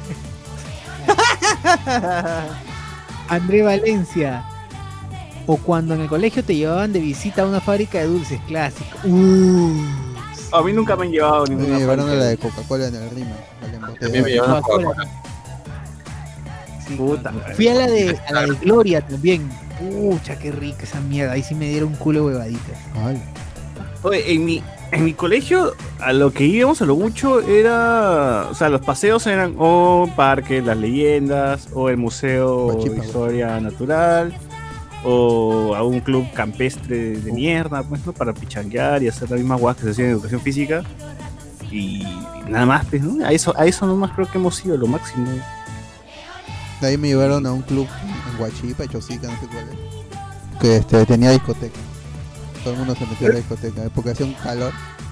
F: André Valencia. O cuando en el colegio te llevaban de visita a una fábrica de dulces, clásico. Uh,
C: a mí nunca me han llevado ninguna.
B: Me llevaron a la de Coca-Cola en el Rima.
D: También me llevaron a Coca-Cola.
F: Sí, puta. Fui a la de a la de Gloria también. Pucha, qué rica esa mierda. Ahí sí me dieron un culo de huevaditas.
C: Oye, en mi, en mi colegio, a lo que íbamos a lo mucho era, o sea, los paseos eran o parque, las leyendas, o el museo
B: Guachipa,
C: de historia natural, o a un club campestre de mierda, pues, ¿no? Para pichanguear y hacer la misma guas que se hacía en educación física. Y, y nada más, pues, ¿no? A eso, a eso nomás creo que hemos ido, lo máximo.
B: De ahí me llevaron a un club en Huachipa, Chosica, no sé cuál es, que este, tenía discoteca. Todo el mundo se metió a la discoteca, porque hacía un calor.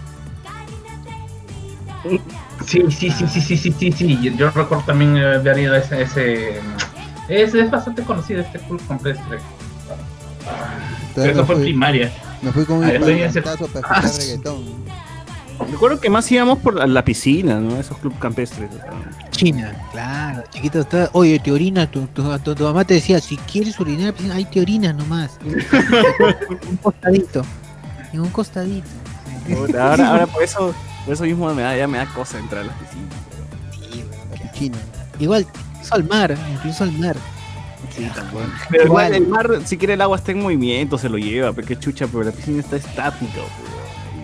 E: Sí, sí, sí, sí, sí, sí, sí, sí. Yo recuerdo también haber ido a ese, ese, ese es bastante conocido este club campestre. Pero eso fue en primaria.
B: Me fui con un
E: Ah, después ya se-
B: pantazo para escuchar
E: Ah,
B: reggaetón.
C: Recuerdo que más íbamos por la, la piscina, ¿no? Esos clubes campestres. o sea.
F: China, claro, chiquito, está, oye, te orinas, tu, tu, tu, tu mamá te decía, si quieres orinar en la piscina, ahí te orinas nomás. En un costadito, en un costadito.
C: Puta, Ahora, ahora por eso, por eso mismo me da, ya me da cosa entrar a las piscinas.
F: Sí, bueno,
B: La
F: qué
B: pichina.
F: igual, incluso al mar, incluso al mar.
C: Sí, también. Pero igual
F: Igual.
C: el mar, si quiere el agua está en movimiento, se lo lleva, pero qué chucha, pero la piscina está estática. Pero...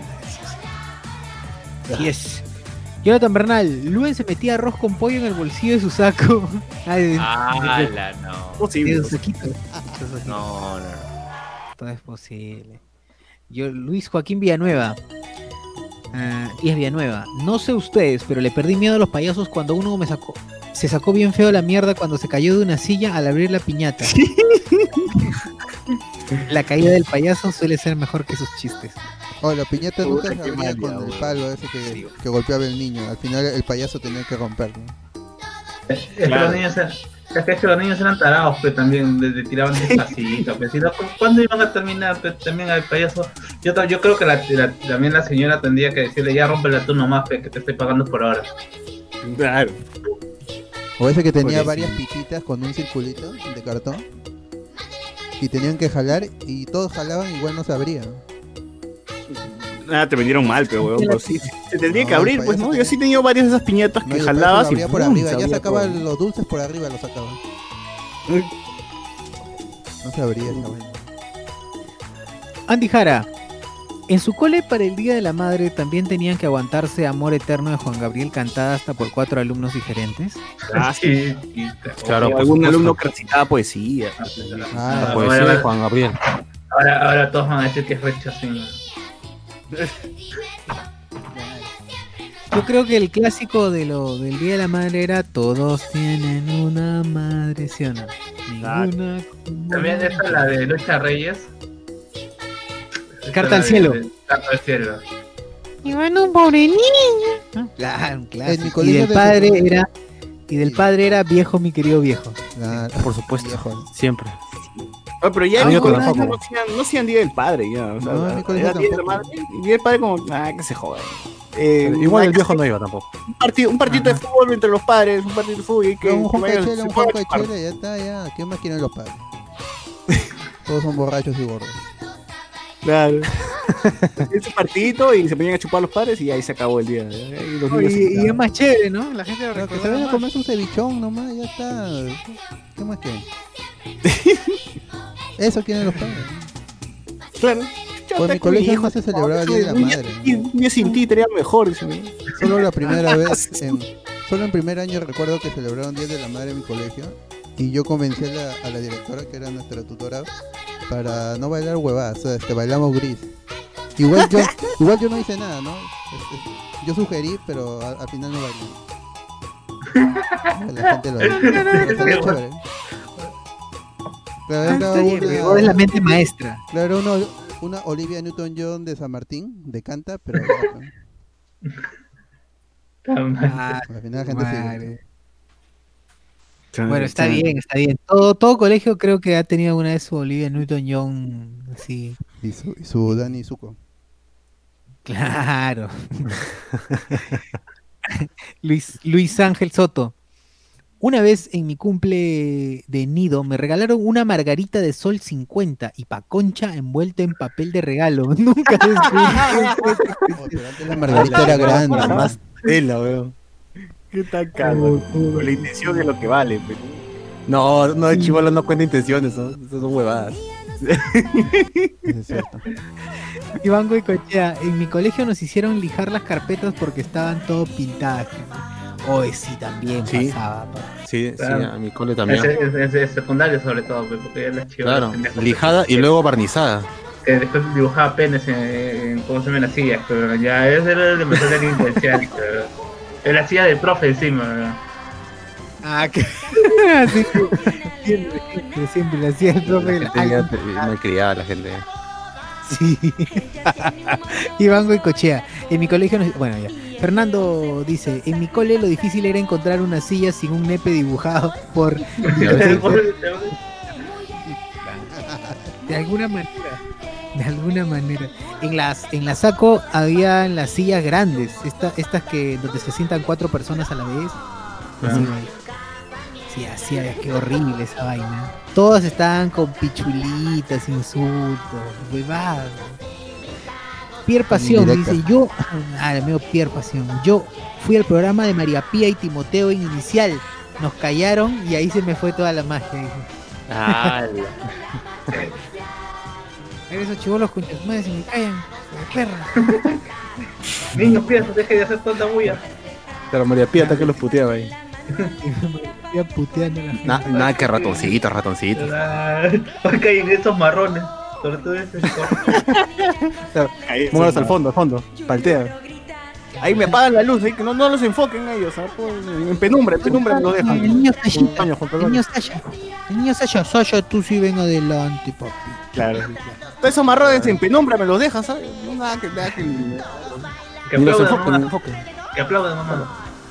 F: Así es. Jonathan Bernal, Luen se metía arroz con pollo en el bolsillo de su saco. Ay,
A: ¡Hala, no!
C: Posible.
F: de su saquito. De su saquito.
A: No, no, no.
F: Todo es posible. Yo, Luis Joaquín Villanueva. Ah, y es Villanueva. No sé ustedes, pero le perdí miedo a los payasos cuando uno me sacó. Se sacó bien feo la mierda cuando se cayó de una silla al abrir la piñata. La caída del payaso suele ser mejor que sus chistes.
B: Oh, la piñata
C: Puta,
B: nunca
C: qué
B: se abría
C: mal,
B: con
C: ya,
B: el
C: weón.
B: palo ese que,
C: Sí,
B: que golpeaba el niño. Al final el payaso tenía que romperlo.
E: Es que
C: Claro.
E: los niños eran, es que los niños eran tarados, pues también de, de tiraban despacito, pues, si no, ¿cu- ¿cuándo iban a terminar? Pues, también al payaso, yo, ta- yo creo que la, la- también la señora tendría que decirle, ya rómpela tú nomás, pues, que te estoy pagando por hora.
C: Claro.
B: O ese que tenía
C: Pobrecito.
B: varias pichitas con un circulito de cartón. Y tenían que jalar y todos jalaban igual no se abría.
C: Nada, te vendieron mal, pero weón. Pero sí, sí, se tendría
B: No,
C: que
B: el
C: abrir, pues,
B: payaso
C: ¿no?
B: te-
C: Yo sí he tenido varias de esas piñatas
B: No,
C: que
B: y el
C: jalabas
B: payaso
C: y
B: lo abría por
C: ¡pum!
B: arriba.
C: se
B: Ya
C: abría
B: sacaba
C: todo.
B: los dulces por arriba, los sacaba. No se abría esa vaina.
F: Andy Jara. En su cole para el Día de la Madre también tenían que aguantarse Amor Eterno de Juan Gabriel cantada hasta por cuatro alumnos diferentes.
C: Ah, sí.
E: Sí, sí,
D: Claro,
C: O
D: por
C: algún
D: supuesto.
C: alumno que recitaba poesía.
B: Ah,
D: La
E: Ah,
D: poesía
E: bueno,
D: de Juan Gabriel.
E: Ahora, ahora todos van a decir que es rechazín.
F: Yo creo que el clásico de lo del Día de la Madre era todos tienen una madre, ¿sí o no? Ninguna. como
E: También
F: la-
E: esta, la de Lucha Reyes. Esta
F: Carta
E: la
F: al
E: de-
F: cielo.
E: de- Carta al cielo.
F: Y bueno, un pobre niño. Claro, un clásico.
B: En mi
F: Y
B: colegio
F: del
B: de
F: padre
B: secundaria-
F: era y del
B: Sí.
F: padre era viejo mi querido viejo.
B: Claro.
D: Por supuesto,
B: Viejo.
D: siempre.
C: Ah, pero ya
D: Ah,
C: en
D: yo
C: mi colegio
D: tampoco.
C: no hacían, no hacían Día del Padre ya. O sea,
B: No, en mi colegio
C: era Día de la
B: tampoco.
C: Madre, y Día del Padre como, ah, que se joda. Eh,
D: Igual el
C: hay que
D: viejo
C: hacer
D: no iba tampoco.
C: Un partido, un partido de fútbol entre los padres, un partido de fútbol y que,
B: un
C: que
B: juego de
C: vayan-
B: chela,
C: se
B: un
C: puedan
B: juego de
C: chupar.
B: chela, ya está, ya. ¿Qué más quieren los padres? Todos son borrachos y gordos.
C: Claro. Ese partidito y se ponían a chupar los padres y ahí se acabó el día. ¿eh? Y los niños se
F: Y, y es
C: quedaban.
F: más chévere, ¿no? La gente lo
B: Pero que se
F: recuerda
B: vayan a
F: más.
B: comer su cevichón nomás, ya está. ¿Qué más quieren? Eso quieren los padres.
C: Claro.
B: Pues en mi colegio jamás se celebraba el Día de la Madre,
C: Y
B: ¿no?
C: un día sin ti sería mejor. Dice, ¿no?
B: Solo la primera vez, en, solo en primer año recuerdo que celebraron Día de la Madre en mi colegio y yo convencí a la, a la directora, que era nuestra tutora, para no bailar huevadas, o sea, este, bailamos gris. Igual yo, igual yo no hice nada, ¿no? Este, yo sugerí, pero a- al final no bailé. La gente lo hizo. Pero salió chévere. Claro, era
F: Está bien,
B: una-
F: vos es la mente maestra.
B: Claro, uno, una Olivia Newton-John de San Martín, de Canta, pero ya,
F: Ah,
B: al final la gente
F: madre.
B: sigue.
F: Bueno, está bien, está bien. Todo, todo colegio creo que ha tenido alguna vez su Olivia Newton-John así.
B: Y su, y su Dani Zuko.
F: Claro. Luis, Luis Ángel Soto. Una vez en mi cumple de nido me regalaron una margarita de sol cincuenta y pa' concha envuelta en papel de regalo. Nunca descubrí.
B: Oh, pero antes la margarita era grande.
C: La
B: ¿no?
C: más tela, weón. Qué tan caro. Con la intención de lo que vale. Pero...
D: No, no, el chivolo no cuenta intenciones, ¿no? Esas son huevadas.
B: Es cierto.
F: Iván Goicoechea, en mi colegio nos hicieron lijar las carpetas porque estaban todo pintadas. Hoy sí, también
D: Sí.
F: pasaba. pa.
D: Sí,
E: Claro.
D: sí, a mi cole también.
E: Es, es, es, es secundario sobre todo, pues, porque ya las chivas.
D: Claro,
E: pendejos,
D: lijada y
E: que-
D: luego barnizada.
E: Que después dibujaba penes en, en cómo se llama, en las sillas, pero ya ese era el de meter delincuencial. pero en la silla del profe encima, ¿verdad?
F: Ah, que. sí, siempre, siempre, siempre le hacía el profe.
D: La
F: el-
D: gente ya te- malcriada la gente.
F: Sí. Iván Goicoechea. En mi colegio, nos- bueno, ya. Fernando dice, en mi cole lo difícil era encontrar una silla sin un nepe dibujado por... De alguna manera. De alguna manera. En las en la Saco había las sillas grandes, esta, estas que donde se sientan cuatro personas a la vez. Así, sí, así, qué horrible esa vaina. Todos estaban con pichulitas, insultos, huevadas. Pierre Pasión
B: Indirecta.
F: dice, yo, ah, el mío Pierre Pasión, yo fui al programa de María Pía y Timoteo en Inicial, nos callaron y ahí se me fue toda la magia. Dice.
A: Ah,
F: A ver, esos chibolos con sus madres se me callan, la perra.
E: Niños, piensa, deje de hacer tanta bulla.
D: Pero María Pía hasta que los puteaba ahí.
F: Ya puteando a la gente.
D: Na- nada que ratoncito, ratoncito.
E: Porque hay estos marrones, sobre todo ese.
C: Muévanse al fondo, al fondo. Paltea. Ahí me apagan la luz, ahí que no, no los enfoquen ellos, ¿sabes? En penumbra, en penumbra me lo dejan.
F: El niño
C: Con
F: Sashita,
C: paño, con
F: el
C: perdón.
F: niño Sasha, el niño Sasha, Sasha, tú sí ven adelante, papi.
C: Claro. Todos esos marrones en penumbra me los dejan, ¿sabes? No nada que nada que.
E: Que
C: Ni los
E: aplaudan,
C: enfoquen, ni
E: mamá.
C: enfoquen.
E: Que aplaudan, mamá.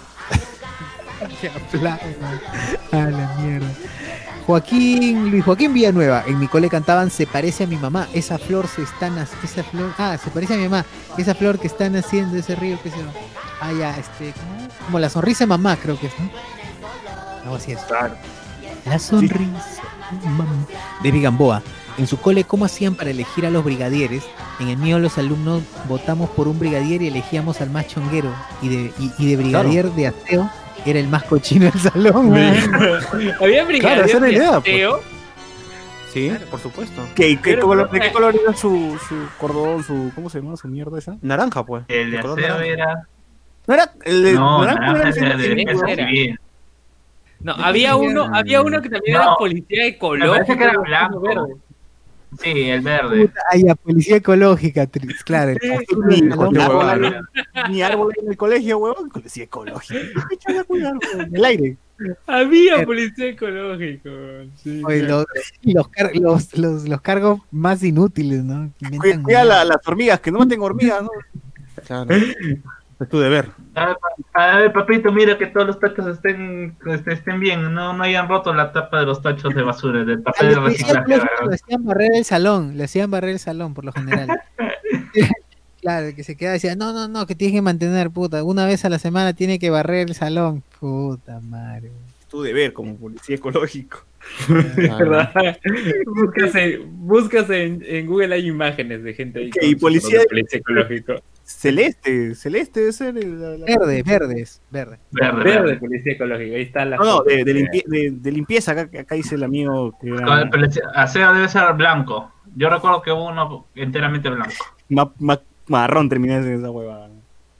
F: Que aplaudan. A la mierda. Joaquín, Luis Joaquín Villanueva, en mi cole cantaban Se parece a mi mamá, esa flor se está nac- esa flor, ah, se parece a mi mamá, esa flor que está naciendo, ese río que se va. Ah, ya, este, ¿cómo? Como la sonrisa de mamá, creo que es, ¿no? Algo así es. La sonrisa de mamá. David Gamboa, en su cole, ¿cómo hacían para elegir a los brigadieres? En el mío, los alumnos votamos por un brigadier y elegíamos al más chonguero, y de, y, y de brigadier de aseo era el más cochino del salón.
A: Había
C: Claro, esa era la idea, pues.
A: brigadero.
D: Sí, por supuesto.
C: ¿Qué, qué
A: Pero,
C: color,
A: pero,
C: ¿De qué
A: eh.
C: color era su, su cordón, su. ¿Cómo se llama su mierda esa?
D: Naranja, pues.
E: El de
D: De color
E: aseo
D: naranja.
E: era.
C: No era. El de
E: No,
C: naranja no era
E: naranja
C: el
E: era de
C: de-
E: defensa
A: era.
E: civil.
A: No, había uno, había uno que también era
E: No.
A: policía
E: Me
A: ecológico.
E: parece que era
A: uno
E: blanco.
A: verde.
E: Sí, el verde.
F: Puta, ay, la policía ecológica, Tris, claro. El pastor del
C: Ni,
F: salón.
C: ni árbol,
D: huevada.
C: hay- ni árbol hay en el colegio, huevón. Sí, ecológico. Échale a cuidar, huevón, en el aire.
A: Había policía ecológico. Sí,
F: Oye, los, los, car- los, los, los cargos más inútiles, ¿no? Que
C: Cuida,
F: inventan-
C: cuida la- las hormigas, que no maten hormigas, ¿no?
D: Claro. Es tu deber.
E: A ver, pa- a ver, papito, mira que todos los tachos estén, este, estén bien, no, no hayan roto la tapa de los tachos de basura, del
F: Al
E: papel de
F: de policía
E: reciclaje.
F: ecológica le
E: ¿verdad?
F: hacían barrer el salón, le hacían barrer el salón por lo general. Claro, el que se queda decía, no, no, no, que tienes que mantener, puta, una vez a la semana tiene que barrer el salón. Puta madre.
C: Es tu deber como policía ecológico.
A: ¿Verdad? Buscas, en, buscas en, en Google, hay imágenes de gente ahí.
C: Ok,
A: con
C: y
A: su
C: policía-
A: propio policía ecológico.
C: Celeste, celeste debe ser el. la- la-
F: Verde, verdes, verde.
E: Verde,
A: Verde,
E: verde.
A: policía ecológico. Ahí está la.
C: No, no,
A: foto.
C: de, de, limpie- de- de limpieza, acá, acá dice el amigo que
E: Con
C: era
E: el policía- aseo debe ser blanco. Yo recuerdo que hubo uno enteramente blanco.
C: ma- ma- marrón terminé en esa huevada.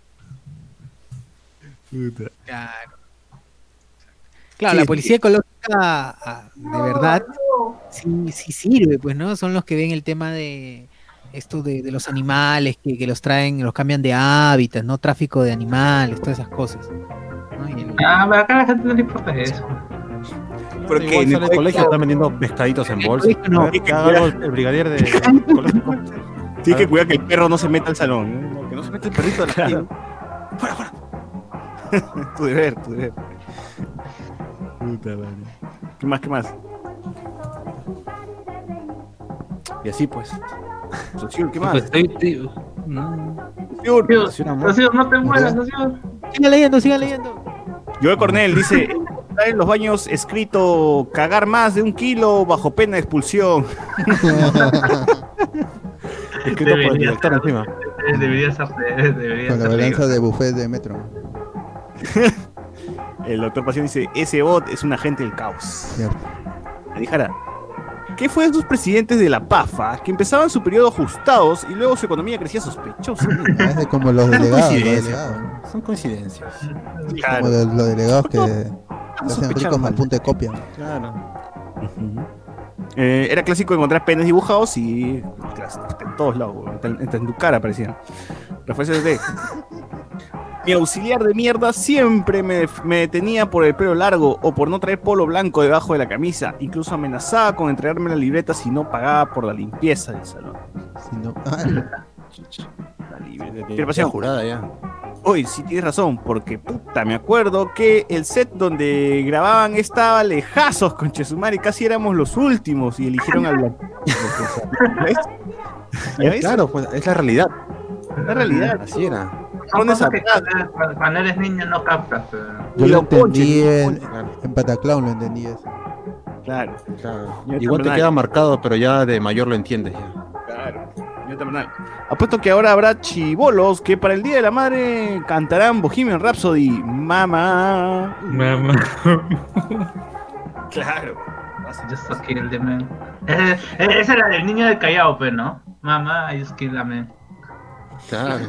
C: Puta.
F: Claro. Claro,
C: Sí,
F: la
C: sí.
F: policía ecológica, ah, de verdad, sí, sí sirve, pues, ¿no? Son los que ven el tema de esto de, de los animales, que, que los traen, los cambian de hábitat, ¿no? Tráfico de animales, todas esas cosas. ¿no? Y el-
E: Ah, pero acá a la gente no le importa eso.
C: Porque
D: Igual
C: en el
D: sale el colegio están vendiendo pescaditos en bolsa.
F: colegio no.
D: A ver, que haga algo el el brigadier de ecológico.
C: Tienes que cuidar que el perro no se meta al salón, ¿no? Que no se meta el perrito a la calle. Fuera, fuera. Tu deber, tu deber. Puta madre. ¿Qué más, qué más?
D: Y así pues.
C: Socio, ¿qué
A: Pues
C: más?
A: estoy- estoy- no.
C: Socio,
E: Dios,
D: Socio, amor.
E: Dios, no te mueras, Dios.
F: Sigan leyendo, sigan leyendo.
C: Joe Cornell dice: está en los baños escrito cagar más de un kilo bajo pena de expulsión.
D: Escrito por el
E: Debería
D: director
E: ser.
D: encima.
E: Eh, Debería ser, eh, debería
B: Con la
E: ser
B: balanza
E: negro.
B: de buffet de metro.
C: El doctor Pasión dice: ese bot es un agente del caos.
B: Cierto.
C: ¿Me dijera? ¿Qué fue de esos presidentes de la PAFA que empezaban su periodo ajustados y luego su economía crecía sospechosamente?
B: Es como los delegados. Los
D: Coincidencias,
B: delegados.
D: Son coincidencias.
C: Claro.
B: Como los, los delegados que se hacen
C: sospechamos
B: ricos
C: mal.
B: a punta de copia.
C: Claro. Uh-huh. Eh, era clásico encontrar penes dibujados y claro, en todos lados, hasta en, hasta en tu cara aparecían. Rafael C D. Mi auxiliar de mierda siempre me, me detenía por el pelo largo o por no traer polo blanco debajo de la camisa. Incluso amenazaba con entregarme la libreta si no pagaba por la limpieza del salón.
B: Si no, ah,
C: La libreta. ¿Qué
D: Ya
C: pasó?
D: jurada ya.
C: Hoy sí tienes razón, porque puta, me acuerdo que el set donde grababan estaba lejazos con Chesumari, casi éramos los últimos y eligieron al Black. ¿Ves? ¿Ya ves?
D: Claro, pues es la realidad.
C: La realidad.
D: Así era.
E: Son
C: Pones
E: cosas que
C: atrás.
E: cuando, cuando eres niño no captas. Pero...
B: yo
C: Y
B: lo
C: los ponches,
B: entendí
C: y los
B: en,
C: ponches.
D: Claro,
B: en Pataclown, lo entendí eso.
C: Claro,
D: claro.
C: Yo
D: Igual te
C: también.
D: queda marcado, pero ya de mayor lo entiendes ya.
C: claro. Yo también. Apuesto que ahora habrá chibolos que para el Día de la Madre cantarán Bohemian Rhapsody. Mamá.
A: Mamá.
C: Claro.
E: Just a kill the man. Eh, eh, ese era el niño del Callao, pues, ¿no? Mamá, I just kill the man.
D: Claro.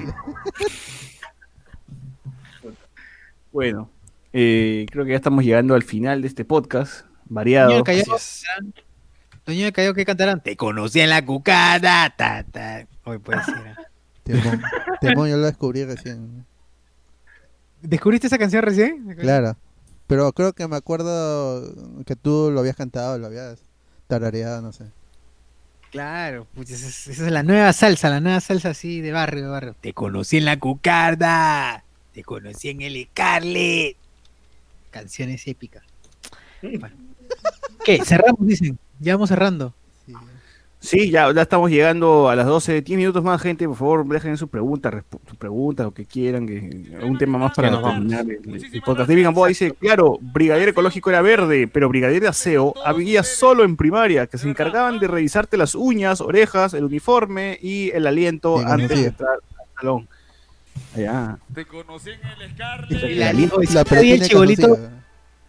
C: Bueno, eh, creo que ya estamos llegando al final de este podcast. Variado.
F: Doña Callao, Doña Callao, ¿qué cantarán? Te conocí en la cucada, ta, ta. Hoy puede ser. ¿eh?
B: Temón, Temón yo lo descubrí recién.
F: ¿Descubriste esa canción recién?
B: Claro. Pero creo que me acuerdo que tú lo habías cantado, lo habías tarareado, no sé.
F: Claro, pues esa es, esa es la nueva salsa, la nueva salsa así de barrio, de barrio. Te conocí en la cucarda, te conocí en el Scarlet. Canciones épicas. Bueno. ¿Qué? Cerramos, dicen. Ya vamos cerrando.
B: Sí.
C: Sí, ya, ya estamos llegando a las doce, diez minutos más, gente. Por favor, dejen sus preguntas, resp- sus preguntas, lo que quieran, que algún tema más para
D: Ya nos vamos.
C: terminar el, el podcast. David Gamboa dice, claro, brigadier ecológico era verde, pero brigadier de aseo había solo en primaria, que se encargaban de revisarte las uñas, orejas, el uniforme y el aliento
B: Bien
C: antes de
B: conocido.
C: entrar al salón. Allá.
H: Te conocí en el
F: Y
H: Scarlet,
F: la-
C: aliento-
F: oye,
B: La
F: siempre había el
B: peretina
F: chibolito,
B: conocida.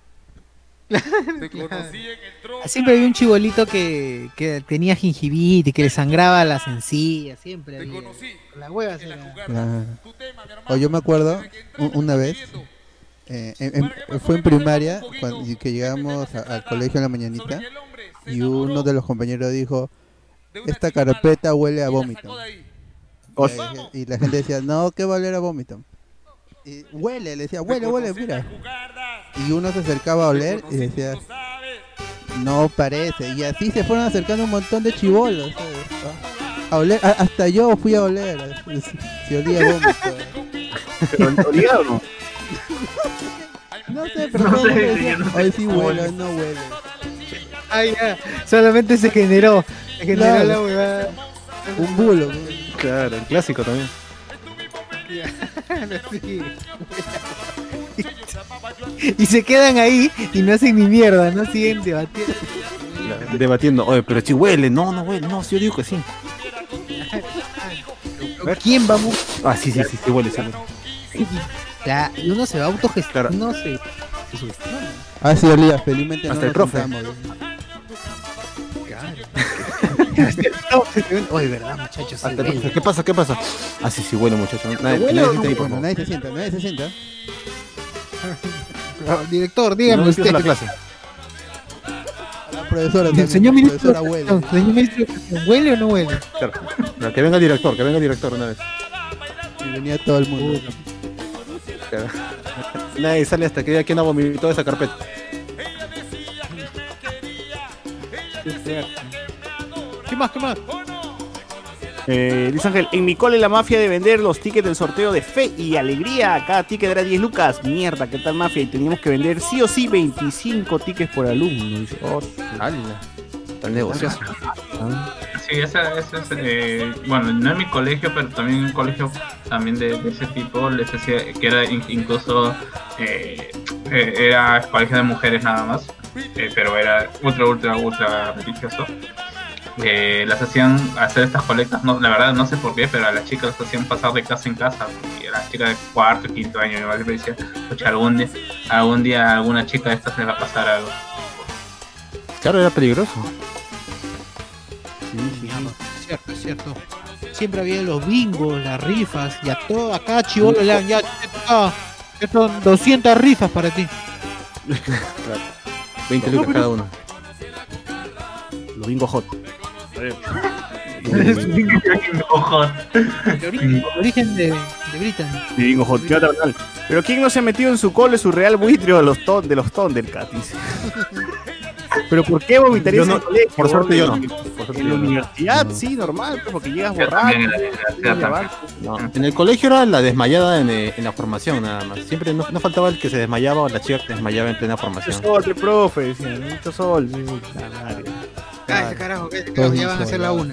H: te conocí en el tronco.
F: siempre había un chibolito que, que tenía gingivitis, que le sangraba las encías, siempre
H: Te
F: había.
H: conocí
F: Las huevas
H: en la
F: era.
H: jugarda.
B: Claro.
H: Tu tema, mi hermano,
B: O yo me acuerdo
H: desde que
B: un-
H: entramos
B: una vez,
H: aprendiendo
B: eh, en- en- fue en primaria, cuando, y que llegamos a- al colegio en la mañanita,
H: sobre que el hombre se
B: y
H: enamoró
B: uno de los compañeros dijo,
H: de una
B: esta
H: chica mala
B: carpeta huele a
H: y la
B: vómito.
H: sacó de ahí.
C: O-
B: Y, y la gente decía, no, que va a oler a vómito. Y huele, le decía, huele,
H: Te
B: huele,
H: conocí en la
B: mira.
H: jugarda.
B: Y uno se acercaba a
H: Te
B: oler y
H: conocí,
B: decía,
H: tú lo sabes.
B: no parece. Y así se fueron acercando un montón de chibolos. ¿sabes? A oler, a- hasta yo fui a oler. Si olía a vómito.
C: Pero obligado, ¿no?
B: No sé, pero
E: No
B: todo el
E: sé,
B: mundo decía,
E: yo no sé
B: hoy sí
E: cómo
B: huele,
E: huele".
B: hoy no huele.
F: Ay, ya. Solamente se generó. Se generó
B: Claro.
F: la huevada.
B: Un bulo.
D: Claro, el clásico también.
F: Sí. Y se quedan ahí y no hacen ni mierda, no siguen debatiendo.
D: La- debatiendo. Oye, pero si huele. No, no huele. No, sí, yo digo que sí.
F: ¿Quién vamos?
D: Ah, sí, sí, sí, sí huele. Sí huele.
F: Ya, y uno se va a autogestionar.
D: Claro.
F: Uno se, se sugestiona.
B: Ah, sí, olía, felizmente no
D: Hasta el
B: nos
D: profe.
B: juntamos.
F: Oye, verdad, muchachos. Sí,
D: Hasta el
F: huele.
D: profe, ¿qué pasa? ¿Qué pasa? Ah, sí, sí, huele, muchachos. Nadie,
B: ¿Huele
D: nadie
B: o
D: siente
B: no?
D: ahí, por
B: Bueno,
D: favor.
B: nadie se sienta, nadie se sienta.
F: Director,
D: No
F: dígame
D: empieza
F: usted.
D: la clase.
B: La profesora
F: El
B: también,
F: señor
B: la
F: ministro,
B: profesora huele.
F: no, señor ministro, ¿huele o no huele?
D: Claro. Pero que venga el director, que venga el director una vez.
B: Y venía todo el mundo.
D: Claro. Nadie sale hasta que diga quién ha vomitado esa carpeta.
F: ¿Qué más? ¿Qué más?
C: Eh, Luis Ángel, en mi cole la mafia de vender los tickets del sorteo de fe y alegría. Cada ticket era diez lucas. Mierda, ¿qué tal mafia? Y teníamos que vender sí o sí veinticinco tickets por alumno. Dice, oh,
D: ¡Hala! Tal negocio.
E: Sí, esa, esa es, eh, bueno, no en mi colegio, pero también en un colegio también de, de ese tipo, les decía que era in- incluso, eh, eh, era colegio de mujeres nada más, eh, pero era ultra, ultra, ultra religioso. Eh, las hacían hacer estas colectas, no, la verdad no sé por qué, pero a las chicas las hacían pasar de casa en casa, porque a las chicas de cuarto, quinto año, igual me decía, escucha, algún día, algún día a alguna chica de estas le va a pasar algo.
D: Claro, era peligroso.
C: Sí, sí.
F: Es cierto, es cierto. Siempre había los bingos, las rifas, y a todo, a cada chivolo le dan, ya, ah, estos son doscientas rifas para ti.
D: Claro. veinte lucas cada uno.
C: Los bingo hot.
E: Ojos.
F: El origen, el origen de, de Britain.
C: Sí, bingo hot. Qué otra verdad. Pero ¿quién no se ha metido en su cole su real buitrio de los, ton, de los Thundercats? Dice. Pero ¿por qué vomitarías
D: Yo no,
C: en el colegio?
D: por suerte yo no.
C: En
D: Por suerte
C: la
D: yo no.
C: universidad, sí, normal, pues, porque llegas
E: Yo
C: borracho.
E: también en la universidad también.
D: No, en el colegio era la desmayada en, eh, en la formación nada más. Siempre no, no faltaba el que se desmayaba o la chica que se desmayaba en plena
C: Mucho
D: formación.
C: sol, el profe, decían, mucho sol. Sí, sí, la madre.
F: Cállate, carajo, cállate, carajo, ya van a hacer la una.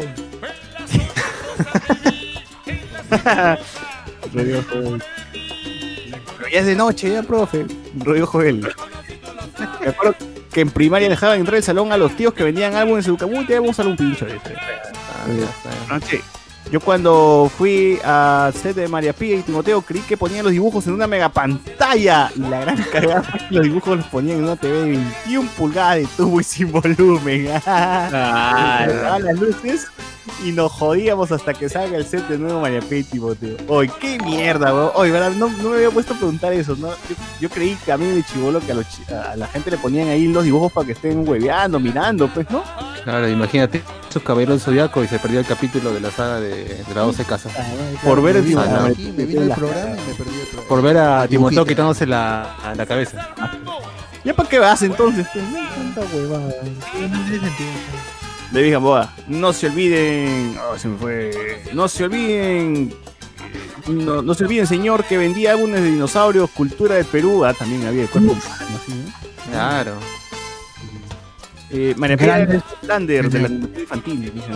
F: La una.
C: Rodrigo Joel. Pero ya es de noche, ya, profe. Rodrigo Joel. Me acuerdo que en primaria dejaban entrar al salón a los tíos que vendían álbumes de Educamuy, te íbamos a un pincho. Ese. Noche. Yo cuando fui a set de María Pía y Timoteo creí que ponían los dibujos en una mega pantalla y la gran cagada fue que los dibujos los ponían en una T V de veintiuna pulgadas de tubo y sin volumen.
A: Ah,
C: Apagaban las luces y nos jodíamos hasta que salga el set de nuevo María Pía y Timoteo. Oye, qué mierda, weón. Oye, verdad, no, no me había puesto a preguntar eso, ¿no? Yo, yo creí que a mí de chibolo que a, los, chi- a la gente le ponían ahí los dibujos para que estén hueveando, mirando, pues, ¿no?
D: Claro, imagínate, sus caballeros del Zodiaco y se perdió el capítulo de la saga de, de las doce casas.
C: Por ver
B: me
C: el
B: vino,
D: Ah, no.
B: aquí, me vino el programa y me perdí el programa.
D: Por ver a
B: El
D: Timoteo
B: dibujito.
D: quitándose la, a la cabeza.
C: ¿Ya para qué vas entonces? Pues, no, tanta huevada.
F: Sí, no tiene sentido.
C: Le dije a Boa, no se olviden, oh, se me fue, no se olviden, no, no se olviden, señor, que vendía álbumes de dinosaurios, cultura de Perú, ah, también había el cuerpo humano, así, ¿no?
D: Claro.
C: Eh, María Pía
F: Grandes-
C: Lander, de la animación infantil, dicen,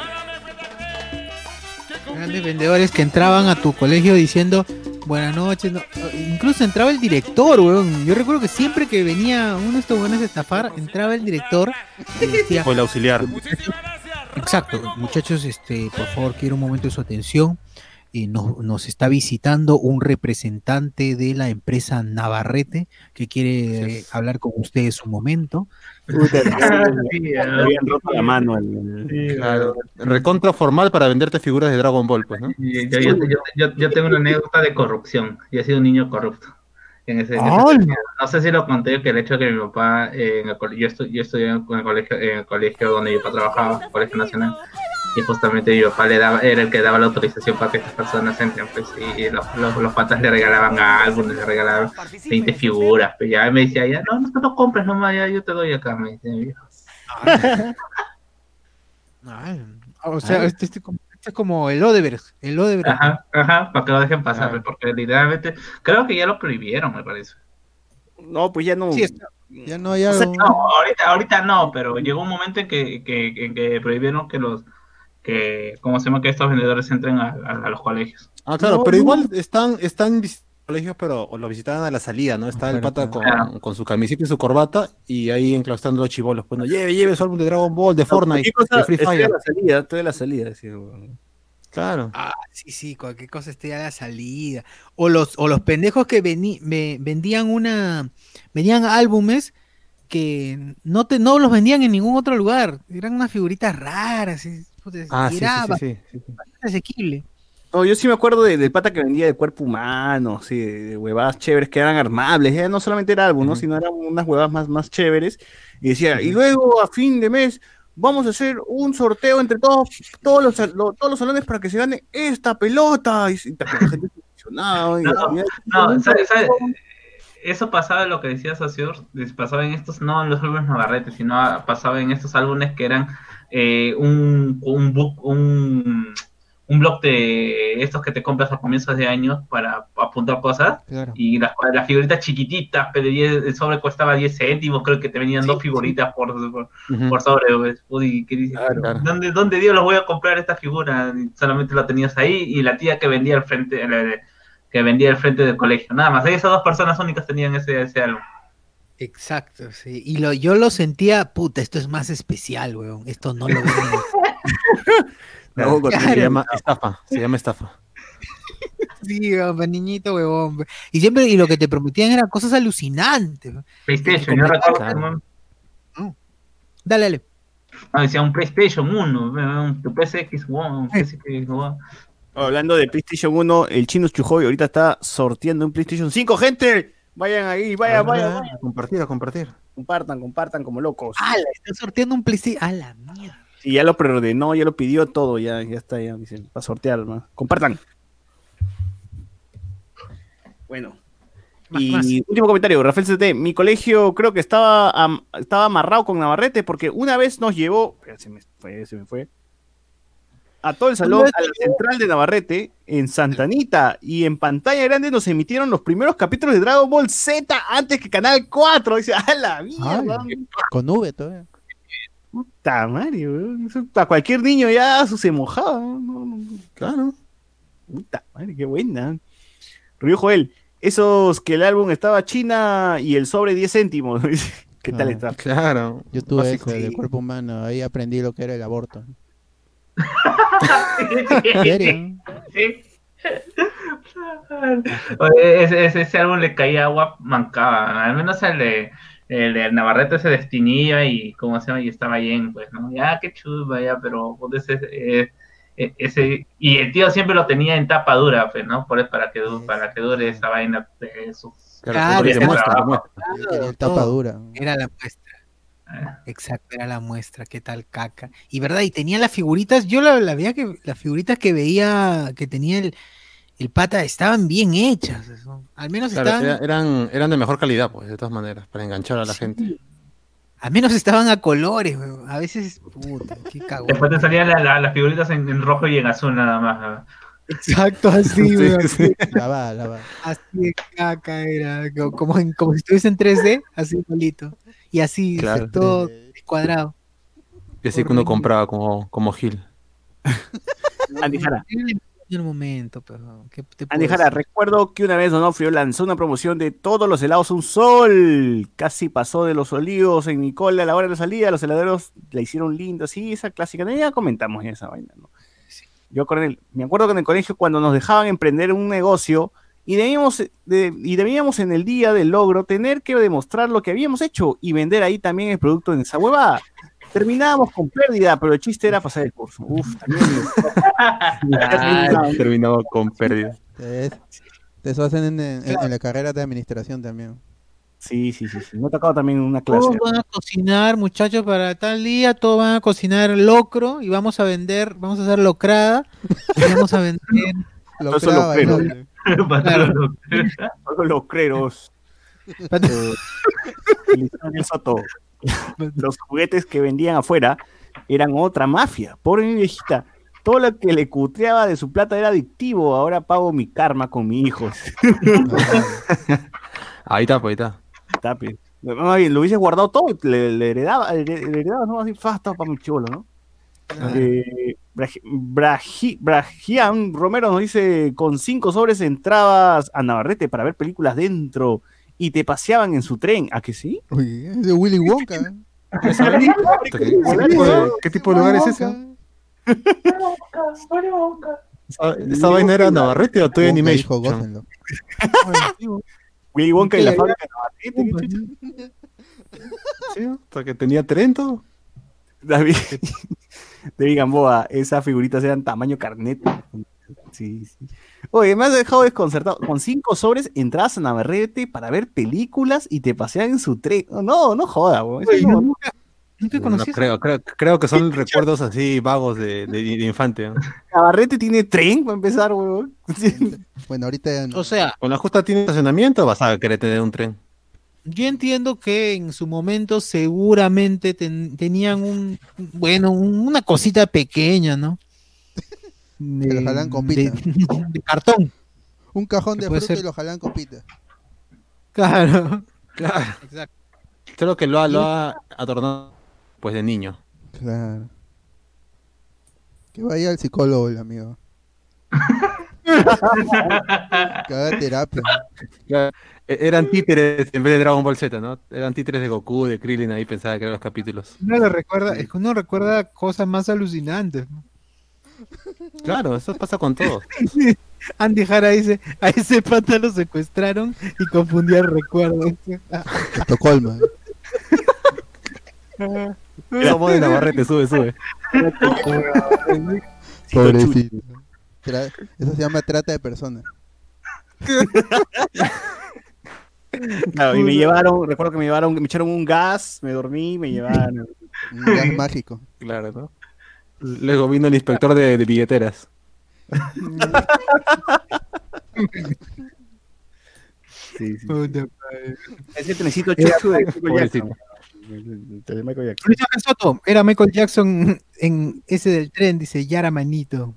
F: Grandes vendedores que entraban a tu colegio diciendo buenas noches. No, incluso entraba el director, weón. Yo recuerdo que siempre que venía uno de estos buenos a estafar, entraba el director y decía,
D: O el auxiliar.
F: exacto, muchachos, este, por favor, quiero un momento de su atención. Eh, nos, nos está visitando un representante de la empresa Navarrete que quiere eh, hablar con ustedes un momento.
C: puta,
E: Sí,
C: le habían roto la mano al...
E: sí,
D: Claro. Recontra formal para venderte figuras de Dragon Ball, pues, ¿no?
E: Y Yo, yo, yo, yo, yo tengo una anécdota de corrupción. Yo he sido un niño corrupto. En ese, en ese
F: ¡Hala!
E: sentido. No sé si lo conté, que el hecho de que mi papá, eh, en el, cole- yo, estu- yo estudié en el, colegio, en el colegio donde mi papá trabajaba, Colegio Nacional, y justamente mi papá le daba, era el que daba la autorización para que estas personas entren, pues, y, y los, los, los patas le regalaban álbumes, le regalaban veinte figuras, pero ya me decía, ya, no, no te lo compres nomás, ya yo te doy acá, me dice mi viejo.
F: Ay, o sea, este, este, como- este es como el Odeberg, el Odeberg.
E: Ajá, ajá, para que lo dejen pasar,
D: Ah.
E: pues, porque literalmente, creo que ya lo prohibieron, me parece.
C: No, pues ya no...
F: Sí, está.
B: Ya no hay
C: O sea,
B: algo.
E: No, ahorita, ahorita no, pero llegó un momento en que, que, en que prohibieron que los, que, ¿cómo se llama? Que estos vendedores entren a, a, a los colegios.
D: Ah, claro,
C: No,
D: pero
C: no.
D: igual están, están vis- colegios, pero o lo visitaban a la salida, ¿no? Está el
B: Afuera,
D: pata con,
E: claro.
D: con su camiseta y su corbata y ahí enclaustrando los chibolos. Pues, no, lleve, lleve su álbum de Dragon Ball, de Fortnite,
C: ¿Qué cosa?
D: de Free
C: Estoy
D: Fire.
C: a la salida, estoy a la salida, decía, weón.
D: Claro.
F: Ah, sí, sí, cualquier cosa esté a la salida. O los, o los pendejos que veni- me, vendían una, vendían álbumes que no te, no los vendían en ningún otro lugar. Eran unas figuritas raras. y, puta,
D: Ah,
F: y
D: sí,
F: era
D: sí, sí, sí, sí, sí.
F: bastante asequible.
C: No, yo sí me acuerdo de- del pata que vendía de cuerpo humano, sí, de, de huevadas chéveres que eran armables, ya no solamente era álbum, ¿no?
D: Ujú.
C: Sino eran unas huevadas más, más chéveres, y decía, y luego a fin de mes vamos a hacer un sorteo entre todos, todos los, sal- lo- todos los salones para que se gane esta pelota, y, y la gente se emocionaba, y-
E: No,
C: y-
E: No, ¿sabes? ¿sabes? Eso pasaba lo que decía Socior, pasaba en estos, no en los álbumes Navarrete, sino a- pasaba en estos álbumes que eran eh, un, un book, un, un blog de estos que te compras a comienzos de año para apuntar cosas,
B: Claro.
E: y las, las figuritas chiquititas, pero diez el sobre costaba diez céntimos, creo que te venían dos figuritas por, por,
D: Ujú.
E: por sobre. Pues. Uy, ¿qué dices?
C: Claro.
D: Claro.
E: ¿Dónde, ¿Dónde Dios los voy a comprar esta figura? Y solamente la tenías ahí, y la tía que vendía al frente, eh, que vendía al frente del colegio. Nada más, esas dos personas únicas tenían ese, ese álbum.
F: Exacto, sí. Y lo, yo lo sentía, puta, esto es más especial, weón. Esto no lo venden.
C: Luego,
F: Claro.
D: Se llama estafa, se llama estafa.
F: Sí, weón, pa' niñito, weón. Y siempre, y lo que te prometían eran cosas alucinantes. weón.
E: PlayStation,
F: Y
E: yo
F: como-
E: recuerdo
D: Claro.
E: que-
F: Dale, dale.
E: Ah, decía un PlayStation uno, un P S X uno, un P S X uno.
C: Hablando de PlayStation uno, el Chino Chujoy ahorita está sorteando un PlayStation cinco, gente. Vayan ahí, vayan, vayan, vayan.
D: A compartir, a compartir.
C: Compartan, compartan como locos.
F: ¡Ah, la está sorteando un PlayStation! ¡Ah, la mierda!
C: Sí, ya lo preordenó, ya lo pidió todo, ya, ya está, ya, dicen, para sortear, man. Compartan. Bueno.
F: Más,
C: y
F: más.
C: último comentario, Rafael C T. Mi colegio creo que estaba, am, estaba amarrado con Navarrete porque una vez nos llevó, espera, se me fue, se me fue, a todo el salón, a la central de Navarrete, en Santa Anita, y en pantalla grande nos emitieron los primeros capítulos de Dragon Ball Z antes que Canal cuatro. Dice, ¡a la mierda!
B: Ay, con V todavía.
C: Puta madre, weón. Eso, a cualquier niño ya se mojaba. No, no, no. Claro. Puta madre, qué buena. Río Joel, esos que el álbum estaba China y el sobre diez céntimos. ¿Qué tal
B: Ah,
C: está?
D: Claro.
B: Yo tuve
D: Básico.
B: ese del cuerpo humano, ahí aprendí lo que era el aborto.
E: ¿En
B: serio?
E: Sí. Oye, ese, ese, ese álbum le caía agua mancaba, al menos el de, el de Navarrete se destinía y como se llama, y estaba bien, pues, ¿no? Ya, qué chulo, vaya, pero pues, ese, eh, eh, ese, y el tío siempre lo tenía en tapa dura, pues, ¿no? Por eso, para que, du- para que dure esa vaina de su...
F: Claro,
E: de
F: ese
E: muestra,
F: trabajo.
B: Yo quería el
F: todo.
B: tapa dura.
F: Era la muestra. Exacto, era la muestra, qué tal caca. Y verdad, y tenía las figuritas, yo la, la veía que las figuritas que veía que tenía el, el pata estaban bien hechas. Eso. Al menos
D: Claro,
F: estaban,
D: era- eran, eran de mejor calidad, pues, de todas maneras, para enganchar a la gente.
F: al menos estaban a colores, weón. A veces, puta, qué cagón.
E: Después te salían la- la- las figuritas en, en rojo y en azul nada más. ¿no?
F: Exacto, así,
D: Sí,
F: weón.
D: sí.
B: La va, la va.
F: Así de caca era, co- como, en- como si estuviese en tres D, así igualito. Y así,
D: Claro.
F: este, todo cuadrado.
D: Y así que uno compraba como, como Gil.
C: Andy Jara.
F: En el momento, pero ¿qué te puedo
C: Andy Jara,
F: decir?
C: recuerdo que una vez Donofrio lanzó una promoción de todos los helados un sol. Casi pasó de los olivos en Nicola a la hora de la salida. Los heladeros la hicieron linda. Sí, esa clásica. Ya comentamos esa vaina, ¿no? Yo con el- me acuerdo que en el colegio cuando nos dejaban emprender un negocio y debíamos, de- y debíamos en el día del logro tener que demostrar lo que habíamos hecho y vender ahí también el producto en esa huevada. Terminábamos con pérdida, pero el chiste era pasar el curso. Uf, también.
D: Ah, terminaba con pérdida.
B: Es- Eso hacen en, en- en la carrera de administración también.
C: Sí, sí, sí, sí. Me ha tocado también una clase.
F: Todos van a cocinar, muchachos, para tal día, todos van a cocinar locro y vamos a vender, vamos a hacer locrada y vamos a vender.
B: Lo
C: Todos son
B: craba,
C: locreros.
B: ¿no?
F: Claro.
C: Todos los creros. Eh, Elizabeth Soto. Los juguetes que vendían afuera eran otra mafia. Pobre mi viejita. Todo lo que le cutreaba de su plata era adictivo. Ahora pago mi karma con mi hijo.
D: Ahí está, pues ahí está.
C: Tape. Más bien, lo hubiese guardado todo, le, le heredaba, le, le heredaba, ¿no? Así, fasta para mi chivolo, ¿no? Eh, Braji- Braji- Brajian Romero nos dice: con cinco sobres entrabas a Navarrete para ver películas dentro y te paseaban en su tren. ¿A que sí?
B: Uy, es de Willy Wonka. ¿eh?
D: ¿Qué, qué tipo de, qué tipo de lugar es ese? ¿Esa, esa vaina era Navarrete o Toy
B: Wonka,
D: Animation?
B: hijo, gócenlo.
C: Willy Wonka y la fábrica de Navarrete. ¿qué chucha?
D: Sí, hasta que tenía Trento.
C: David, David Gamboa, esas figuritas eran tamaño carnet. Sí, sí. Oye, me has dejado desconcertado. Con cinco sobres entras a Navarrete para ver películas y te pasean en su tren. No, no joda, weón. Eso
F: Oye,
C: no-
F: yo nunca, nunca
D: No
F: conocí eso.
D: creo, creo, creo que son recuerdos así vagos de, de, de infante, ¿no?
C: Navarrete tiene tren para empezar, weón.
B: Bueno, ahorita ya no.
F: O sea,
D: Con la justa tiene estacionamiento, vas a querer tener un tren.
F: yo entiendo que en su momento seguramente ten- tenían un, bueno, un- una cosita pequeña, ¿no?
B: Que lo jalan con
F: de,
B: pita.
F: de cartón.
B: Un cajón de
F: Puede
B: fruta
F: ser.
B: y lo jalan con pita.
F: Claro.
D: Claro.
F: Exacto.
D: Creo que lo ha, lo ha adornado pues de niño.
B: Claro. Que vaya al psicólogo el amigo. Que haga terapia.
D: Claro, e- eran títeres en vez de Dragon Ball Z, ¿no? Eran títeres de Goku, de Krillin, ahí pensaba que eran los capítulos.
F: Uno lo recuerda, es que uno recuerda cosas más alucinantes, ¿no?
D: Claro, eso pasa con todo.
F: Andy Jara dice, a ese pata lo secuestraron y confundía el recuerdo.
B: Estocolmo. ¿eh?
D: Somos de Navarrete, sube, sube.
B: Pobrecito. Tra- Eso se llama trata de personas.
C: Claro, y me llevaron, recuerdo que me llevaron, me echaron un gas, me dormí, me llevaron.
B: Un gas mágico.
D: Claro, ¿no? Luego vino el inspector de, de billeteras.
C: Sí, sí.
F: Puta madre.
C: Ese trenecito chuchu de Michael
D: Pobrecito.
C: Jackson. El- el de Michael Jackson.
F: Christian Soto, era Michael Jackson en ese del tren, dice Yara Manito.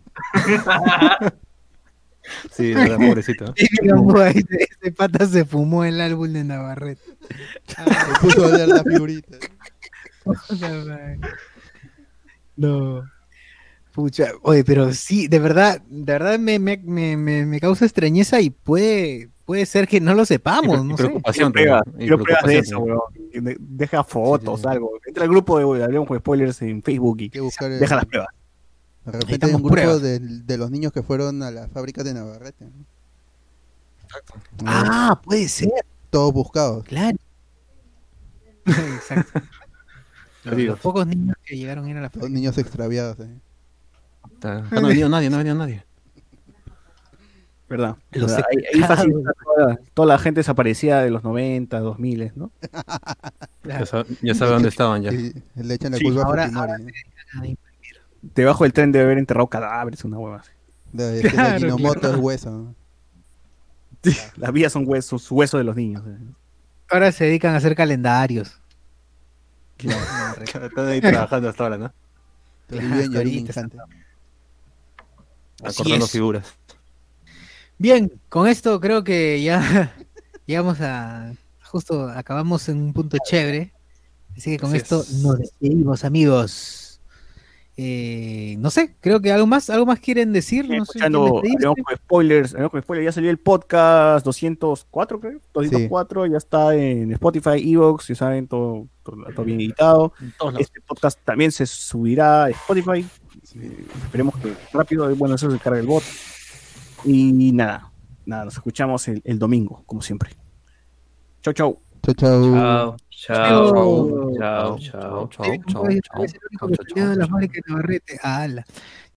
D: Sí, de verdad, pobrecito.
F: Ese, ese pata se fumó el álbum de Navarrete.
B: Se puso a ver la figurita.
F: Puta madre. No. Pucha, oye, pero sí, de verdad, de verdad me, me, me, me, me causa extrañeza y puede, puede ser que no lo sepamos,
D: Y
F: no sé.
D: preocupación.
C: Quiero pruebas,
D: también, y
C: quiero pruebas de eso,
D: preocupación
C: weón. De- Deja fotos,
D: Sí, sí, sí.
C: algo. Entra al grupo de Hablemos con Spoilers en Facebook y
B: Hay que buscar el-
C: deja las pruebas.
B: De repente hay
F: Necesitamos
B: un grupo
F: pruebas.
B: de, de los niños que fueron a la fábrica de Navarrete. ¿no?
F: Ah, puede ser,
B: Todos buscados.
F: claro. Exacto. Los,
D: Perdidos.
F: los pocos niños que llegaron a ir a la
B: Todos
F: fábrica.
B: niños extraviados. ¿eh?
D: Acá no ha venido nadie, no ha venido nadie.
C: ¿Verdad?
F: Los
C: ¿Verdad? Ahí, ahí fácil está toda, toda la gente desaparecida de los noventa, dos mil, ¿no?
D: Ya sabe, ya sabe dónde estaban ya.
B: Y le echan la
C: Sí,
B: culpa
F: ahora-
B: a Fujimori. ¿eh?
F: Ay,
C: Debajo del tren debe haber enterrado cadáveres, una hueva así.
B: De, de,
F: Claro,
B: de Ginomoto
F: claro.
B: es hueso. ¿no?
C: Las vías son huesos, huesos de los niños. ¿eh?
F: ahora se dedican a hacer calendarios.
D: Están ahí trabajando hasta ahora, ¿no?
B: Olivia Ñorín,
F: ahorita
B: encanta.
F: Así
D: Acordando
F: es.
D: figuras.
F: Bien, con esto creo que ya llegamos a. Justo acabamos en un punto chévere. Así que con
D: Así
F: esto
D: es.
F: nos despedimos, amigos. Eh, no sé, creo que algo más, algo más quieren decir. No sé, ¿quieren
C: Escuchando,
F: despedirse?
C: Hablemos con Spoilers, Hablemos con Spoilers, ya salió el podcast doscientos cuatro, creo, doscientos cuatro, ya está en Spotify, Evox, ya saben, todo, todo, todo bien editado.
D: En todos lados.
C: Este podcast también se subirá a Spotify, eh, esperemos que rápido, bueno, eso se carga el bot. Y nada, nada, nos escuchamos el, el domingo, como siempre. Chau, chau.
B: Chau, chau.
A: Chao, chao, chao, chao.
D: Chao, chao, chao,
F: Es el
D: chao,
F: único
D: chao,
F: que
D: chao,
F: salió de la
D: chao.
F: fábrica de Navarrete. ¡Hala!